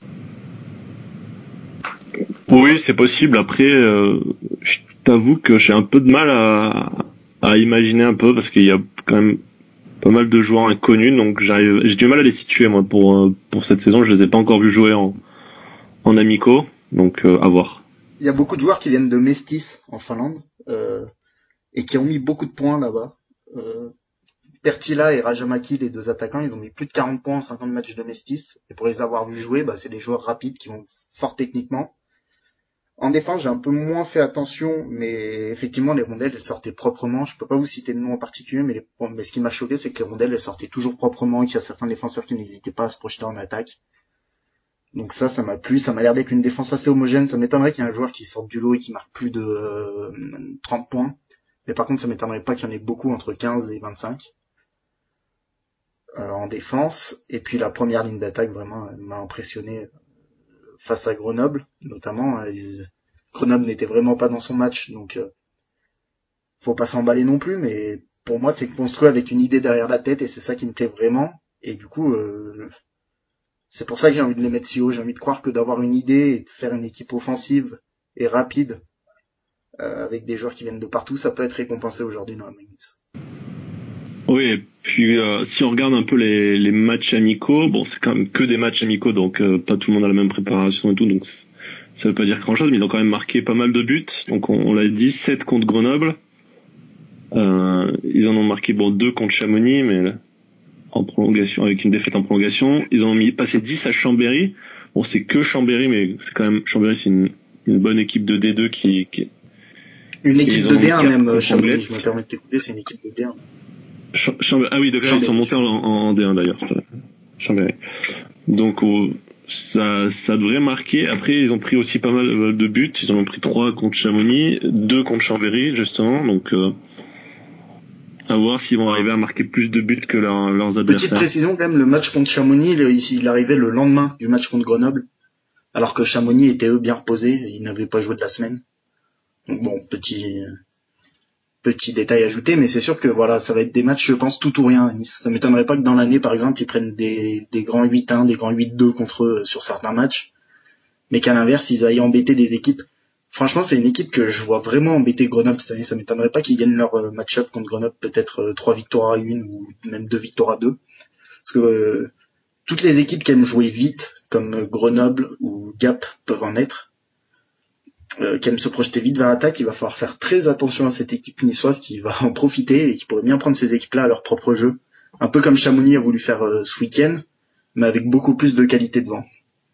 S1: Oui, c'est possible. Après, je t'avoue que j'ai un peu de mal à imaginer un peu parce qu'il y a quand même pas mal de joueurs inconnus, donc j'ai du mal à les situer moi pour cette saison. Je les ai pas encore vus jouer en amicaux, donc à voir.
S4: Il y a beaucoup de joueurs qui viennent de Mestis en Finlande et qui ont mis beaucoup de points là-bas. Pertila et Rajamaki, les deux attaquants, ils ont mis plus de 40 points en 50 matchs de Mestis. Et pour les avoir vus jouer, c'est des joueurs rapides qui vont fort techniquement. En défense, j'ai un peu moins fait attention, mais effectivement, les rondelles, elles sortaient proprement. Je peux pas vous citer de nom en particulier, mais ce qui m'a choqué, c'est que les rondelles, elles sortaient toujours proprement et qu'il y a certains défenseurs qui n'hésitaient pas à se projeter en attaque. Donc ça m'a plu. Ça m'a l'air d'être une défense assez homogène. Ça m'étonnerait qu'il y ait un joueur qui sorte du lot et qui marque plus de 30 points. Mais par contre, ça m'étonnerait pas qu'il y en ait beaucoup entre 15 et 25. En défense. Et puis la première ligne d'attaque, vraiment, elle m'a impressionné face à Grenoble, notamment. Grenoble n'était vraiment pas dans son match, donc faut pas s'emballer non plus, mais pour moi, c'est construit avec une idée derrière la tête, et c'est ça qui me plaît vraiment. Et du coup, c'est pour ça que j'ai envie de les mettre si haut. J'ai envie de croire que d'avoir une idée et de faire une équipe offensive et rapide, avec des joueurs qui viennent de partout, ça peut être récompensé aujourd'hui dans la Magnus.
S1: Oui, et puis si on regarde un peu les matchs amicaux, c'est quand même que des matchs amicaux, donc pas tout le monde a la même préparation et tout, donc ça veut pas dire grand chose, mais ils ont quand même marqué pas mal de buts. Donc on l'a dit, 7 contre Grenoble. Ils en ont marqué 2 contre Chamonix, mais en prolongation, avec une défaite en prolongation. Ils ont passé 10 à Chambéry. C'est que Chambéry, mais c'est quand même Chambéry, c'est une bonne équipe de D2 qui
S4: une équipe de D1 même, Chambéry, je me permets de t'écouter, c'est une équipe de D1.
S1: Ah oui, d'accord, ils sont montés en D1 d'ailleurs. Chambéry. Donc ça devrait marquer. Après, ils ont pris aussi pas mal de buts. Ils en ont pris 3 contre Chamonix, 2 contre Chambéry justement. Donc à voir s'ils vont arriver à marquer plus de buts que leurs adversaires.
S4: Petite précision quand même, le match contre Chamonix, il arrivait le lendemain du match contre Grenoble, alors que Chamonix était eux bien reposés, ils n'avaient pas joué de la semaine. Donc petit détail ajouté, mais c'est sûr que voilà, ça va être des matchs, je pense, tout ou rien à Nice. Ça m'étonnerait pas que dans l'année, par exemple, ils prennent des grands 8-1, des grands 8-2 contre eux sur certains matchs, mais qu'à l'inverse, ils aillent embêter des équipes. Franchement, c'est une équipe que je vois vraiment embêter Grenoble cette année. Ça m'étonnerait pas qu'ils gagnent leur match-up contre Grenoble, peut-être 3 victoires à 1 ou même 2 victoires à 2. Parce que toutes les équipes qui aiment jouer vite, comme Grenoble ou Gap, peuvent en être. Qui aime se projeter vite vers l'attaque, il va falloir faire très attention à cette équipe niçoise qui va en profiter et qui pourrait bien prendre ces équipes-là à leur propre jeu. Un peu comme Chamonix a voulu faire ce week-end, mais avec beaucoup plus de qualité devant.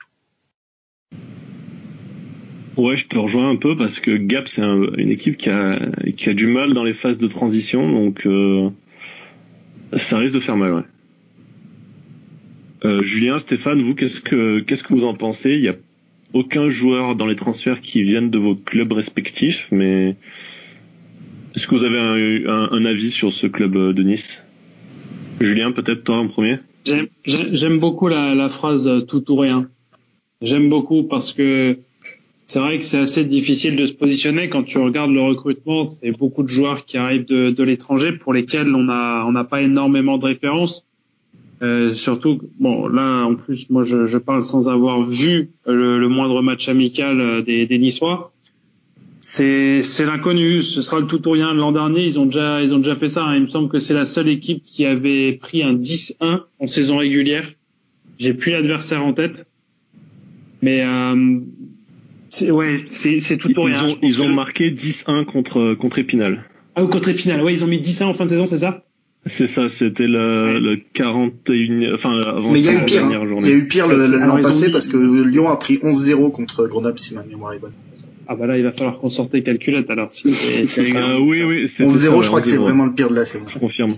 S1: Ouais, je te rejoins un peu parce que Gap, c'est une équipe qui a du mal dans les phases de transition, donc ça risque de faire mal, ouais. Julien, Stéphane, vous, qu'est-ce que vous en pensez? Il y a aucun joueur dans les transferts qui viennent de vos clubs respectifs, mais est-ce que vous avez un avis sur ce club de Nice? Julien, peut-être toi en premier?
S3: J'aime beaucoup la phrase tout ou rien. J'aime beaucoup parce que c'est vrai que c'est assez difficile de se positionner quand tu regardes le recrutement. C'est beaucoup de joueurs qui arrivent de l'étranger pour lesquels on n'a pas énormément de références. Surtout, là, en plus, moi, je parle sans avoir vu le moindre match amical des Niçois. C'est l'inconnu. Ce sera le tout ou rien. L'an dernier, ils ont déjà fait ça. Il me semble que c'est la seule équipe qui avait pris un 10-1 en saison régulière J'ai plus l'adversaire en tête. Mais c'est tout ou rien.
S1: Ils ont marqué 10-1 contre Épinal.
S3: Ah, ou contre Épinal. Ouais, ils ont mis 10-1 en fin de saison, c'est ça?
S1: C'est ça, c'était le 41, enfin, avant
S4: mais il y a eu
S1: la
S4: pire,
S1: dernière journée.
S4: Il y a eu pire l'an passé parce que Lyon a pris 11-0 contre Grenoble, si ma mémoire est bonne.
S3: Ah bah là, il va falloir qu'on sorte les calculettes alors. Si
S1: oui.
S4: 11-0, je crois que c'est vraiment le pire de la saison.
S1: Je confirme.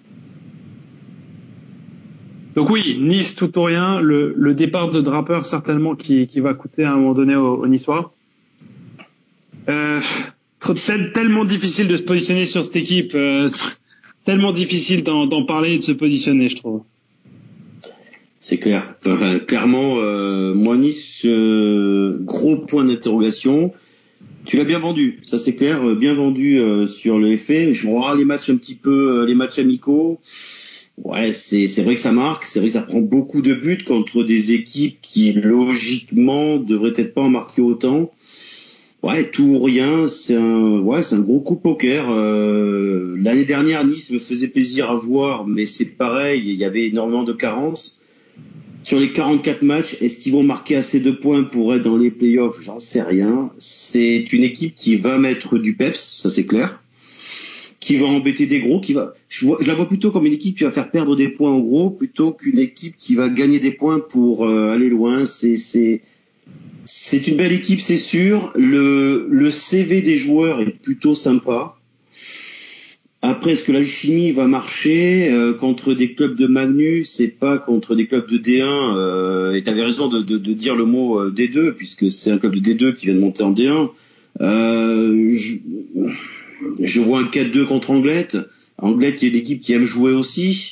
S3: Donc oui, Nice tout ou rien, le départ de Draper certainement qui va coûter à un moment donné aux Niçois. Tellement difficile de se positionner sur cette équipe, tellement difficile d'en parler et de se positionner, je trouve.
S2: C'est clair. Enfin, clairement, moi Nice, gros point d'interrogation. Tu l'as bien vendu, ça c'est clair, bien vendu sur le effet. Je vois les matchs un petit peu, les matchs amicaux. Ouais, c'est vrai que ça marque, c'est vrai que ça prend beaucoup de buts contre des équipes qui logiquement devraient peut-être pas en marquer autant. Ouais, tout ou rien, c'est un gros coup de poker. L'année dernière, Nice me faisait plaisir à voir, mais c'est pareil, il y avait énormément de carences. Sur les 44 matchs, est-ce qu'ils vont marquer assez de points pour être dans les playoffs? J'en sais rien. C'est une équipe qui va mettre du peps, ça c'est clair. Qui va embêter des gros, je la vois plutôt comme une équipe qui va faire perdre des points aux gros plutôt qu'une équipe qui va gagner des points pour aller loin. C'est une belle équipe, c'est sûr. Le CV des joueurs est plutôt sympa. Après, est-ce que l'alchimie va marcher contre des clubs de Magnus et pas contre des clubs de D1 et tu avais raison de dire le mot D2 puisque c'est un club de D2 qui vient de monter en D1. Je vois un 4-2 contre Anglet. Anglet qui est l'équipe qui aime jouer aussi.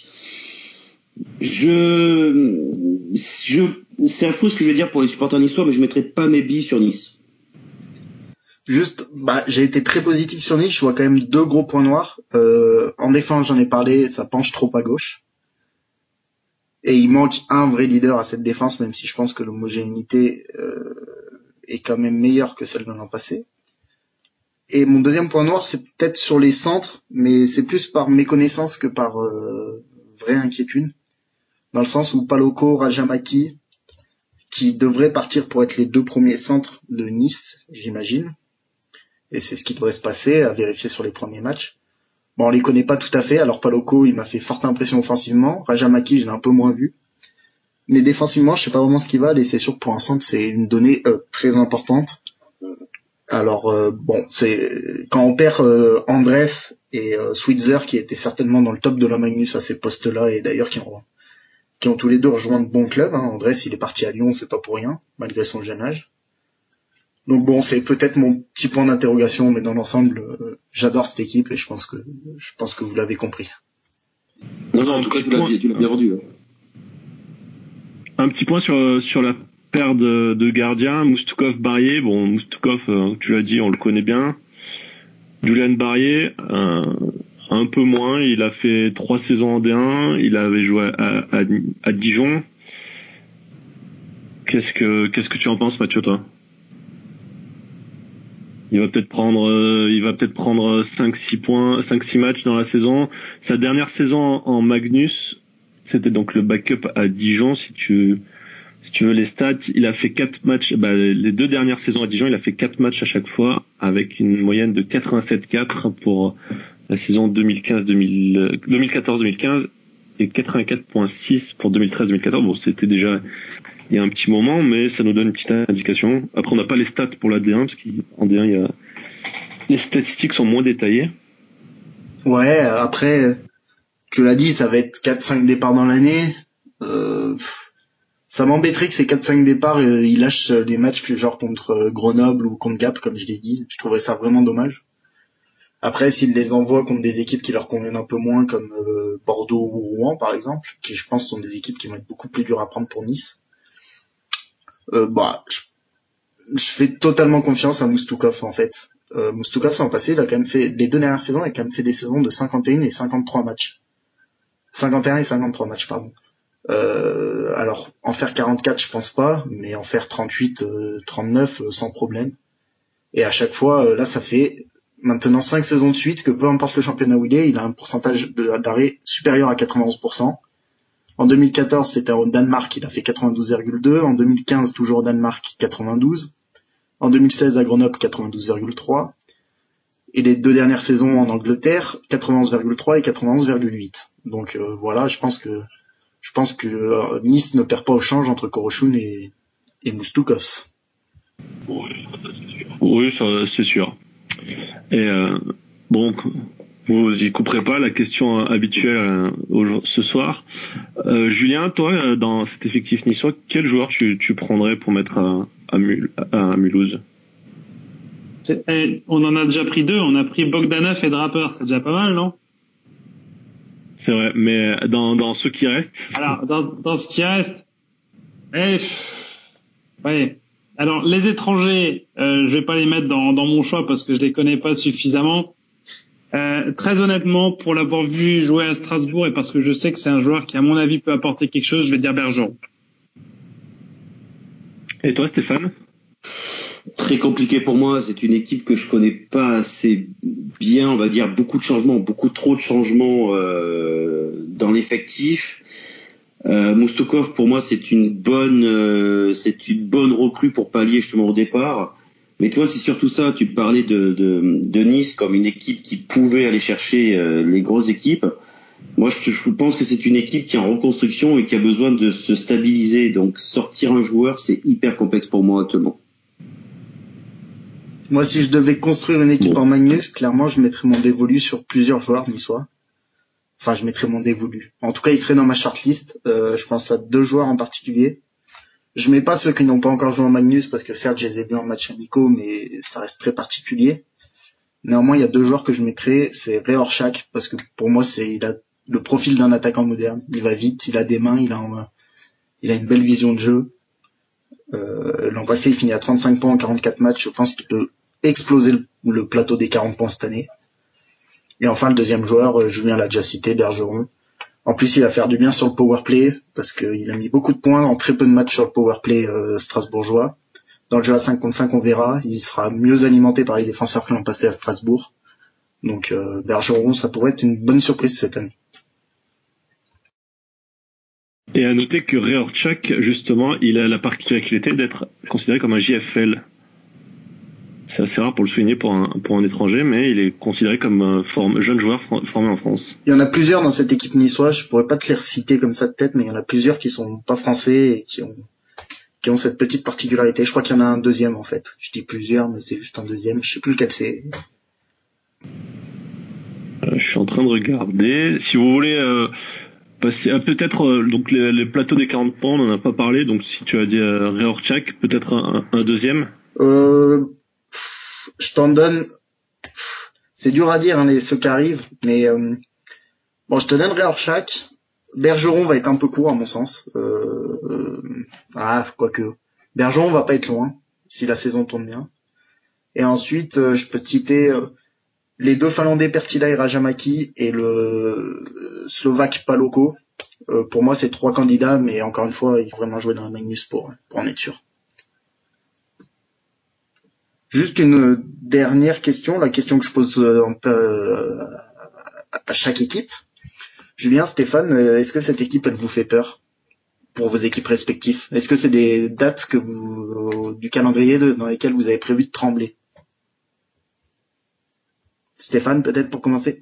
S2: C'est affreux ce que je vais dire pour les supporters niçois, mais je mettrai pas mes billes sur Nice.
S4: Juste, j'ai été très positif sur Nice. Je vois quand même 2 gros points noirs. En défense, j'en ai parlé, ça penche trop à gauche. Et il manque un vrai leader à cette défense, même si je pense que l'homogénéité est quand même meilleure que celle de l'an passé. Et mon deuxième point noir, c'est peut-être sur les centres, mais c'est plus par méconnaissance que par vraie inquiétude. Dans le sens où Paloko, Rajamaki, qui devraient partir pour être les 2 premiers centres de Nice, j'imagine. Et c'est ce qui devrait se passer, à vérifier sur les premiers matchs. Bon, on les connaît pas tout à fait. Alors Paloko, il m'a fait forte impression offensivement. Rajamaki, je l'ai un peu moins vu. Mais défensivement, je sais pas vraiment ce qui va. Et c'est sûr que pour un centre, c'est une donnée très importante. Alors c'est quand on perd Andrés et Switzer qui étaient certainement dans le top de la Magnus à ces postes-là et d'ailleurs qui ont tous les deux rejoint de bons clubs. Andrés, il est parti à Lyon, c'est pas pour rien, malgré son jeune âge. Donc bon, c'est peut-être mon petit point d'interrogation, mais dans l'ensemble, j'adore cette équipe et je pense que vous l'avez compris.
S2: Non, en tout cas, tu l'as bien vendu.
S1: Un petit point sur la paire de gardiens, Moustoukov, Barrier. Bon, Moustoukov, tu l'as dit, on le connaît bien. Julian Barrier, un peu moins. Il a fait 3 saisons en D1. Il avait joué à Dijon. Qu'est-ce que tu en penses, Mathieu, toi? Il va peut-être prendre 5-6 points, 5-6 matchs dans la saison. Sa dernière saison en Magnus, c'était donc le backup à Dijon, si tu veux les stats. Il a fait 4 matchs, les 2 dernières saisons à Dijon, il a fait 4 matchs à chaque fois, avec une moyenne de 87,4 pour la saison 2014-2015 et 84,6 pour 2013-2014. Bon, c'était déjà il y a un petit moment, mais ça nous donne une petite indication. Après, on n'a pas les stats pour la D1, parce qu'en D1, les statistiques sont moins détaillées.
S4: Ouais, après, tu l'as dit, ça va être 4-5 départs dans l'année. Ça m'embêterait que ces 4-5 départs, ils lâchent des matchs genre contre Grenoble ou contre Gap, comme je l'ai dit. Je trouverais ça vraiment dommage. Après, s'ils les envoient contre des équipes qui leur conviennent un peu moins, comme Bordeaux ou Rouen, par exemple, qui je pense sont des équipes qui vont être beaucoup plus dures à prendre pour Nice, je fais totalement confiance à Moustoukov, en fait. Moustoukov, c'est en passé, il a quand même fait, les 2 dernières saisons, il a quand même fait des saisons de 51 et 53 matchs. 51 et 53 matchs, pardon. Alors, en faire 44, je pense pas, mais en faire 38, 39, sans problème. Et à chaque fois, là, ça fait maintenant 5 saisons de suite que peu importe le championnat où il a un pourcentage d'arrêt supérieur à 91%. En 2014, c'était au Danemark, il a fait 92,2. En 2015, toujours au Danemark, 92. En 2016, à Grenoble, 92,3. Et les 2 dernières saisons en Angleterre, 91,3 et 91,8. Donc voilà, je pense que Nice ne perd pas au change entre Korochun et Moustoukovs.
S1: Oui, ça, c'est sûr. Et bon, vous y couperez pas la question habituelle ce soir. Julien, toi, dans cet effectif niçois, quel joueur tu prendrais pour mettre à Mulhouse?
S3: On en a déjà pris 2. On a pris Bogdanov et Draper. C'est déjà pas mal, non?
S1: C'est vrai, mais dans ceux qui restent.
S3: Alors, dans ce qui reste, ouais. Alors, les étrangers, je vais pas les mettre dans mon choix parce que je les connais pas suffisamment. Très honnêtement, pour l'avoir vu jouer à Strasbourg et parce que je sais que c'est un joueur qui, à mon avis, peut apporter quelque chose, je vais dire Bergeron.
S1: Et toi, Stéphane?
S2: Très compliqué pour moi. C'est une équipe que je connais pas assez bien. On va dire beaucoup de changements, beaucoup trop de changements dans l'effectif. Moustoukovs, pour moi, c'est une bonne recrue pour pallier justement au départ. Mais toi, c'est surtout ça. Tu parlais de Nice comme une équipe qui pouvait aller chercher les grosses équipes. Moi, je pense que c'est une équipe qui est en reconstruction et qui a besoin de se stabiliser. Donc, sortir un joueur, c'est hyper complexe pour moi actuellement.
S4: Moi, si je devais construire une équipe en Magnus, clairement, je mettrais mon dévolu sur plusieurs joueurs niçois. Enfin, je mettrais mon dévolu. En tout cas, il serait dans ma shortlist. Je pense à 2 joueurs en particulier. Je mets pas ceux qui n'ont pas encore joué en Magnus parce que certes, je les ai vus en match amicaux, mais ça reste très particulier. Néanmoins, il y a 2 joueurs que je mettrais. C'est Réorchak parce que pour moi, il a le profil d'un attaquant moderne. Il va vite, il a des mains, il a une belle vision de jeu. L'an passé, il finit à 35 points en 44 matchs. Je pense qu'il peut exploser le plateau des 40 points cette année. Et enfin, le deuxième joueur, Julien l'a déjà cité, Bergeron. En plus, il va faire du bien sur le powerplay parce qu'il a mis beaucoup de points en très peu de matchs sur le powerplay strasbourgeois. Dans le jeu à 5 contre 5, on verra. Il sera mieux alimenté par les défenseurs qui l'ont passé à Strasbourg. Donc, Bergeron, ça pourrait être une bonne surprise cette année.
S1: Et à noter que Réorchak, justement, il a la particularité d'être considéré comme un JFL. C'est assez rare pour le souligner pour un étranger, mais il est considéré comme un jeune joueur formé en France.
S4: Il y en a plusieurs dans cette équipe niçoise, je pourrais pas te les reciter comme ça de tête, mais il y en a plusieurs qui sont pas français et qui ont cette petite particularité. Je crois qu'il y en a un deuxième en fait. Je dis plusieurs, mais c'est juste un deuxième. Je sais plus lequel c'est.
S1: Je suis en train de regarder. Si vous voulez passer peut-être donc les plateaux des 40 points, on n'en a pas parlé. Donc si tu as dit Réorchak, peut-être un deuxième.
S4: Je t'en donne. C'est dur à dire ceux qui arrivent, mais bon, je te donne Réorchak. Bergeron va être un peu court à mon sens. Quoique. Bergeron va pas être loin si la saison tourne bien. Et ensuite, je peux te citer les 2 Finlandais Pertila et Rajamaki et le Slovaque Paloko. Pour moi, c'est 3 candidats, mais encore une fois, il faut vraiment jouer dans la Magnus pour en être sûr. Juste une dernière question, la question que je pose un peu à chaque équipe. Julien, Stéphane, est-ce que cette équipe, elle vous fait peur pour vos équipes respectives? Est-ce que c'est des dates du calendrier dans lesquelles vous avez prévu de trembler? Stéphane, peut-être pour commencer.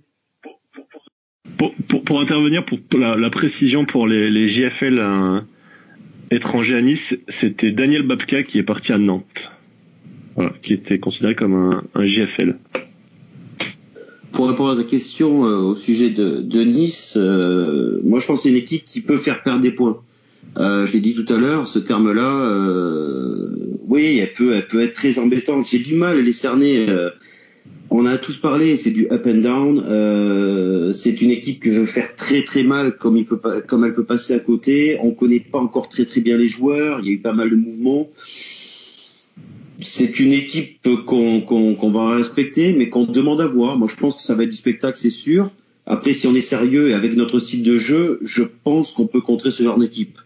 S1: Pour intervenir, pour la précision pour les JFL étrangers à Nice, c'était Daniel Babka qui est parti à Nantes. Voilà, qui était considéré comme un JFL.
S2: Pour répondre à ta question au sujet de Nice, moi je pense que c'est une équipe qui peut faire perdre des points. Je l'ai dit tout à l'heure, ce terme-là, oui, elle peut être très embêtante. J'ai du mal à les cerner. On a tous parlé, c'est du up and down. C'est une équipe qui veut faire très très mal, comme elle peut passer à côté. On connaît pas encore très très bien les joueurs. Il y a eu pas mal de mouvements. C'est une équipe qu'on va respecter, mais qu'on demande à voir. Moi, je pense que ça va être du spectacle, c'est sûr. Après, si on est sérieux et avec notre style de jeu, je pense qu'on peut contrer ce genre d'équipe.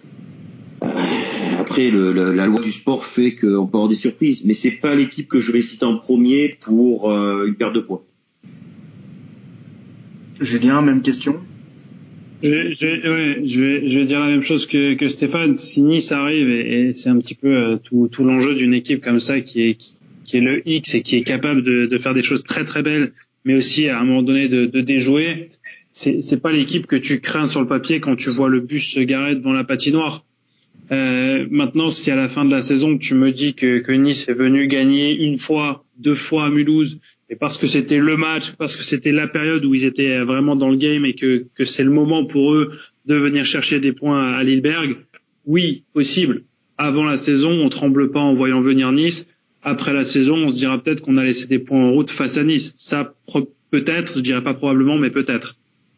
S2: Après, la loi du sport fait qu'on peut avoir des surprises, mais c'est pas l'équipe que je vais citer en premier pour une perte de points.
S4: Julien, même question.
S3: Je vais dire la même chose que Stéphane. Si Nice arrive, et c'est un petit peu tout l'enjeu d'une équipe comme ça qui est le X et qui est capable de faire des choses très très belles, mais aussi à un moment donné de déjouer. C'est pas l'équipe que tu crains sur le papier quand tu vois le bus se garer devant la patinoire. Maintenant, si à la fin de la saison tu me dis que Nice est venu gagner une fois, 2 fois à Mulhouse, et parce que c'était le match, parce que c'était la période où ils étaient vraiment dans le game et que c'est le moment pour eux de venir chercher des points à Lilleberg, oui, possible. Avant la saison, on tremble pas en voyant venir Nice. Après la saison, on se dira peut-être qu'on a laissé des points en route face à Nice. Ça, peut-être, je dirais pas probablement, mais peut-être.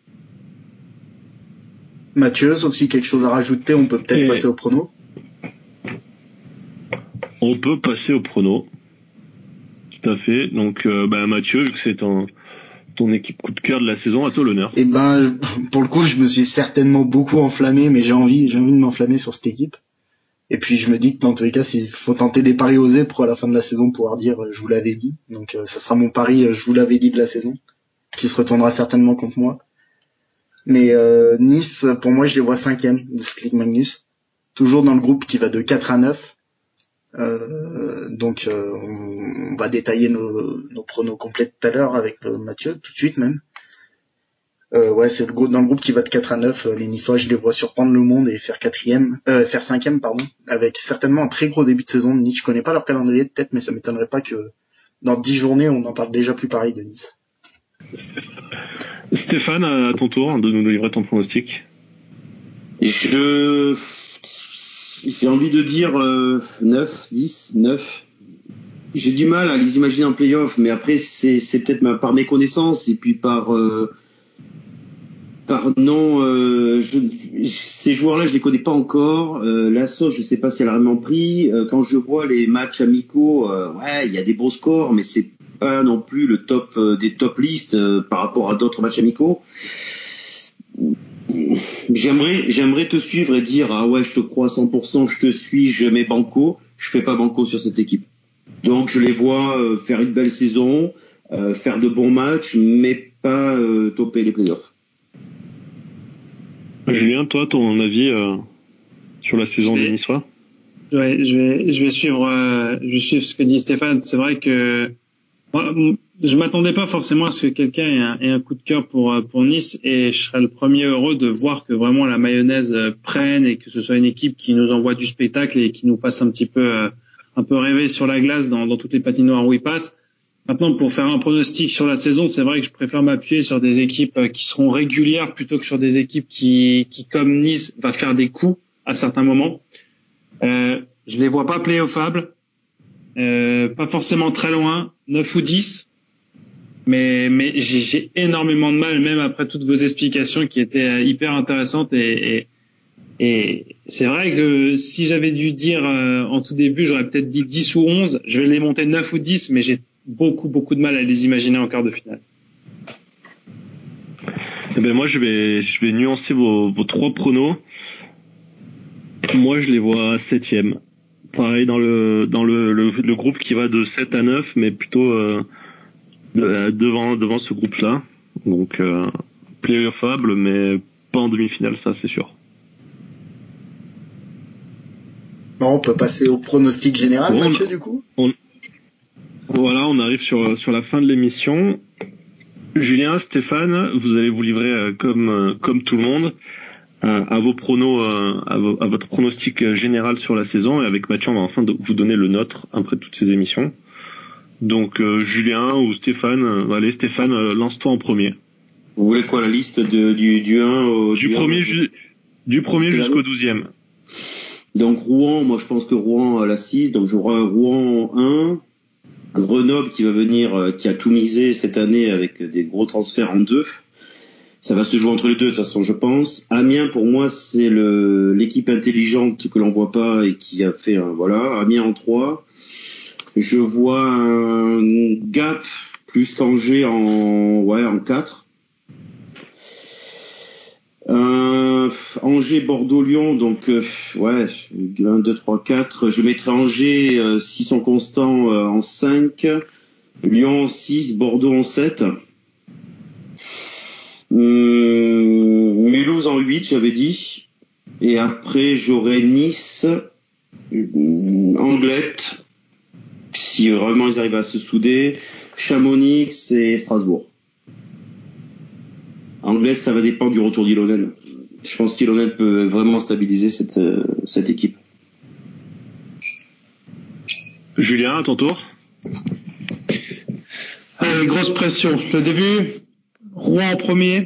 S4: Mathieu, sauf si quelque chose à rajouter, on peut peut-être passer au prono.
S1: On peut passer au prono. Tout à fait. Donc, Mathieu, vu que c'est ton équipe coup de cœur de la saison, à toi l'honneur.
S4: Eh ben, pour le coup, je me suis certainement beaucoup enflammé, mais j'ai envie de m'enflammer sur cette équipe. Et puis, je me dis que dans tous les cas, il faut tenter des paris osés pour à la fin de la saison pouvoir dire, je vous l'avais dit. Donc, ça sera mon pari, je vous l'avais dit de la saison, qui se retournera certainement contre moi. Mais Nice, pour moi, je les vois 5e de cette Ligue Magnus. Toujours dans le groupe qui va de 4 à 9. Donc on va détailler nos pronos complets tout à l'heure avec Mathieu, tout de suite même. C'est dans le groupe qui va de 4 à 9. Les Niçois, je les vois surprendre le monde et faire 5e, avec certainement un très gros début de saison de Nice. Je connais pas leur calendrier peut-être, mais ça m'étonnerait pas que dans 10 journées, on en parle déjà plus pareil de Nice.
S1: Stéphane, à ton tour de nous livrer ton pronostic.
S2: J'ai envie de dire 9, 10, 9. J'ai du mal à les imaginer en play-off, mais après c'est peut-être par mes connaissances et puis par ces joueurs-là je les connais pas encore. La sauce, je sais pas si elle a vraiment pris. Quand je vois les matchs amicaux, il y a des beaux scores, mais c'est pas non plus le top des top listes par rapport à d'autres matchs amicaux. J'aimerais te suivre et dire je te crois à 100%, je te suis, je mets banco. Je fais pas banco sur cette équipe. Donc je les vois faire une belle saison, faire de bons matchs, mais pas topper les playoffs.
S1: Julien, toi, ton avis sur la saison des Niçois?
S3: Ouais, je vais suivre ce que dit Stéphane. C'est vrai que moi, je m'attendais pas forcément à ce que quelqu'un ait un coup de cœur pour Nice, et je serais le premier heureux de voir que vraiment la mayonnaise prenne et que ce soit une équipe qui nous envoie du spectacle et qui nous fasse un peu rêver sur la glace dans toutes les patinoires où il passe. Maintenant, pour faire un pronostic sur la saison, c'est vrai que je préfère m'appuyer sur des équipes qui seront régulières plutôt que sur des équipes qui comme Nice, va faire des coups à certains moments. Je les vois pas playoffables. Pas forcément très loin, 9 ou 10, mais j'ai énormément de mal, même après toutes vos explications qui étaient hyper intéressantes, et c'est vrai que si j'avais dû dire en tout début, j'aurais peut-être dit 10 ou 11, je vais les monter 9 ou 10, mais j'ai beaucoup de mal à les imaginer en quart de finale.
S1: Eh ben moi je vais nuancer vos 3 pronos. Moi je les vois 7e. Pareil dans le groupe qui va de 7 à 9, mais plutôt devant ce groupe-là. Donc playoffable, mais pas en demi-finale, ça c'est sûr.
S4: Bon, on peut passer au pronostic général, Mathieu, du coup.
S1: Voilà, on arrive sur la fin de l'émission. Julien, Stéphane, vous allez vous livrer comme tout le monde à vos pronos, à votre pronostic général sur la saison, et avec Mathieu on va enfin vous donner le nôtre après toutes ces émissions. Donc Julien ou Stéphane, allez Stéphane, lance-toi en premier.
S2: Vous voulez quoi, la liste du 1 au
S1: du premier jusqu'au 12e.
S2: Donc Rouen, moi je pense que Rouen a la 6, donc j'aurai Rouen 1, Grenoble qui va venir, qui a tout misé cette année avec des gros transferts en 2. Ça va se jouer entre les deux de toute façon, je pense. Amiens, pour moi, c'est l'équipe intelligente que l'on voit pas et qui a fait Amiens en 3. Je vois un Gap plus qu'Angers en 4. Angers, Bordeaux, Lyon, donc 1, 2, 3, 4. Je mettrai Angers, s'ils sont constants, en 5. Lyon en 6, Bordeaux en 7. Mulhouse, Toulouse en 8, j'avais dit. Et après, j'aurais Nice, Anglet, si vraiment ils arrivent à se souder, Chamonix et Strasbourg. Anglet, ça va dépendre du retour d'Ilonen. Je pense qu'Ilonen peut vraiment stabiliser cette équipe.
S1: Julien, à ton tour.
S3: Grosse pression. Le début, Rouen en premier.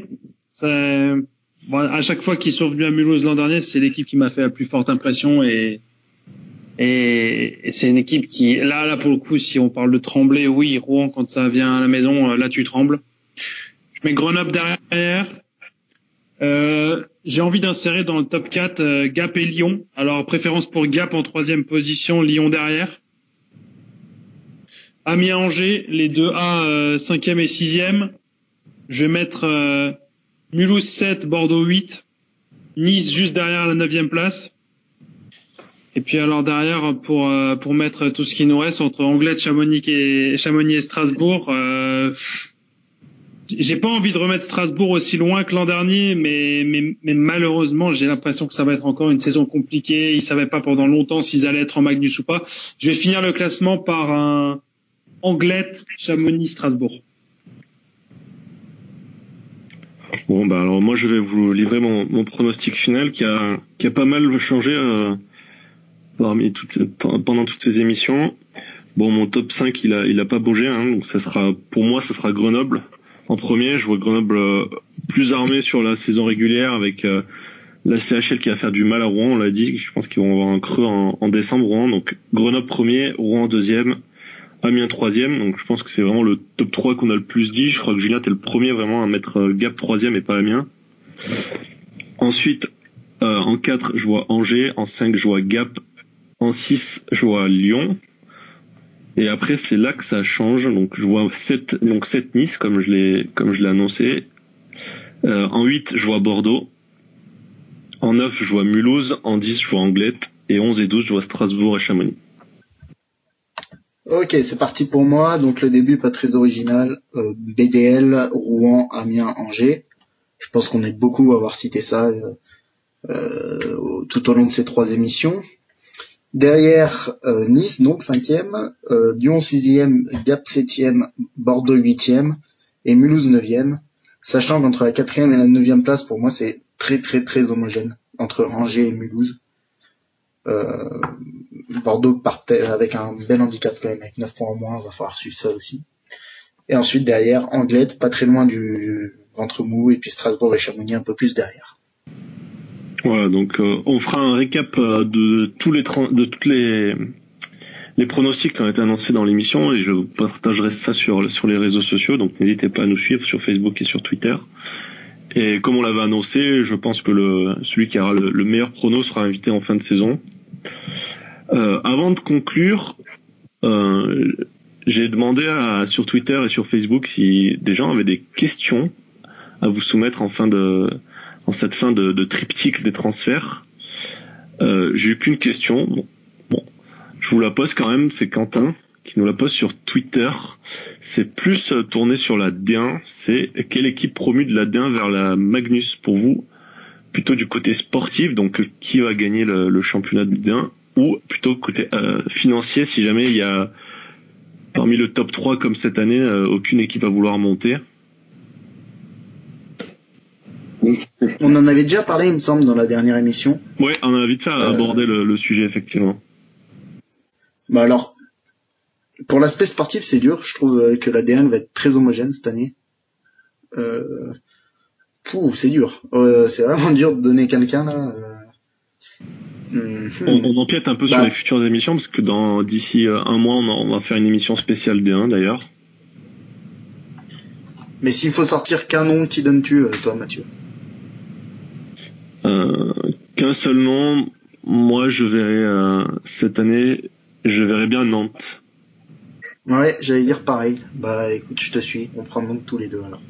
S3: À chaque fois qu'ils sont venus à Mulhouse l'an dernier, c'est l'équipe qui m'a fait la plus forte impression et c'est une équipe qui, là pour le coup, si on parle de trembler, oui, Rouen quand ça vient à la maison, là tu trembles. Je mets Grenoble derrière. J'ai envie d'insérer dans le top 4 Gap et Lyon. Alors préférence pour Gap en 3e position, Lyon derrière. Amiens-Angers, les deux A 5e et 6e. Je vais mettre Mulhouse 7, Bordeaux 8. Nice juste derrière la 9e place. Et puis alors derrière, pour mettre tout ce qui nous reste entre Anglet, Chamonix et Strasbourg, j'ai pas envie de remettre Strasbourg aussi loin que l'an dernier, mais malheureusement, j'ai l'impression que ça va être encore une saison compliquée. Ils savaient pas pendant longtemps s'ils allaient être en Magnus ou pas. Je vais finir le classement par un Anglet, Chamonix, Strasbourg.
S1: Bon, bah alors moi je vais vous livrer mon pronostic final qui a pas mal changé pendant toutes ces émissions. Bon, mon top 5 il a pas bougé, hein, donc pour moi ça sera Grenoble en premier. Je vois Grenoble plus armé sur la saison régulière avec la CHL qui va faire du mal à Rouen, on l'a dit. Je pense qu'ils vont avoir un creux en décembre, Rouen. Donc Grenoble premier, Rouen deuxième, Amiens troisième. Donc je pense que c'est vraiment le top 3 qu'on a le plus dit. Je crois que Julien t'es le premier vraiment à mettre Gap troisième et pas Amiens. Ensuite en 4 je vois Angers, en 5 je vois Gap, en 6 je vois Lyon. Et après c'est là que ça change. Donc je vois 7 Nice comme je l'ai annoncé. En 8 je vois Bordeaux. En 9 je vois Mulhouse, en 10 je vois Anglet et 11 et 12 je vois Strasbourg et Chamonix.
S4: Ok, c'est parti pour moi. Donc le début pas très original. BDL, Rouen, Amiens, Angers. Je pense qu'on est beaucoup à avoir cité ça tout au long de ces 3 émissions. Derrière Nice, donc 5e, Lyon 6e, Gap 7e, Bordeaux 8e et Mulhouse 9e. Sachant qu'entre la 4e et la 9e place, pour moi, c'est très très très homogène entre Angers et Mulhouse. Bordeaux partait avec un bel handicap quand même, avec 9 points en moins, va falloir suivre ça aussi. Et ensuite derrière, Anglet, pas très loin du ventre mou, et puis Strasbourg et Chamonix un peu plus derrière.
S1: Voilà, donc on fera un récap de tous les pronostics qui ont été annoncés dans l'émission et je partagerai ça sur les réseaux sociaux, donc n'hésitez pas à nous suivre sur Facebook et sur Twitter. Et comme on l'avait annoncé, je pense que celui qui aura le meilleur prono sera invité en fin de saison. Avant de conclure, j'ai demandé sur Twitter et sur Facebook si des gens avaient des questions à vous soumettre en cette fin de triptyque des transferts. J'ai eu qu'une question. Bon, je vous la pose quand même. C'est Quentin qui nous la pose sur Twitter. C'est plus tourné sur la D1. C'est quelle équipe promue de la D1 vers la Magnus pour vous? Plutôt du côté sportif, donc qui va gagner le championnat de D1, ou plutôt côté financier, si jamais il y a parmi le top 3 comme cette année aucune équipe à vouloir monter.
S4: On en avait déjà parlé, il me semble, dans la dernière émission.
S1: Ouais, on a vite fait aborder le sujet, effectivement.
S4: Bah alors, pour l'aspect sportif, c'est dur. Je trouve que la D1 va être très homogène cette année. C'est dur. C'est vraiment dur de donner quelqu'un là.
S1: On empiète un peu sur les futures émissions parce que d'ici un mois, on va faire une émission spéciale D1 d'ailleurs.
S4: Mais s'il faut sortir qu'un nom, qui donnes-tu, toi, Mathieu?
S1: Qu'un seul nom. Moi, je verrai cette année, je verrai bien Nantes.
S4: Ouais, j'allais dire pareil. Bah, écoute, je te suis. On prend Nantes tous les deux alors.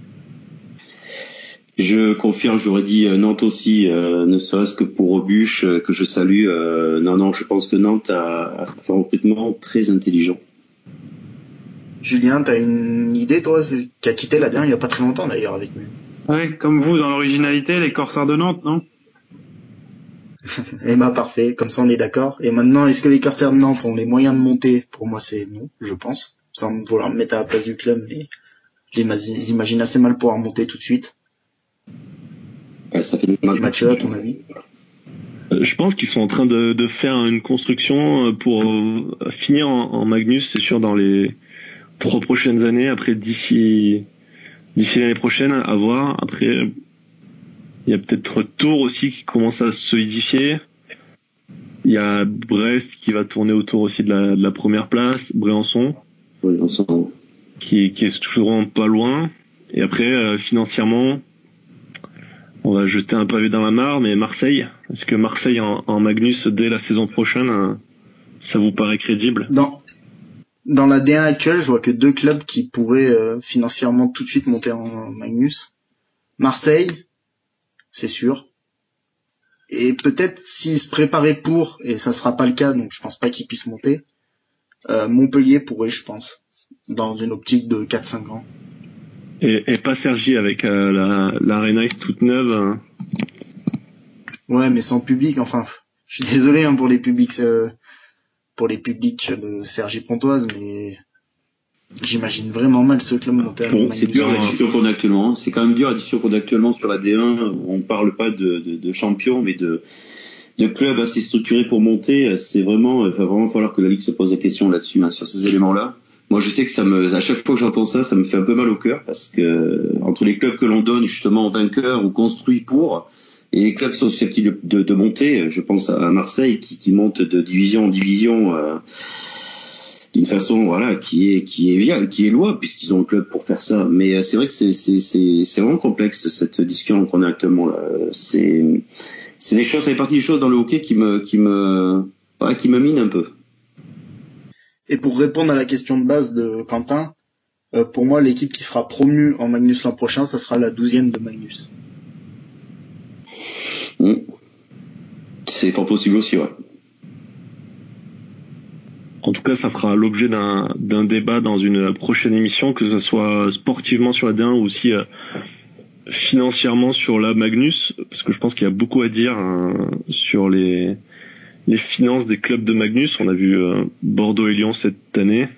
S2: Je confirme, j'aurais dit Nantes aussi, ne serait-ce que pour Aubuche, que je salue. Non, je pense que Nantes a fait un recrutement très intelligent.
S4: Julien, t'as une idée, toi, qui a quitté la dernière il y a pas très longtemps d'ailleurs avec nous?
S3: Ouais, comme vous dans l'originalité, les Corsaires de Nantes, non?
S4: Emma, parfait, comme ça on est d'accord. Et maintenant, est-ce que les Corsaires de Nantes ont les moyens de monter? Pour moi, c'est non, je pense. Sans vouloir me mettre à la place du club, mais je les imagine assez mal pouvoir monter tout de suite.
S2: Ouais, ça fait mal.
S4: Mathieu, à ton avis?
S1: Je pense qu'ils sont en train de faire une construction pour finir en Magnus, c'est sûr, dans les 3 prochaines années. Après, d'ici l'année prochaine, à voir. Après, il y a peut-être Tours aussi qui commence à se solidifier. Il y a Brest qui va tourner autour aussi de la première place. Briançon. Qui est toujours pas loin. Et après, financièrement, on va jeter un pavé dans la mare, mais Marseille, est-ce que Marseille en Magnus dès la saison prochaine, ça vous paraît crédible?
S4: Dans la D1 actuelle, je vois que 2 clubs qui pourraient financièrement tout de suite monter en Magnus. Marseille, c'est sûr. Et peut-être s'ils se préparaient pour, et ça sera pas le cas, donc je pense pas qu'ils puissent monter, Montpellier pourrait, je pense, dans une optique de 4-5 ans.
S1: Et pas Sergi avec l'Arena X toute neuve.
S4: Ouais, mais sans public, enfin, je suis désolé pour les publics de Cergy Pontoise, mais j'imagine vraiment mal ce club monter à
S2: Bon, c'est dur la discussion qu'on a actuellement. C'est quand même dur la discussion qu'on a actuellement sur la D1. On parle pas de champions, mais de clubs assez structurés pour monter. C'est vraiment, il va vraiment falloir que la Ligue se pose la question là-dessus, sur ces éléments-là. Moi, je sais que à chaque fois que j'entends ça, ça me fait un peu mal au cœur parce que entre les clubs que l'on donne justement vainqueurs ou construits pour, et les clubs qui sont susceptibles de monter, je pense à Marseille qui monte de division en division d'une façon qui est louable puisqu'ils ont le club pour faire ça. Mais c'est vrai que c'est vraiment complexe cette discussion qu'on a actuellement là. C'est des choses, ça fait partie des choses dans le hockey qui me mine un peu.
S4: Et pour répondre à la question de base de Quentin, pour moi, l'équipe qui sera promue en Magnus l'an prochain, ça sera la 12e de Magnus.
S2: C'est fort possible aussi, ouais.
S1: En tout cas, ça fera l'objet d'un débat dans une prochaine émission, que ce soit sportivement sur la D1 ou aussi financièrement sur la Magnus, parce que je pense qu'il y a beaucoup à dire sur les finances des clubs de Magnus. On a vu Bordeaux et Lyon cette année.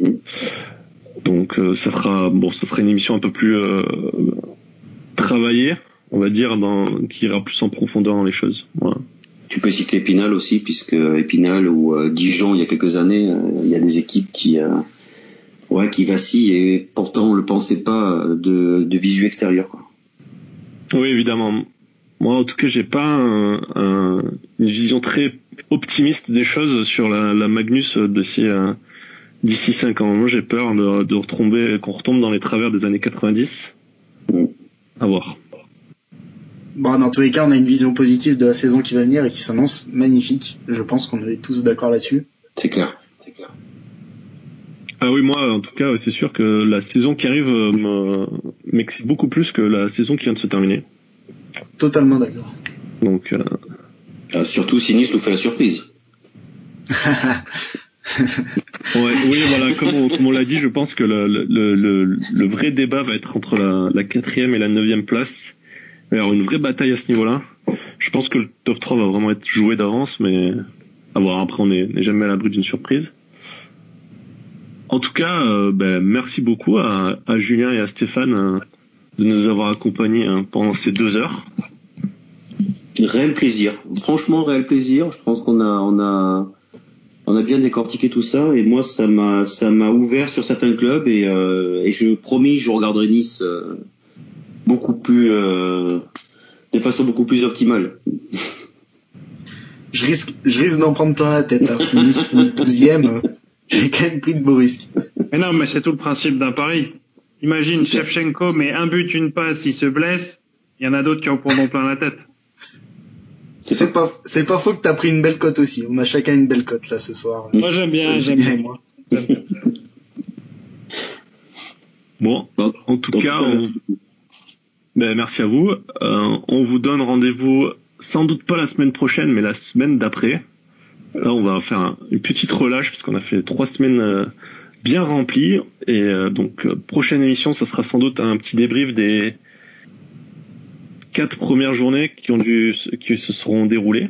S1: Donc ça sera une émission un peu plus travaillée, on va dire, qui ira plus en profondeur dans les choses. Voilà.
S2: Tu peux citer Épinal aussi, puisque Épinal ou Dijon, il y a quelques années, il y a des équipes qui vacillent et pourtant on le pensait pas de visu extérieur, quoi.
S1: Oui, évidemment. Moi, en tout cas, j'ai pas une vision très optimiste des choses sur la Magnus d'ici 5 ans. Moi, j'ai peur qu'on retombe dans les travers des années 90. À voir.
S4: Bon, dans tous les cas, on a une vision positive de la saison qui va venir et qui s'annonce magnifique. Je pense qu'on est tous d'accord là-dessus.
S2: C'est clair.
S1: Ah oui, moi, en tout cas, c'est sûr que la saison qui arrive m'excite beaucoup plus que la saison qui vient de se terminer.
S4: Totalement d'accord.
S1: Donc,
S2: surtout si Nice nous fait la surprise.
S1: Oui, voilà, comme on l'a dit, je pense que le vrai débat va être entre la 4e et la 9e place. Il va y avoir une vraie bataille à ce niveau-là. Je pense que le top 3 va vraiment être joué d'avance, mais à voir. Après, on n'est jamais à l'abri d'une surprise. En tout cas, merci beaucoup à Julien et à Stéphane de nous avoir accompagnés pendant ces 2 heures.
S2: Réel plaisir. Franchement, réel plaisir. Je pense qu'on a bien décortiqué tout ça et moi, ça m'a ouvert sur certains clubs et je promis, je regarderai Nice beaucoup plus de façon beaucoup plus optimale.
S4: Je risque d'en prendre plein la tête. Si Nice finit 12e, j'ai quand même pris de beaux risques.
S3: Mais non, mais c'est tout le principe d'un pari. Imagine, Shevchenko met un but, une passe, il se blesse. Il y en a d'autres qui en prendront plein la tête.
S4: C'est pas faux que t'as pris une belle cote aussi. On a chacun une belle cote là ce soir.
S3: Moi j'aime bien,
S4: moi.
S1: Bon, en tout cas, merci à vous. On vous donne rendez-vous sans doute pas la semaine prochaine, mais la semaine d'après. Là, on va faire une petite relâche parce qu'on a fait 3 semaines bien remplies. Et donc, prochaine émission, ça sera sans doute un petit débrief des 4 premières journées qui se seront déroulées.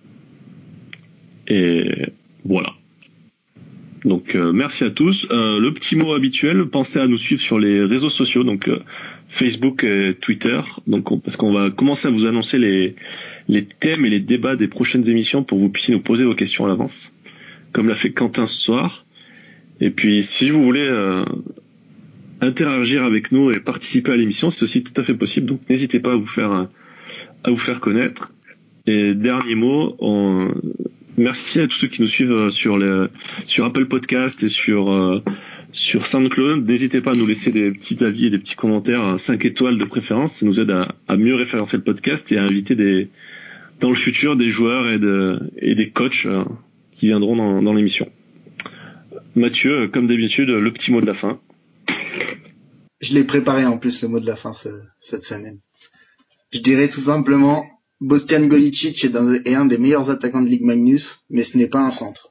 S1: Et voilà. Donc merci à tous. Le petit mot habituel, pensez à nous suivre sur les réseaux sociaux, donc Facebook et Twitter. Donc parce qu'on va commencer à vous annoncer les thèmes et les débats des prochaines émissions pour que vous puissiez nous poser vos questions à l'avance, comme l'a fait Quentin ce soir. Et puis si vous voulez interagir avec nous et participer à l'émission, c'est aussi tout à fait possible. Donc n'hésitez pas à vous faire connaître. Et dernier mot, merci à tous ceux qui nous suivent sur Apple Podcast et sur SoundCloud. N'hésitez pas à nous laisser des petits avis et des petits commentaires, 5 étoiles de préférence. Ça nous aide à mieux référencer le podcast et à inviter dans le futur des joueurs et des coachs qui viendront dans l'émission. Mathieu, comme d'habitude, le petit mot de la fin.
S4: Je l'ai préparé en plus, le mot de la fin cette semaine. Je dirais tout simplement, Boštjan Golicic est un des meilleurs attaquants de Ligue Magnus, mais ce n'est pas un centre.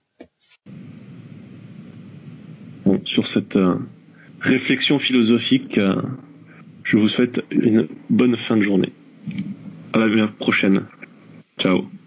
S1: Bon, sur cette réflexion philosophique, je vous souhaite une bonne fin de journée. À la prochaine. Ciao.